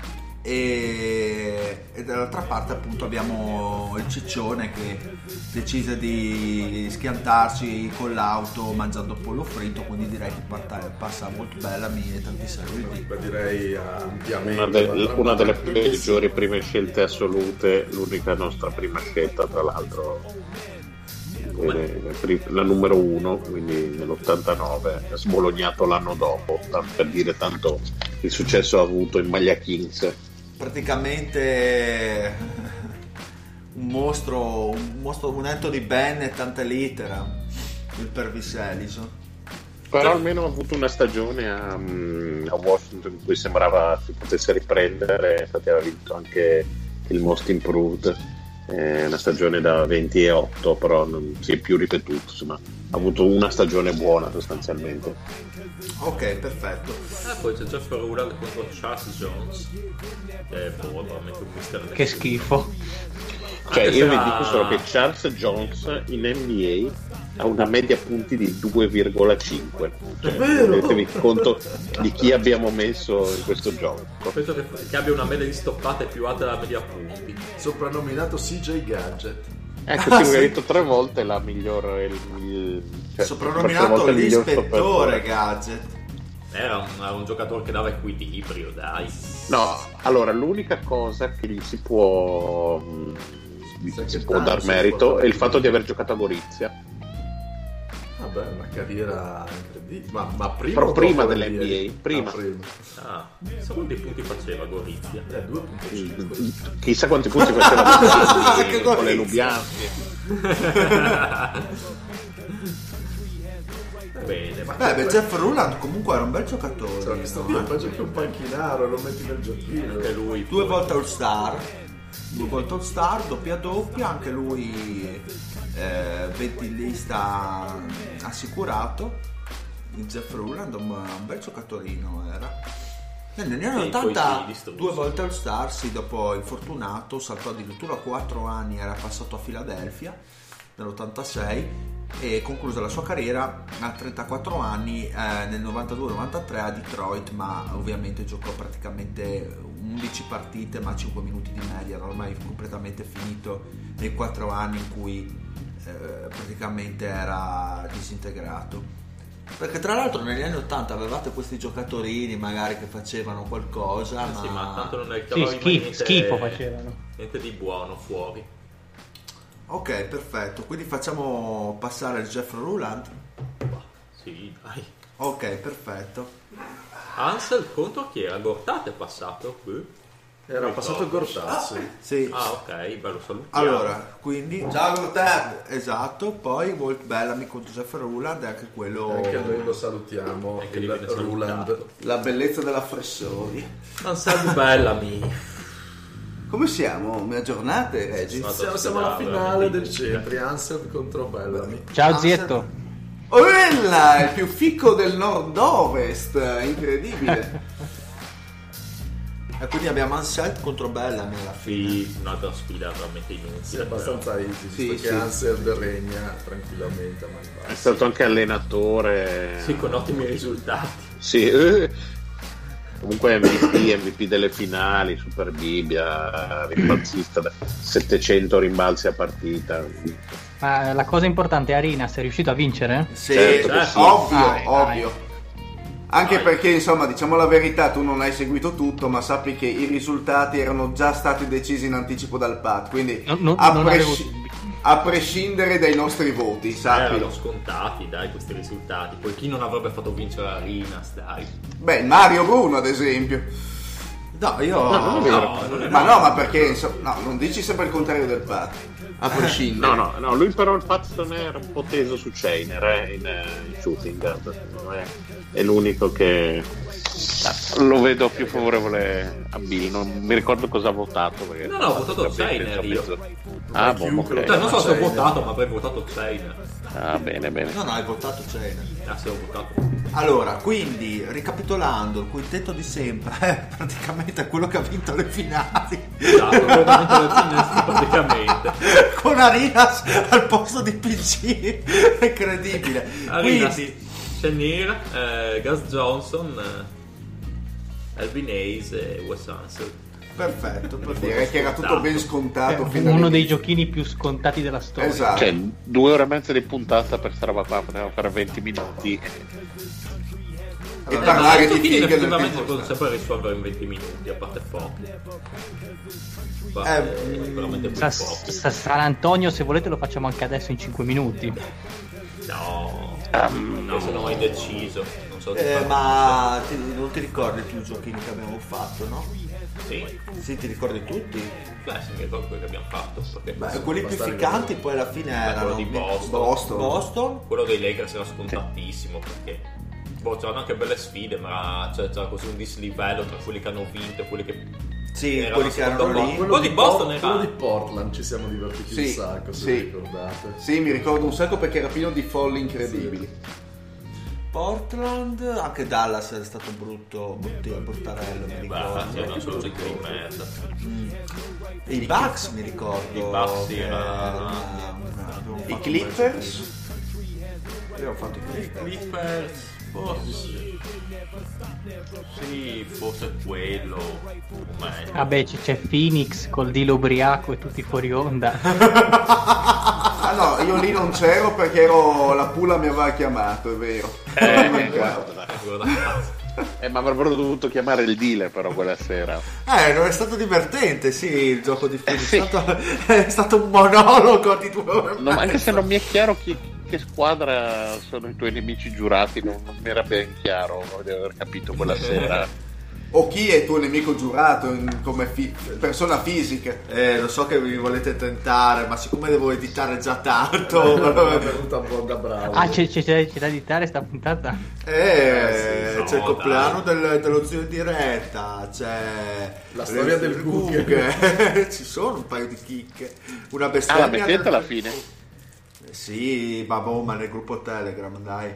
E dall'altra parte appunto abbiamo il ciccione che decide di schiantarci con l'auto mangiando pollo fritto, quindi direi che passa molto bella e tanti saluti. Direi ampiamente una delle peggiori prime scelte assolute, l'unica nostra prima scelta tra l'altro, la numero 1, quindi nell'89, sbolognato l'anno dopo, per dire tanto il successo ha avuto in maglia Kings. Praticamente un mostro, un Anthony Bennett tante litera, il Pervis Ellison. Però almeno ha avuto una stagione a Washington in cui sembrava si potesse riprendere, infatti aveva vinto anche il Most Improved, una stagione da 28, però non si è più ripetuto, insomma ha avuto una stagione buona sostanzialmente. Ok, perfetto. Poi c'è Jeff Rowland contro Charles Jones, che schifo. Cioè io vi dico solo che Charles Jones in NBA ha una media punti di 2,5. Rendetevi conto di chi abbiamo messo in questo gioco. Penso che abbia una media di stoppate più alta della media punti. Soprannominato CJ Gadget. Ecco, sì, ho detto 3 volte la migliore, soprannominato l'ispettore Gadget. Era un giocatore che dava equilibrio, dai. No, allora l'unica cosa che gli si può dar merito è il fatto di aver giocato a Gorizia. Vabbè, una carriera incredibile. Ma però prima dell'NBA, prima. Chissà quanti punti faceva Gorizia. 2.5. Chissà quanti punti faceva con le Lubianche. Bene, Jeff Rowland comunque era un bel giocatore. Cioè, visto qui poi giochi un panchinaro, lo metti nel giochino. Anche lui. 2 volte All Star, doppia, anche lui ventilista assicurato. Jeff Rowland un bel giocatorino era. Negli anni 80 2 volte All Star, sì, dopo infortunato saltò addirittura 4 anni, era passato a Philadelphia nell'86 e concluse la sua carriera a 34 anni nel 92-93 a Detroit, ma ovviamente giocò praticamente 11 partite ma 5 minuti di media, era ormai completamente finito nei 4 anni in cui praticamente era disintegrato. Perché tra l'altro negli anni 80 avevate questi giocatorini magari che facevano qualcosa, ma... Sì, ma tanto non è schifo facevano. Niente di buono fuori. Ok, perfetto. Quindi facciamo passare il Jeff Rowland. Sì, dai. Ok, perfetto. Ansel contro chi era? Gortat è passato? Era passato Gortat, sì. Ah, ok, bello salutiamo. Allora, quindi ciao Gortat. Esatto, poi Walt Bellamy contro Jeff Rowland e anche quello. Anche noi lo salutiamo. Anche il Rowland. La bellezza della Fressori. Ansel Bellamy. Come siamo? Aggiornate, Reggi? Siamo alla finale del Centri, Ansel contro Bellamy. Ciao Zietto. Oh, il più ficco del nord-ovest, incredibile. E quindi abbiamo Ansel contro Bellamy alla fine. Sì, un'altra sfida veramente inutile. Sì, abbastanza easy, visto che Ansel regna tranquillamente. È stato anche allenatore. Sì, con ottimi risultati. Sì. Comunque MVP delle finali, Super Bibbia, rimbalzista, 700 rimbalzi a partita. Ma la cosa importante è Arina, sei riuscito a vincere? Sì, certo, ovvio. Anche perché, insomma, diciamo la verità, tu non hai seguito tutto, ma sappi che i risultati erano già stati decisi in anticipo dal PAT, quindi a prescindere dai nostri voti, sappi. Erano scontati, dai, questi risultati. Poi chi non avrebbe fatto vincere Arinas, dai. Beh, Mario Bruno, ad esempio. No, io... Ma perché, insomma, non dici sempre il contrario del PAT. A prescindere. No, lui però il PAT non era un po' teso su Chainer in shooting. È l'unico che Lo vedo più favorevole a Bill, non mi ricordo cosa ha votato. No, ho votato Seiner io. Ok. Non so se ho votato, ma avrei votato Seiner. Ah, bene. No, hai votato Seiner. Se ho votato. Allora, quindi, ricapitolando, il quintetto di sempre praticamente è quello che ha vinto le finali. Esatto, quello che ha vinto le finali praticamente. Con Arinas al posto di PG. È incredibile. Arinas, Chenier, Gus Johnson, Alvin Hayes e Wes Ansel. Perfetto. Direi che era tutto ben scontato. Uno dei giochini più scontati della storia. Esatto. Cioè, 2 ore e mezza di puntata per stare qua, potevamo fare 20 minuti. E parlare di giochini fighe del effettivamente tempo. si può sempre risolvere in 20 minuti, a parte pochi. Veramente più pochi. San Antonio, se volete lo facciamo anche adesso in 5 minuti. No, sono indeciso. Non so Ma non ti ricordi più i giochini che abbiamo fatto, no? Sì, ti ricordi tutti? Beh, sì, mi ricordo quelli che abbiamo fatto. Quelli più ficcanti poi alla fine erano quello di Boston. Quello dei Lakers era scontatissimo perché c'erano anche belle sfide, ma c'era così un dislivello tra quelli che hanno vinto e quelli che quelli che erano lì. Quello di Boston era... Quello di Portland ci siamo divertiti un sacco, se vi ricordate. Sì, mi ricordo un sacco perché era pieno di folli incredibili. Portland, anche Dallas è stato bruttarello, mi ricordo. Erano solo giochi di merda. I Bucks mi ricordo. I Bucks I Clippers? Abbiamo fatto i Clippers. Sì, forse quello. Vabbè, c'è Phoenix col Dilo ubriaco e tutti fuori onda. Ah no, io lì non c'ero perché la Pula mi aveva chiamato, è vero. Ma avrebbero dovuto chiamare il dealer però quella sera. Non è stato divertente, sì, il gioco di Phoenix. È stato un monologo di 2 ore. No, anche se non mi è chiaro che squadra sono i tuoi nemici giurati, non mi era ben chiaro di aver capito quella sera. O chi è il tuo nemico giurato come persona fisica? Lo so che vi volete tentare, ma siccome devo editare già tanto, è venuta un po' da bravo. C'è da editare sta puntata? C'è il compleanno dello zio in diretta, c'è la storia del Cook. Ci sono un paio di chicche. Una bestemmia. La mettete alla fine? Sì, ma nel gruppo Telegram, dai.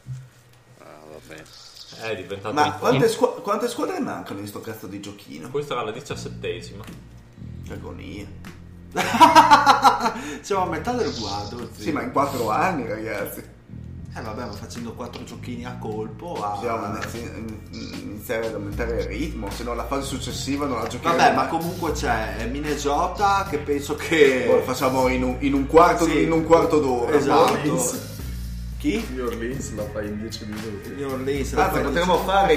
Vabbè. È diventato. Ma quante squadre mancano in sto cazzo di giochino? Questa era la 17ª. Che agonia. Siamo a metà del guado. Sì, ma in 4 anni, ragazzi. Vabbè, ma facendo 4 giochini a colpo dobbiamo iniziare ad aumentare il ritmo, se no la fase successiva non la giochiamo. Vabbè, ma comunque c'è Minnesota che penso che lo facciamo in un quarto d'ora. Esatto. Chi? New Orleans la fai in 10 minuti. New Orleans potremmo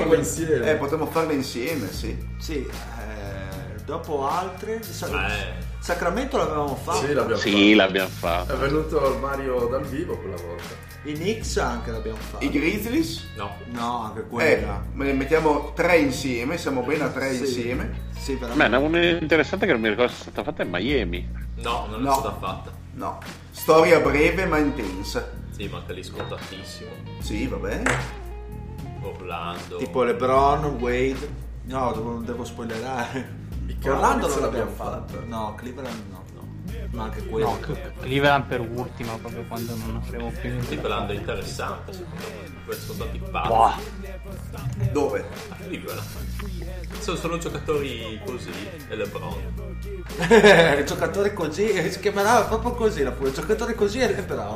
farle insieme, sì. Sì, dopo altre. Sacramento l'avevamo fatto. Sì, l'abbiamo fatto. È venuto il Mario dal vivo quella volta. I Knicks anche l'abbiamo fatto. I Grizzlies? No, anche quella. Ne mettiamo 3 insieme, siamo bene a 3 insieme. Sì, veramente. Una interessante che non mi ricordo se è stata fatta è Miami. No, non è stata fatta. No. Storia breve ma intensa. Sì, ma anche lì scontatissimo. Sì, va bene. Orlando. Tipo LeBron, Wade. No, non devo spoilerare. Orlando non l'abbiamo fatto. No, Cleveland no. Ma anche quello. No, Cleveland per ultima, proprio quando non avremo più niente. Cleveland è interessante, secondo me. Sono stati pazzi. Dove? A Cleveland. Sono solo giocatori così e LeBron. Giocatori così, si chiamerà proprio così giocatori così e LeBron.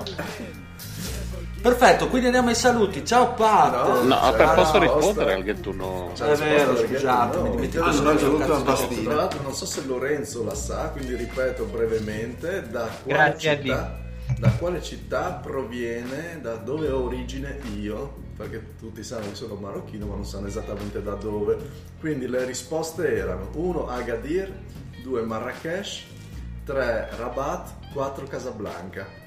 Perfetto, quindi andiamo ai saluti. Ciao Pat. Posso rispondere al ghettuno? È vero, scusate, mi dimentico Tra l'altro non so se Lorenzo la sa, quindi ripeto brevemente da quale città proviene, da dove ho origine io, perché tutti sanno che sono marocchino ma non sanno esattamente da dove. Quindi le risposte erano 1 Agadir, 2 Marrakesh, 3 Rabat, 4 Casablanca.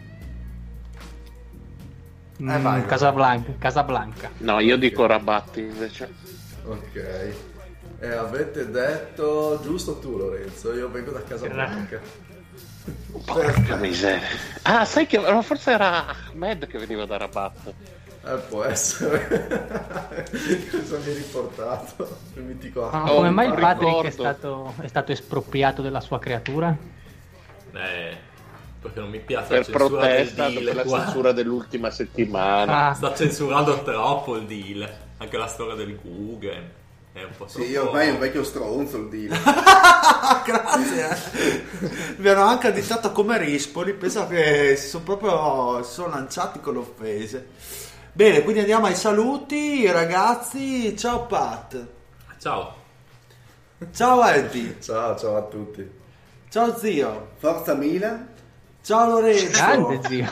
Casablanca. No, io dico Rabat invece. Ok. E avete detto giusto tu Lorenzo, io vengo da Casablanca. Porca miseria. Ah, sai che forse era Ahmed che veniva da Rabat. Può essere. Cosa mi hai riportato? Il mitico Ahmed. Come mai il Patrick è stato espropriato della sua creatura? Perché non mi piace per la censura protesta del deal, per la censura dell'ultima settimana. Sta censurando troppo il deal, anche la storia del Google è un po' troppo... Sì, ormai è un vecchio stronzo il deal. Grazie. Mi hanno anche additato come Rispoli, penso che si sono lanciati con le offese. Bene, quindi andiamo ai saluti, ragazzi. Ciao Pat. Ciao Eddie. Ciao a tutti. Ciao zio. Forza Milan. Ciao Lorenzo. Grande zio.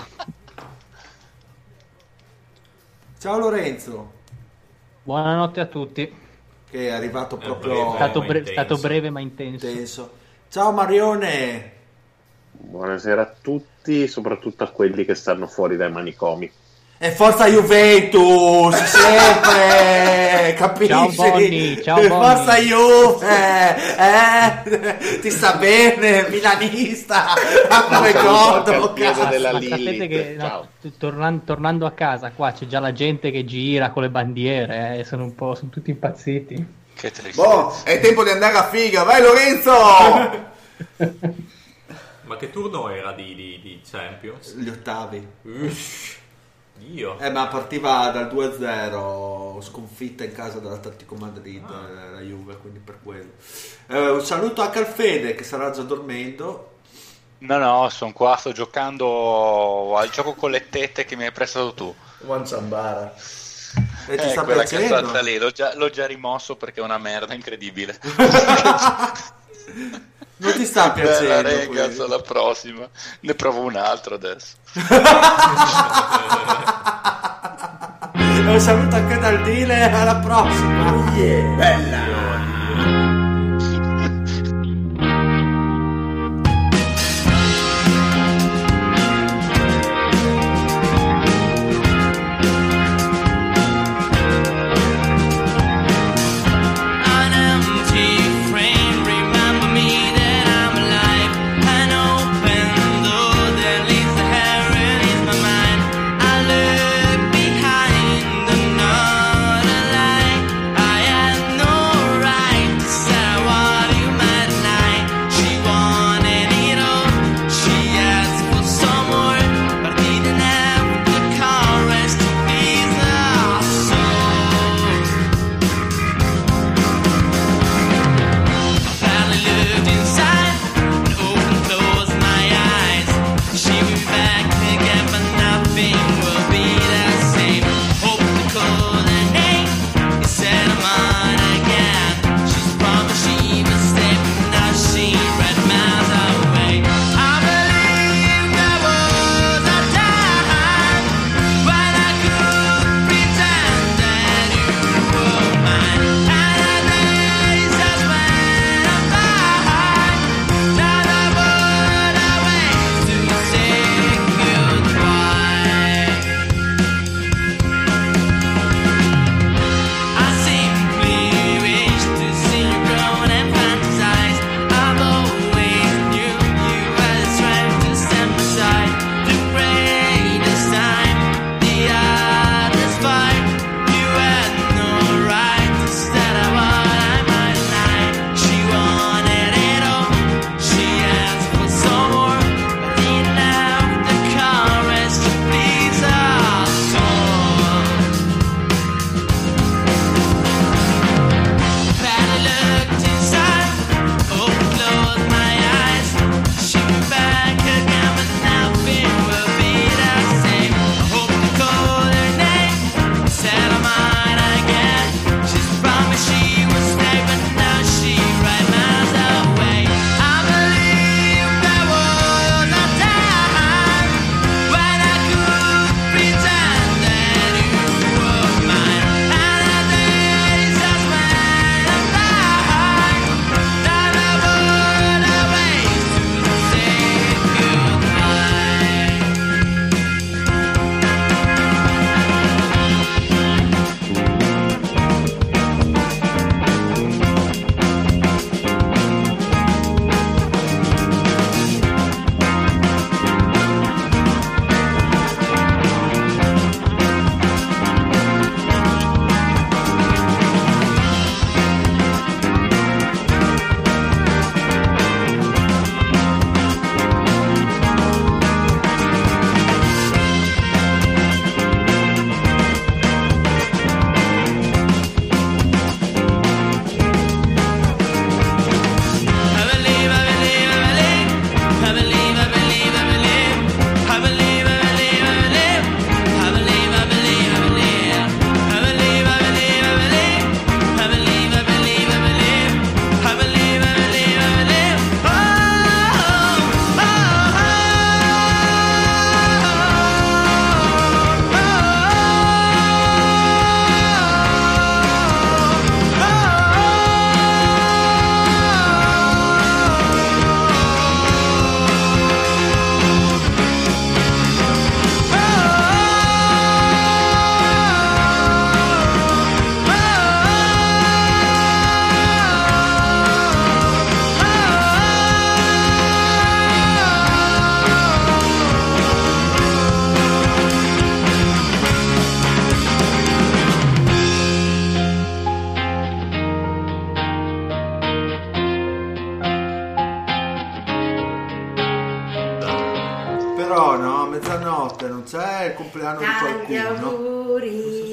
Ciao Lorenzo. Buonanotte a tutti. Che è arrivato proprio... Stato breve ma intenso. Ciao Marione. Buonasera a tutti, soprattutto a quelli che stanno fuori dai manicomi. E forza Juventus, sempre, capisci? Ciao Bonnie. Forza Juve, ti sta bene, milanista, come godo, della ma sapete che tornando a casa qua c'è già la gente che gira con le bandiere, sono tutti impazziti. Che tristezza. Boh, è tempo di andare a figa, vai Lorenzo! Ma che turno era di Champions? Gli ottavi. Io. Ma partiva dal 2-0, sconfitta in casa dell'Atletico Madrid, la Juve, quindi per quello. Un saluto anche al Fede che starà già dormendo. No, sono qua, sto giocando al gioco con le tette che mi hai prestato tu. Wanzambara. E ti sta quella piacendo? cazzata lì, l'ho già rimosso perché è una merda incredibile. Non ti sta piacendo? Ragazzi, alla prossima ne provo un altro adesso. Un saluto anche dal Dile, alla prossima. Bella. No c'è il compleanno di qualcuno. Auguri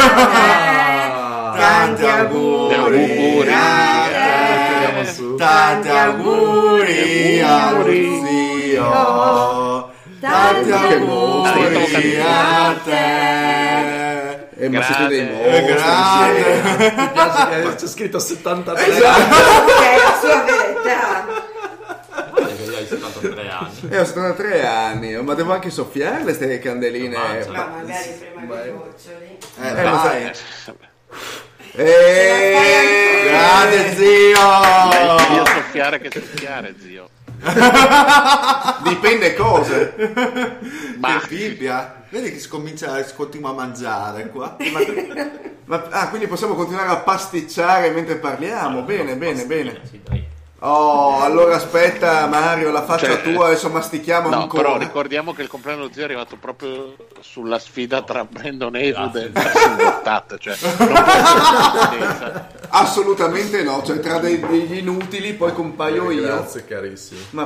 Tanti auguri tanti auguri allo zio, tanti auguri a te. Ma siete dei grande. Mi piace che c'è scritto 73 che è la sua verità. Hai 73 anni. Ho 73 anni, ma devo anche soffiarle queste candeline. Ma magari prima che goccioli. Vai. Grande zio. Meglio soffiare che soffiare, zio. Dipende cose. Ma che Bibbia, vedi che si continua a mangiare qua. Quindi possiamo continuare a pasticciare mentre parliamo. Bene. Sì, dai. Oh, allora aspetta Mario, la faccia tua, adesso mastichiamo ancora. Però ricordiamo che il compleanno dello zio è arrivato proprio sulla sfida tra Brandon Haywood e Dustin Gottat, cioè non può essere assolutamente no, cioè tra degli inutili poi compaio io. Grazie carissimo. Ma